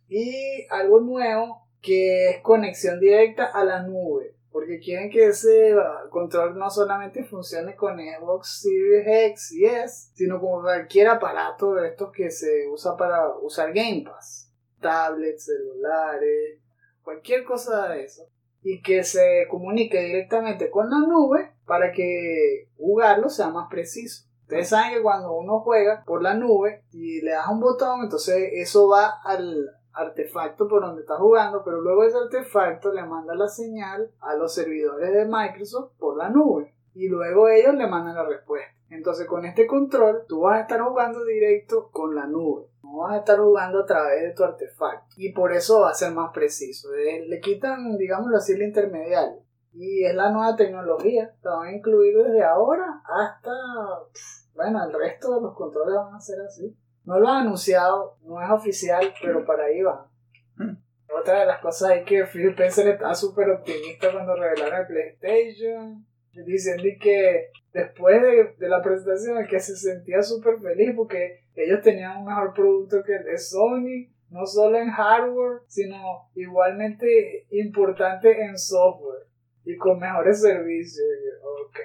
Y algo nuevo que es conexión directa a la nube. Porque quieren que ese control no solamente funcione con Xbox Series X y S, sino con cualquier aparato de estos que se usa para usar Game Pass. Tablets, celulares, cualquier cosa de eso. Y que se comunique directamente con la nube para que jugarlo sea más preciso. Ustedes saben que cuando uno juega por la nube y le das un botón, entonces eso va al artefacto por donde está jugando, pero luego ese artefacto le manda la señal a los servidores de Microsoft por la nube y luego ellos le mandan la respuesta. Entonces con este control tú vas a estar jugando directo con la nube, no vas a estar jugando a través de tu artefacto y por eso va a ser más preciso. Le quitan, digámoslo así, el intermediario y es la nueva tecnología, la van a incluir desde ahora hasta, bueno, el resto de los controles van a ser así. No lo han anunciado, no es oficial, pero para ahí va. Hmm. Otra de las cosas es que Phil Spencer estaba súper optimista cuando revelaron el PlayStation, diciendo que después de, de la presentación que se sentía súper feliz porque ellos tenían un mejor producto que el de Sony, no solo en hardware, sino igualmente importante en software y con mejores servicios. Ok.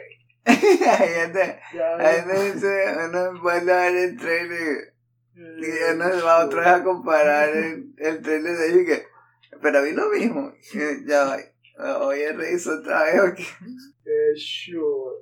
Ahí te, ahí te dice, uno puede ver el trailer. Y ya nos va otra vez a comparar el, el trailer de ellos y que, pero vi lo mismo. Y ya va, oye, rehizo otra vez, ¿o qué? Eh, sure.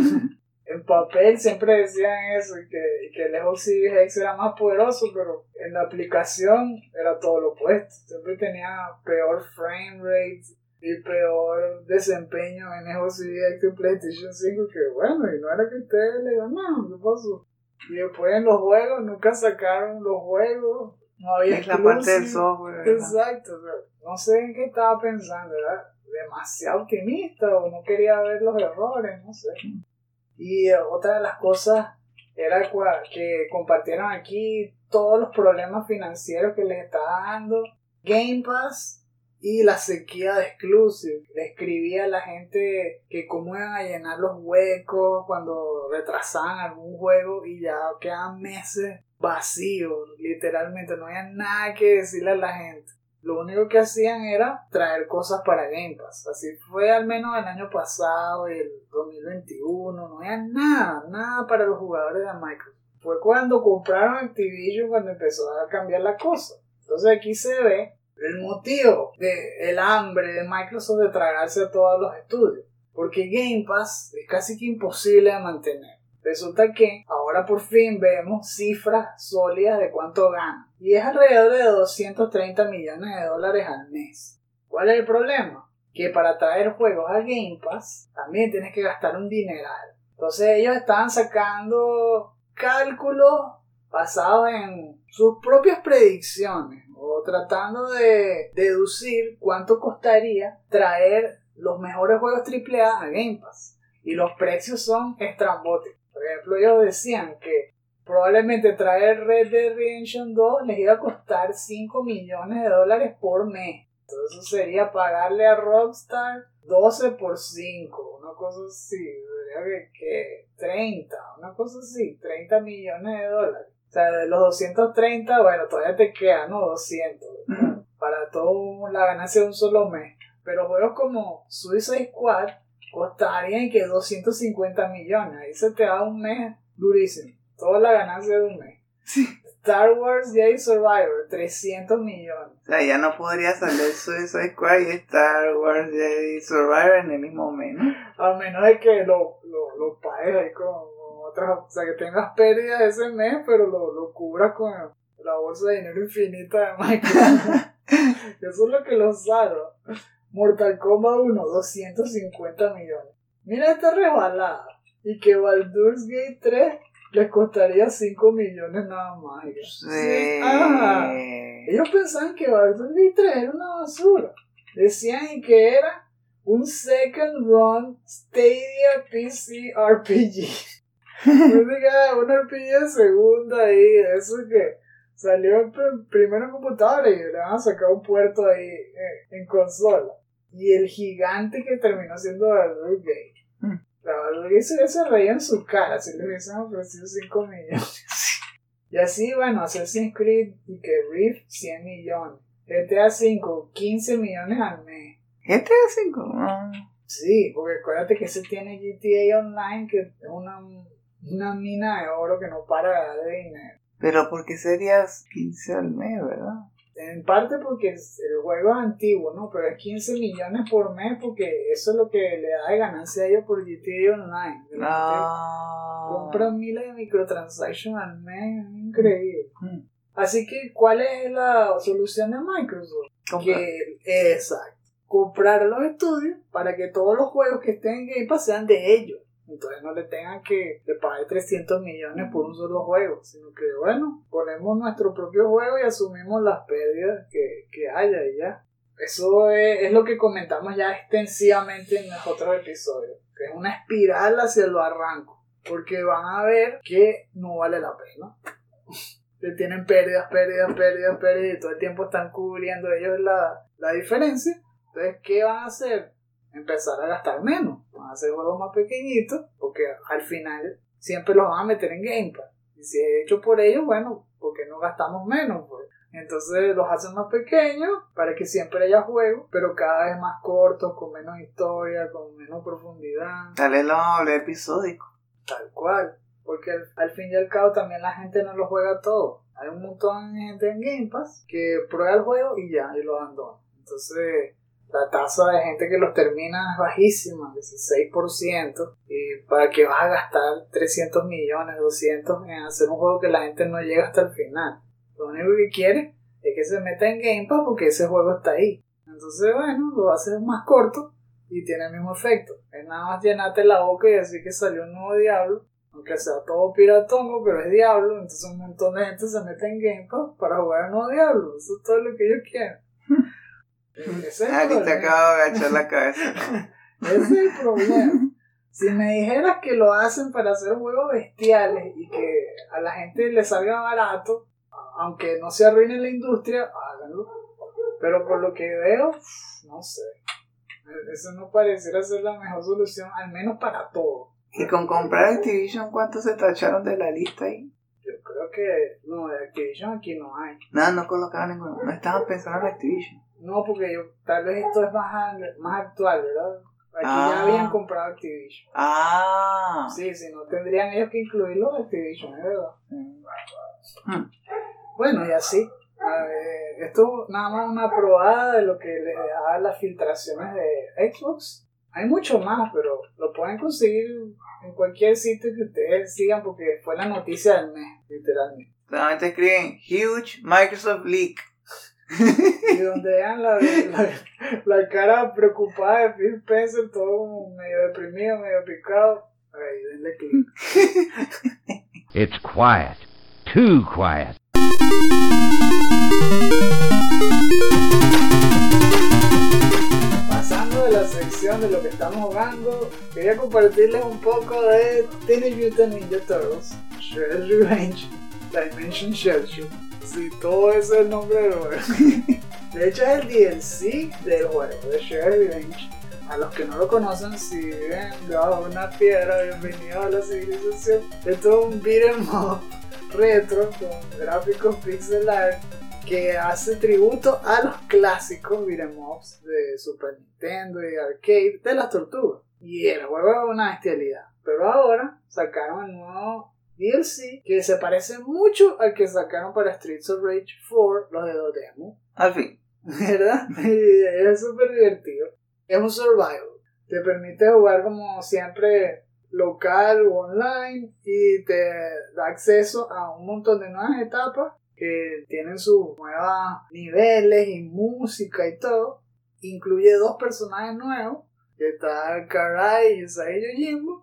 En papel siempre decían eso, y que, y que el Xbox Series X era más poderoso, pero en la aplicación era todo lo opuesto. Siempre tenía peor frame rate y peor desempeño en Xbox Series X y PlayStation cinco, que bueno, y no era que ustedes le ganaron, ¿qué pasó? Y después en los juegos nunca sacaron los juegos, no había es la parte del software, ¿verdad? Exacto, pero no sé en qué estaba pensando, era demasiado optimista o no quería ver los errores, no sé. Y otra de las cosas era que compartieron aquí todos los problemas financieros que les estaba dando Game Pass y la sequía de exclusive. Le escribía a la gente que cómo iban a llenar los huecos cuando retrasaban algún juego y ya quedaban meses vacíos, literalmente, no había nada que decirle a la gente. lo único que hacían era traer cosas para Game Pass. Así fue al menos el año pasado y el dos mil veintiuno. No había nada, nada para los jugadores de Microsoft. Fue cuando compraron Activision cuando empezó a cambiar la cosa. Entonces aquí se ve el motivo del hambre de Microsoft de tragarse a todos los estudios. Porque Game Pass es casi que imposible de mantener. Resulta que ahora por fin vemos cifras sólidas de cuánto gana. Y es alrededor de doscientos treinta millones de dólares al mes. ¿Cuál es el problema? Que para traer juegos a Game Pass también tienes que gastar un dineral. Entonces ellos estaban sacando cálculos basados en sus propias predicciones o tratando de deducir cuánto costaría traer los mejores juegos triple A a Game Pass. Y los precios son estrambóticos. Por ejemplo, ellos decían que probablemente traer Red Dead Redemption dos les iba a costar cinco millones de dólares por mes. Entonces eso sería pagarle a Rockstar doce por cinco, una cosa así. Sería que, que treinta, una cosa así, treinta millones de dólares. O sea, de los doscientos treinta, bueno, todavía te quedan, ¿no? doscientos. Uh-huh. Para toda la ganancia de un solo mes. Pero juegos como Suicide Squad costarían que doscientos cincuenta millones. Ahí se te da un mes durísimo. Toda la ganancia de un mes. Sí. Star Wars Jedi Survivor, trescientos millones. O sea, ya no podría salir Suicide Squad y Star Wars Jedi Survivor en el mismo mes, ¿no? A menos de que lo, lo, lo pagues ahí con, con otras... O sea, que tengas pérdidas ese mes, pero lo, lo cubras con la bolsa de dinero infinita de Microsoft. Eso es lo que lo salva. Mortal Kombat uno, doscientos cincuenta millones. Mira esta rebalada. Y que Baldur's Gate tres les costaría cinco millones nada más. Sí. Ajá. Ellos pensaban que Baldur's Gate tres era una basura. Decían que era un Second Run Stadia P C R P G. Un R P G de segunda ahí. Eso que salió primero en computadora y le van a sacar un puerto ahí en, en consola. Y el gigante que terminó siendo Baldur's Gate. Mm. La Baldur's Gate se, se reía en su cara si le hubiesen ofrecido cinco millones. Y así, bueno, Assassin's Creed y que Rift, cien millones. G T A cinco, quince millones al mes. ¿G T A cinco? No. Sí, porque acuérdate que ese tiene G T A Online, que es una, una mina de oro que no para de dar de dinero. Pero ¿por qué serías quince al mes, verdad? En parte porque el juego es antiguo, ¿no? Pero es quince millones por mes porque eso es lo que le da de ganancia a ellos por G T A Online. No. Compran miles de microtransactions al mes, es increíble. Mm. Así que, ¿cuál es la solución de Microsoft? Comprar. Que, exacto, comprar los estudios para que todos los juegos que estén en Game Pass sean de ellos. Entonces no le tengan que, que pagar trescientos millones por un solo juego, sino que, bueno, ponemos nuestro propio juego y asumimos las pérdidas que, que haya y ya. Eso es, es lo que comentamos ya extensivamente en los otros episodios, que es una espiral hacia el barranco, porque van a ver que no vale la pena. Que tienen pérdidas, pérdidas, pérdidas, pérdidas y todo el tiempo están cubriendo ellos la, la diferencia. Entonces, ¿qué van a hacer? Empezar a gastar menos, van a hacer juegos más pequeñitos, porque al final siempre los van a meter en Game Pass. Y si es hecho por ellos, bueno, porque no gastamos menos, pues. Entonces los hacen más pequeños para que siempre haya juegos, pero cada vez más cortos, con menos historia, con menos profundidad. Dale doble episódico. Tal cual, porque al, al fin y al cabo también la gente no lo juega todo. Hay un montón de gente en Game Pass que prueba el juego y ya, y lo abandona. Entonces la tasa de gente que los termina es bajísima, dieciséis por ciento. Y para que vas a gastar trescientos millones, doscientos en hacer un juego que la gente no llega hasta el final. Lo único que quiere es que se meta en Game Pass porque ese juego está ahí. Entonces, bueno, lo haces más corto y tiene el mismo efecto. Es nada más llenarte la boca y decir que salió un nuevo Diablo. Aunque sea todo piratongo, pero es Diablo. Entonces un montón de gente se mete en Game Pass para jugar el nuevo Diablo. Eso es todo lo que ellos quieren. Ahorita acabo de agachar la cabeza. Ese es el problema. Si me dijeras que lo hacen para hacer juegos bestiales y que a la gente le salga barato, aunque no se arruine la industria, háganlo. Pero por lo que veo, no sé. Eso no pareciera ser la mejor solución, al menos para todo. ¿Y con comprar Activision cuántos se tacharon de la lista ahí? Yo creo que... No, de Activision aquí no hay. No, no colocaban ninguno. No estaban pensando en Activision. No, porque yo, tal vez esto es más, más actual, ¿verdad? Aquí Ah. ya habían comprado Activision. Ah. Sí, si no tendrían ellos que incluirlo en Activision, es verdad. Hmm. Bueno, y así. A ver, esto nada más una probada de lo que les dejaba las filtraciones de Xbox. Hay mucho más, pero lo pueden conseguir en cualquier sitio que ustedes sigan porque fue la noticia del mes, literalmente. Solamente escriben Huge Microsoft Leak. Y donde vean la, la, la cara preocupada de Phil Spencer, todo como medio deprimido, medio picado, ahí denle clic. It's quiet. Too quiet. Pasando de la sección de lo que estamos jugando, quería compartirles un poco de Teenage Mutant Ninja Turtles, Shredder's Revenge, Dimension Shellshock. Sí, todo ese es el nombre del juego. De hecho es el D L C del juego, de Shredder's Revenge. A los que no lo conocen, si viven debajo de una piedra, bienvenidos a la civilización. Esto es un beat'em up retro con gráficos pixel art que hace tributo a los clásicos beat'em ups de Super Nintendo y arcade de las tortugas. Y el juego es una bestialidad. Pero ahora sacaron el nuevo D L C que se parece mucho al que sacaron para Streets of Rage cuatro, los de Dodemo. Al fin. ¿Verdad? Y es súper divertido. Es un survival. Te permite jugar como siempre local o online y te da acceso a un montón de nuevas etapas que tienen sus nuevos niveles y música y todo. Incluye dos personajes nuevos, que está Karai y Usagi Yojimbo,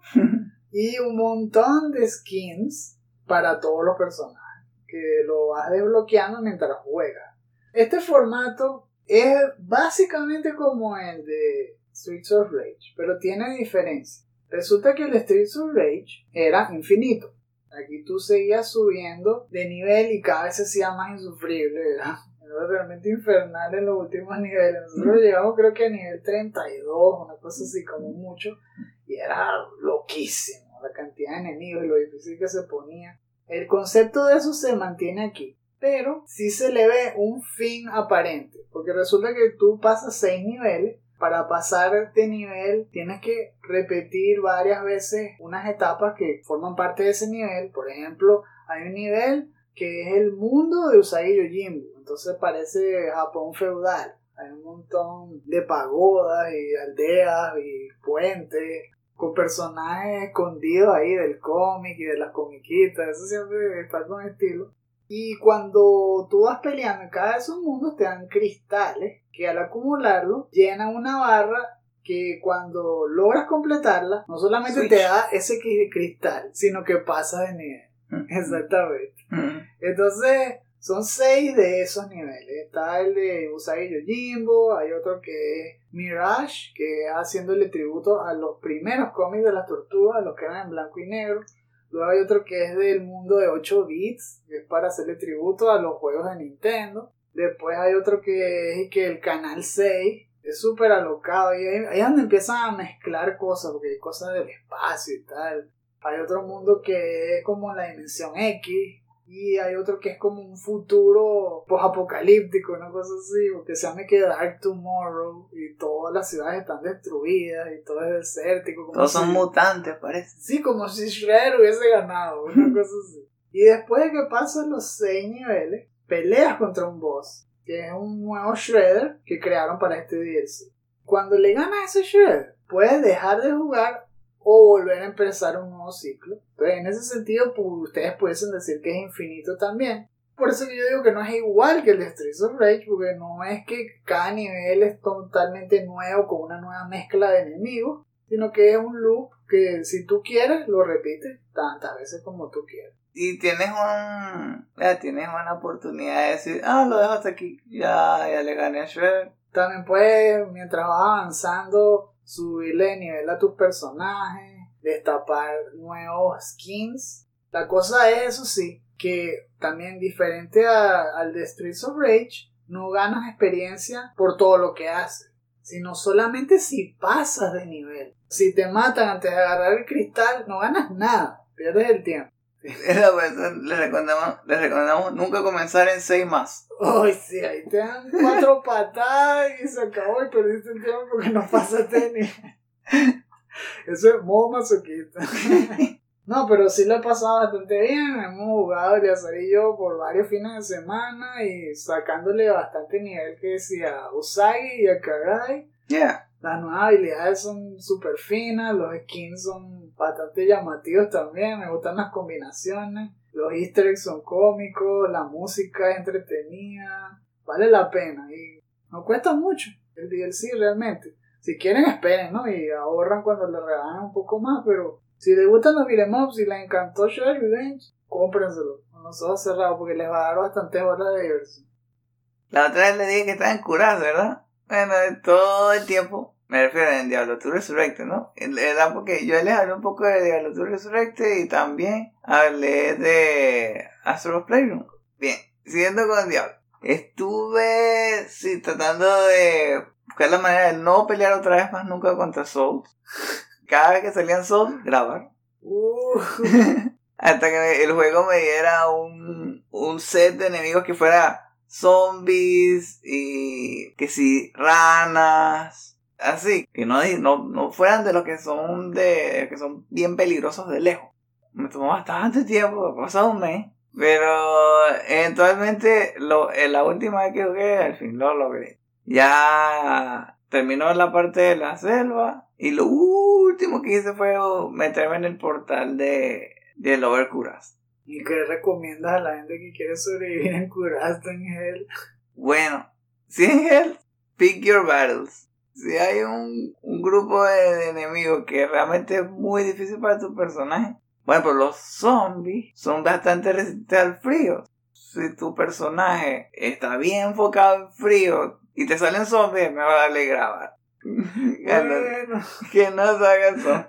y un montón de skins para todos los personajes que lo vas desbloqueando mientras juegas. Este formato es básicamente como el de Streets of Rage, pero tiene diferencia. Resulta que el Streets of Rage era infinito. Aquí tú seguías subiendo de nivel y cada vez se hacía más insufrible, ¿verdad? Era realmente infernal en los últimos niveles. Nosotros llegamos creo que a nivel treinta y dos, una cosa así como mucho, y era loquísimo la cantidad de enemigos y lo difícil que se ponía. El concepto de eso se mantiene aquí, pero sí se le ve un fin aparente, porque resulta que tú pasas seis niveles. Para pasar de nivel tienes que repetir varias veces unas etapas que forman parte de ese nivel. Por ejemplo, hay un nivel que es el mundo de Usagi Yojimbo, entonces parece Japón feudal. Hay un montón de pagodas y aldeas y puentes con personajes escondidos ahí del cómic y de las comiquitas. Eso siempre está con estilo. Y cuando tú vas peleando en cada de esos mundos te dan cristales que al acumularlo llenan una barra que cuando logras completarla no solamente Switch. te da ese cristal, sino que pasas de nivel. Mm. Exactamente. Mm. Entonces son seis de esos niveles. Está el de Usagi Yojimbo, hay otro que es Mirage, que es haciéndole tributo a los primeros cómics de las tortugas, los que eran en blanco y negro. Luego hay otro que es del mundo de ocho bits, que es para hacerle tributo a los juegos de Nintendo. Después hay otro que es que el Canal seis, es súper alocado. Y ahí, ahí es donde empiezan a mezclar cosas, porque hay cosas del espacio y tal. Hay otro mundo que es como la Dimensión X. Y hay otro que es como un futuro post-apocalíptico, una cosa así, porque se llama que Dark Tomorrow y todas las ciudades están destruidas y todo es desértico. Como Todos son si, mutantes, parece. sí, como si Shredder hubiese ganado, una cosa así. Y después de que pasan los seis niveles, peleas contra un boss, que es un nuevo Shredder que crearon para este D L C. Cuando le ganas a ese Shredder, puedes dejar de jugar o volver a empezar un nuevo ciclo. Entonces, en ese sentido, pues, ustedes pudiesen decir que es infinito también. Por eso que yo digo que no es igual que el de Streets of Rage, porque no es que cada nivel es totalmente nuevo con una nueva mezcla de enemigos, sino que es un loop que si tú quieres, lo repites tantas veces como tú quieras. Y tienes un... Ya tienes una oportunidad de decir, ah, lo dejo hasta aquí. Ya, ya le gané a Shredder. También puedes, mientras vas avanzando, subirle de nivel a tus personajes, destapar nuevos skins. La cosa es, eso sí, que también diferente a, al de Streets of Rage, no ganas experiencia por todo lo que haces, sino solamente si pasas de nivel. Si te matan antes de agarrar el cristal, no ganas nada, pierdes el tiempo. Esa persona, les recomendamos, les recomendamos nunca comenzar en seis más. Ay, sí, ahí te dan cuatro patadas y se acabó y perdiste el tiempo porque no pasaste ni. Eso es modo masoquista. No, pero sí lo he pasado bastante bien. Hemos jugado Eleazar y yo por varios fines de semana y sacándole bastante nivel que decía Usagi y Akagai. Yeah. Las nuevas habilidades son súper finas, los skins son bastante llamativos también, me gustan las combinaciones, los easter eggs son cómicos, la música es entretenida, vale la pena y no cuesta mucho el D L C realmente. Si quieren esperen, ¿no? Y ahorran cuando le regalan un poco más, pero si les gustan los beat'em ups y les encantó Shredder's Revenge, cómprenselo con los ojos cerrados porque les va a dar bastantes horas de diversión. La otra vez le dije que estaban curadas, ¿verdad? Bueno, todo el tiempo, me refiero en Diablo two Resurrected, ¿no? Era porque yo les hablé un poco de Diablo two Resurrected y también hablé de Astro's Playroom. Bien, siguiendo con Diablo. Estuve, sí, tratando de buscar la manera de no pelear otra vez más nunca contra Souls. Cada vez que salían Souls, grabar. Uh. Hasta que el juego me diera un, un set de enemigos que fuera zombies y que si ranas, así, que no, no, no fueran de los que son de que son bien peligrosos de lejos. Me tomó bastante tiempo, ha pasado un mes, pero eventualmente lo, en la última vez que jugué al fin lo logré. Ya terminó la parte de la selva y lo último que hice fue meterme en el portal de de Lower Kurast. ¿Y qué recomiendas a la gente que quiere sobrevivir en Kurast en Hell? Bueno, si en Hell, pick your battles. Si hay un, un grupo de, de enemigos que realmente es muy difícil para tu personaje, bueno, pero los zombies son bastante resistentes al frío. Si tu personaje está bien enfocado en frío y te salen zombies, me va a darle grabar. Bueno. Que no se haga eso.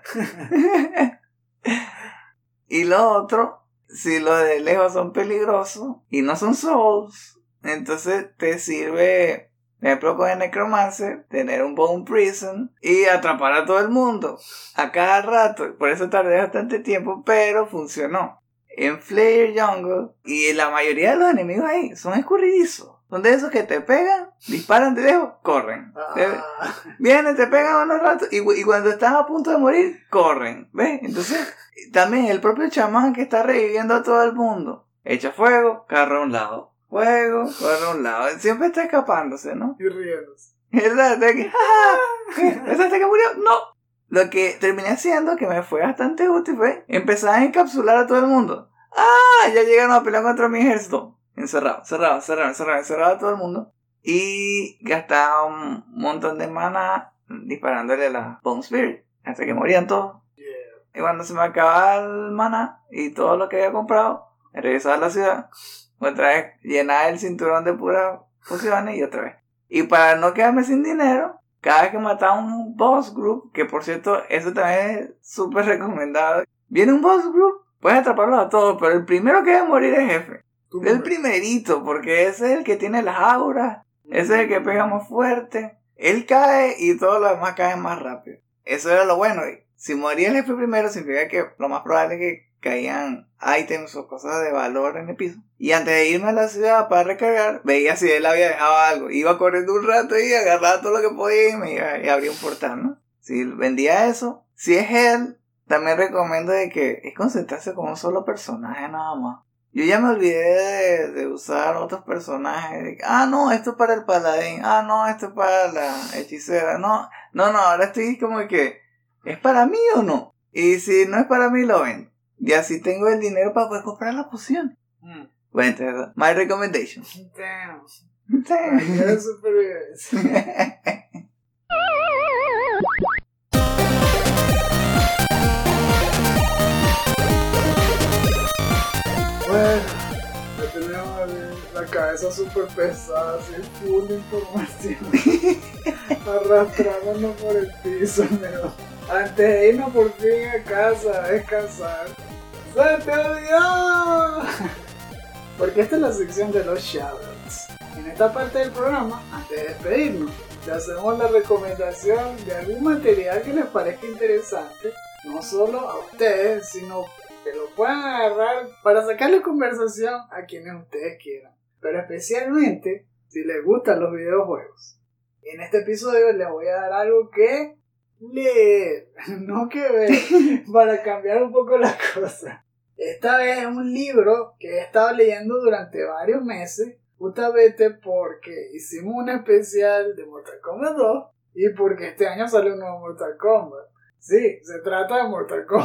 Y lo otro, si los de lejos son peligrosos y no son souls, entonces te sirve, por ejemplo con el Necromancer, tener un Bone Prison y atrapar a todo el mundo a cada rato. Por eso tardé bastante tiempo, pero funcionó. En Flare Jungle, y la mayoría de los enemigos ahí son escurridizos. Son de esos que te pegan, disparan de lejos, corren. Ah. Vienen, te pegan unos ratos y, y cuando están a punto de morir, corren. ¿Ves? Entonces, también el propio chamán que está reviviendo a todo el mundo. Echa fuego, corre a un lado. Fuego, corre a un lado. Siempre está escapándose, ¿no? Y riéndose. ¿Verdad? ¿Esa hasta que murió? No. Lo que terminé haciendo, que me fue bastante útil, fue empezar a encapsular a todo el mundo. ¡Ah! Ya llegaron a pelear contra mi ejército. Encerrado, cerrado, cerrado, encerrado, encerrado a todo el mundo. Y gastaba un montón de mana disparándole a la Bone Spirit. Hasta que morían todos. Yeah. Y cuando se me acababa el mana y todo lo que había comprado, me regresaba a la ciudad. Otra vez llenaba el cinturón de puras fusiones y otra vez. Y para no quedarme sin dinero, cada vez que mataba un boss group, que por cierto, eso también es súper recomendado. Viene un boss group, puedes atraparlos a todos, pero el primero que debe morir es jefe. El primerito, porque ese es el que tiene las auras, ese es el que pega más fuerte. Él cae y todos los demás caen más rápido. Eso era lo bueno. Si moría el jefe primero, significa que lo más probable es que caían ítems o cosas de valor en el piso. Y antes de irme a la ciudad para recargar, veía si él había dejado algo. Iba corriendo un rato y agarraba todo lo que podía y me iba y abría un portal, ¿no? Si vendía eso, si es él, también recomiendo de que es concentrarse con un solo personaje nada más. Yo ya me olvidé de, de usar otros personajes. De, ah, no, esto es para el paladín. Ah, no, esto es para la hechicera. No, no, no, ahora estoy como que, ¿es para mí o no? Y si no es para mí, lo vendo. Y así tengo el dinero para poder comprar la poción. Mm. Bueno, entonces, my recommendation. Damn. Damn. Era súper bien. Bueno, ya tenemos la cabeza súper pesada, así full de información, arrastrándonos por el piso, pero antes de irnos por fin a casa a descansar, ¡se te olvidó! Porque esta es la sección de los shoutouts. En esta parte del programa, antes de despedirnos, le hacemos la recomendación de algún material que les parezca interesante, no solo a ustedes, sino que lo puedan agarrar para sacarle conversación a quienes ustedes quieran, pero especialmente si les gustan los videojuegos. En este episodio les voy a dar algo que leer, no que ver, para cambiar un poco las cosas. Esta vez es un libro que he estado leyendo durante varios meses, justamente porque hicimos un especial de Mortal Kombat dos y porque este año sale un nuevo Mortal Kombat. Sí, se trata de Mortal Kombat.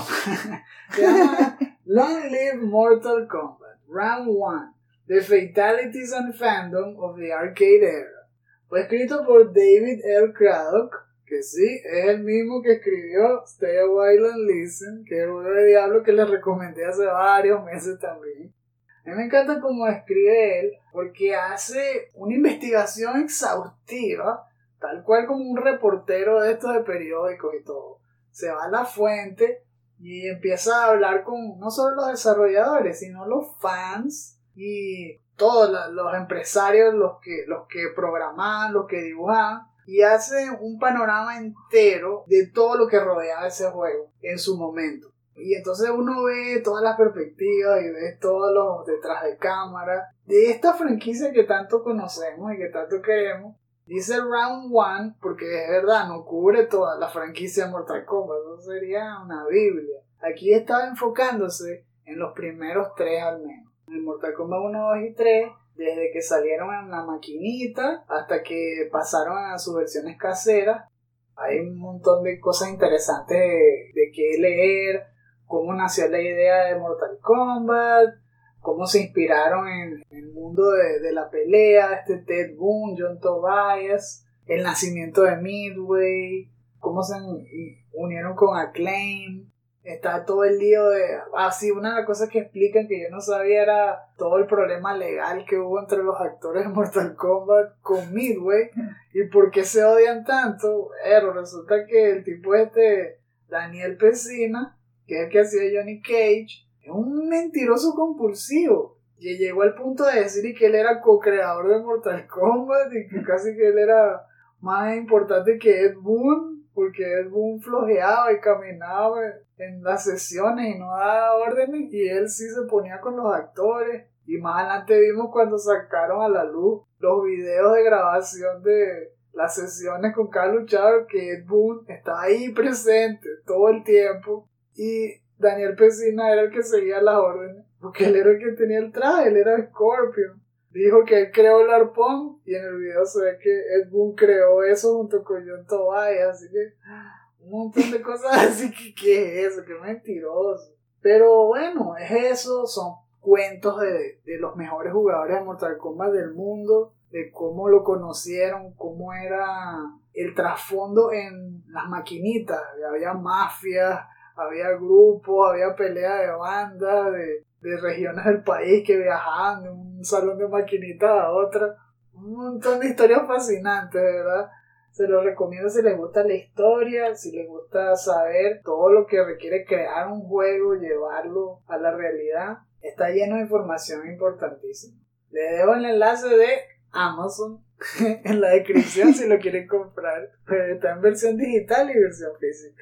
Se llama Long Live Mortal Kombat, Round one, The Fatalities and Fandom of the Arcade Era. Fue escrito por David L. Craddock, que sí, es el mismo que escribió Stay a While and Listen, que es el juego de Diablo que les recomendé hace varios meses también. A mí me encanta cómo escribe él, porque hace una investigación exhaustiva, tal cual como un reportero de estos de periódicos y todo. Se va a la fuente y empieza a hablar con no solo los desarrolladores, sino los fans y todos los empresarios, los que, los que programaban, los que dibujaban, y hace un panorama entero de todo lo que rodeaba ese juego en su momento. Y entonces uno ve todas las perspectivas y ve todos los detrás de cámara de esta franquicia que tanto conocemos y que tanto queremos. Dice Round one porque es verdad, no cubre toda la franquicia de Mortal Kombat, eso sería una biblia. Aquí estaba enfocándose en los primeros tres al menos. En Mortal Kombat uno, dos y tres, desde que salieron en la maquinita hasta que pasaron a sus versiones caseras. Hay un montón de cosas interesantes de, de qué leer, cómo nació la idea de Mortal Kombat, cómo se inspiraron en, en el mundo de, de la pelea, este Ted Boon, John Tobias, el nacimiento de Midway, cómo se unieron con Acclaim. Está todo el lío de... Ah, sí, una de las cosas que explican que yo no sabía era todo el problema legal que hubo entre los actores de Mortal Kombat con Midway y por qué se odian tanto. Pero resulta que el tipo este, Daniel Pesina, que es el que hacía Johnny Cage, es un mentiroso compulsivo y llegó al punto de decir que él era co-creador de Mortal Kombat y que casi que él era más importante que Ed Boon, porque Ed Boon flojeaba y caminaba en las sesiones y no daba órdenes y él sí se ponía con los actores. Y más adelante vimos cuando sacaron a la luz los videos de grabación de las sesiones con cada luchador que Ed Boon estaba ahí presente todo el tiempo y Daniel Pesina era el que seguía las órdenes porque él era el que tenía el traje, él era Scorpion. Dijo que él creó el arpón y en el video se ve que Ed Boon creó eso junto con John Tobias, así que un montón de cosas así que ¿qué es eso? Qué mentiroso. Pero bueno, es eso, son cuentos de, de los mejores jugadores de Mortal Kombat del mundo, de cómo lo conocieron, cómo era el trasfondo en las maquinitas, había mafias, había grupos, había peleas de bandas, de, de regiones del país que viajaban de un salón de maquinitas a otra. Un montón de historias fascinantes, ¿verdad? Se los recomiendo si les gusta la historia, si les gusta saber todo lo que requiere crear un juego, llevarlo a la realidad. Está lleno de información importantísima. Les dejo el enlace de Amazon en la descripción si lo quieren comprar. Está en versión digital y versión física.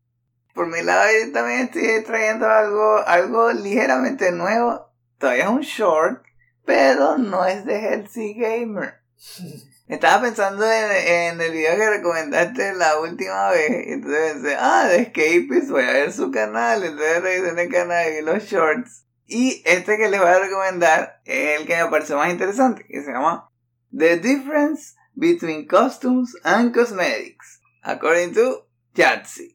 Por mi lado yo también estoy trayendo algo, algo ligeramente nuevo. Todavía es un short, pero no es de Healthy Gamer. Estaba pensando en, en el video que recomendaste la última vez. Entonces pensé, ah, de Escapist, voy a ver su canal. Entonces revisé en el canal y vi los shorts. Y este que les voy a recomendar es el que me pareció más interesante, que se llama The Difference Between Costumes and Cosmetics, according to Jatsi.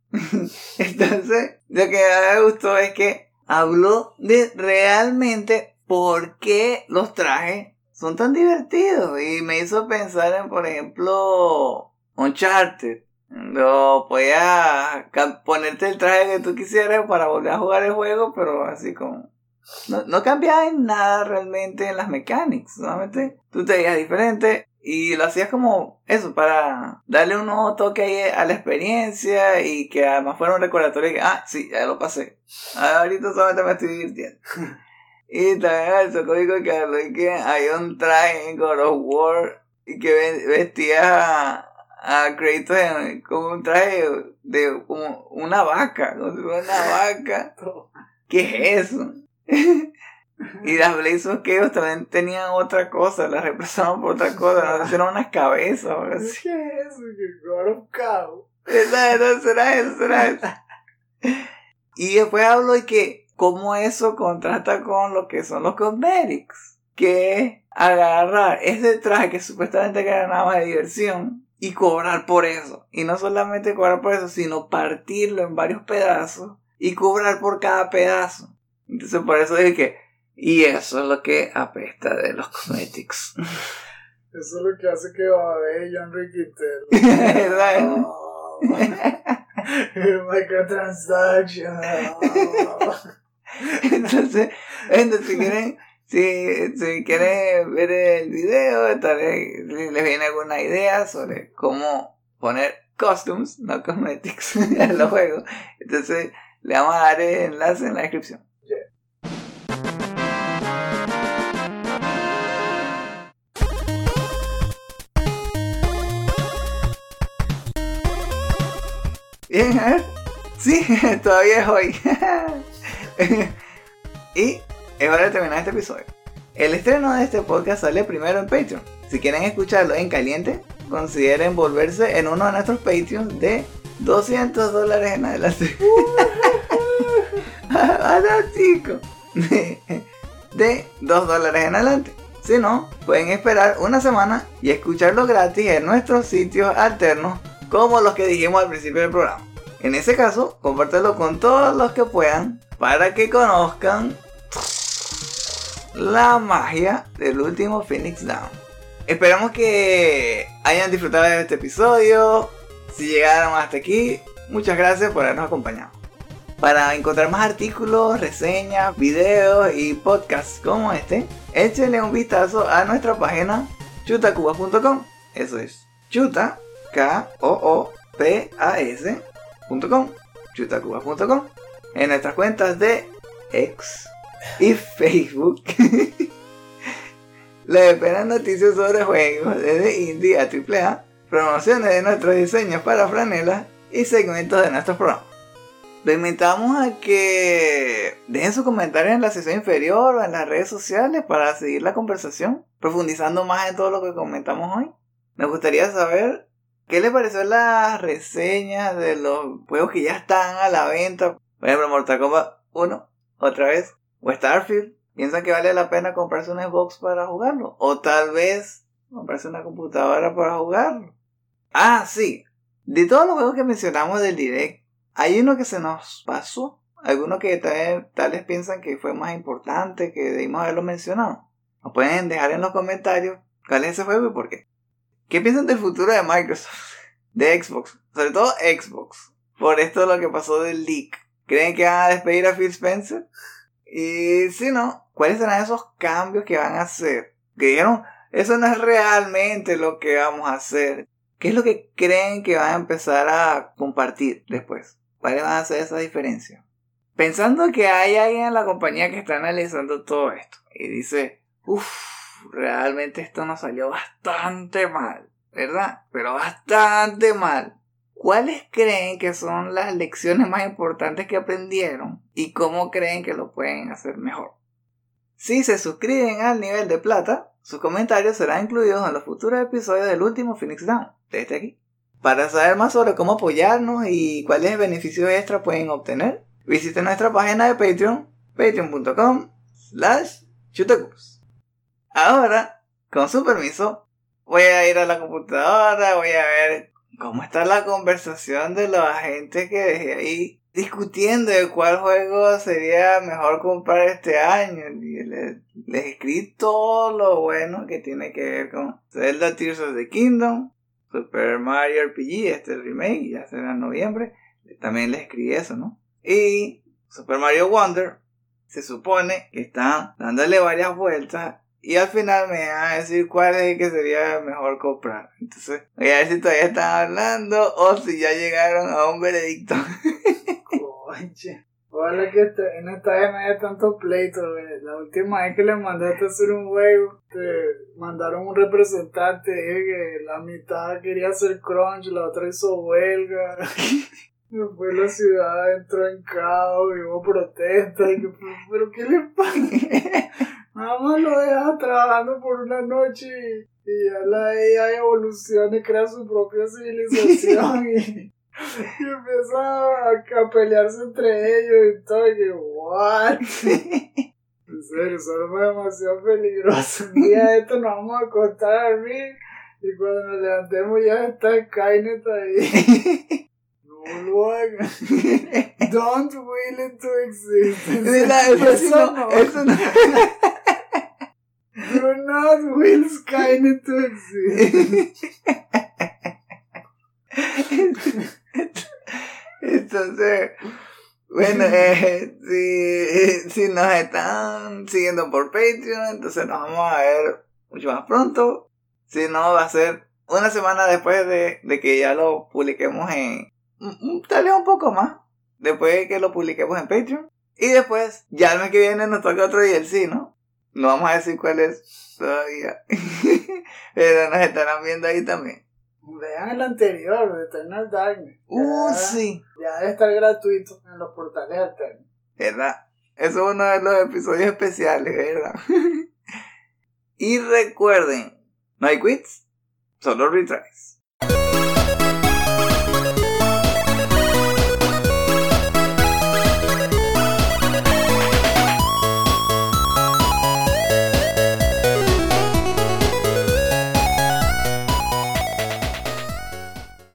Entonces, lo que me gustó es que habló de realmente por qué los trajes son tan divertidos y me hizo pensar en, por ejemplo, Uncharted. No podías ponerte el traje que tú quisieras para volver a jugar el juego, pero así como no, no cambiaba en nada realmente en las mechanics, solamente tú te veías diferente y lo hacías como eso, para darle un nuevo toque ahí a la experiencia y que además fuera un recordatorio de que, ah, sí, ya lo pasé, ahorita solamente me estoy divirtiendo. Y también el cómico que habló de que hay un traje en God of War y que vestía a, a Kratos como un traje de como una vaca, como si fuera una vaca. ¿qué es eso? Y las Blaze of Chaos también tenían otra cosa, las reemplazaron por otra cosa, nos hicieron unas cabezas o algo así. ¿Qué es eso? ¿Qué God of Cow? Esa, esa, será eso, será eso. Y después hablo de que cómo eso contrasta con lo que son los cosmetics, que es agarrar ese traje que supuestamente era nada más de diversión y cobrar por eso. Y no solamente cobrar por eso, sino partirlo en varios pedazos y cobrar por cada pedazo. Entonces por eso dije que, y eso es lo que apesta de los cosmetics. Eso es lo que hace que babe John Riquitello. ¿Sabes? Oh, microtransaction. Entonces, entonces si quieren, si, si quieren ver el video, tal vez les viene alguna idea sobre cómo poner costumes, no cosmetics, en los juegos. Entonces, le vamos a dar el enlace en la descripción. Bien, a ver. Sí, todavía es hoy. Y es hora de terminar este episodio. El estreno de este podcast sale primero en Patreon. Si quieren escucharlo en caliente, consideren volverse en uno de nuestros Patreons de doscientos dólares en adelante. Ahora, chicos. De dos dólares en adelante. Si no, pueden esperar una semana y escucharlo gratis en nuestros sitios alternos, como los que dijimos al principio del programa. En ese caso, compártelo con todos los que puedan para que conozcan la magia del último Phoenix Down. Esperamos que hayan disfrutado de este episodio. Si llegaron hasta aquí, muchas gracias por habernos acompañado. Para encontrar más artículos, reseñas, videos y podcasts como este, échenle un vistazo a nuestra página chuta cubas punto com. Eso es chuta, K O O P A S punto com, chuta cubas punto com. En nuestras cuentas de X y Facebook les esperan noticias sobre juegos desde indie a triple A, promociones de nuestros diseños para franelas y segmentos de nuestros programas. Les invitamos a que dejen sus comentarios en la sección inferior o en las redes sociales para seguir la conversación, profundizando más en todo lo que comentamos hoy. Nos gustaría saber qué les pareció las reseñas de los juegos que ya están a la venta. Por ejemplo, Mortal Kombat uno, otra vez, o Starfield. ¿Piensan que vale la pena comprarse un Xbox para jugarlo? O tal vez comprarse una computadora para jugarlo. Ah, sí. De todos los juegos que mencionamos del Direct, hay uno que se nos pasó. Algunos que tal, tal vez piensan que fue más importante, que debimos haberlo mencionado. Nos pueden dejar en los comentarios cuál es ese juego y por qué. ¿Qué piensan del futuro de Microsoft? De Xbox. Sobre todo Xbox. Por esto lo que pasó del leak. ¿Creen que van a despedir a Phil Spencer? Y si no, ¿cuáles serán esos cambios que van a hacer? Que dijeron, eso no es realmente lo que vamos a hacer. ¿Qué es lo que creen que van a empezar a compartir después? ¿Cuáles van a ser esas diferencias? Pensando que hay alguien en la compañía que está analizando todo esto y dice, uff, realmente esto nos salió bastante mal, ¿verdad? Pero bastante mal. ¿Cuáles creen que son las lecciones más importantes que aprendieron y cómo creen que lo pueden hacer mejor? Si se suscriben al nivel de plata, sus comentarios serán incluidos en los futuros episodios del último Phoenix Down, de este aquí. Para saber más sobre cómo apoyarnos y cuáles beneficios extra pueden obtener, visiten nuestra página de Patreon, patreon punto com slash chutacubs. Ahora, con su permiso, voy a ir a la computadora, voy a ver cómo está la conversación de los agentes que dejé ahí discutiendo de cuál juego sería mejor comprar este año. Y les, les escribí todo lo bueno que tiene que ver con Zelda Tears of the Kingdom, Super Mario R P G, este remake, ya será en noviembre. También les escribí eso, ¿no? Y Super Mario Wonder, se supone que están dándole varias vueltas y al final me van a decir cuál es el que sería mejor comprar. Entonces, voy a ver si todavía están hablando o si ya llegaron a un veredicto. Conche. Ojalá que este, en esta vez no haya tanto pleito. La última vez que le mandaste a hacer un juego, te mandaron un representante. Dije que la mitad quería hacer crunch, la otra hizo huelga. Después la ciudad entró en caos y hubo protestas. Y que, ¿pero qué le pasa? Nada más lo deja trabajando por una noche y, y ya la A I evoluciona y crea su propia civilización y, y empieza a, a pelearse entre ellos y todo. Y que, ¿what? En serio, somos demasiado peligrosos. Un día esto nos vamos a acostar a dormir y cuando nos levantemos ya está Skynet ahí. No lo hagan. Don't will it to exist. Mira, eso, Eso sí no, no. eso no. Do not will Skynet to exist. Entonces, bueno, eh, si, si nos están siguiendo por Patreon, entonces nos vamos a ver mucho más pronto. Si no, va a ser una semana después de, de que ya lo publiquemos en... Tal vez un poco más. Después de que lo publiquemos en Patreon. Y después, ya el mes que viene nos toca otro D L C, ¿no? No vamos a decir cuál es todavía. Pero nos estarán viendo ahí también. Vean el anterior, de Eternal Darkness. Uh, Ya- sí. Ya debe estar gratuito en los portales alternos. ¿Verdad? Eso es uno de los episodios especiales, ¿verdad? Y recuerden, no hay quits, solo retries.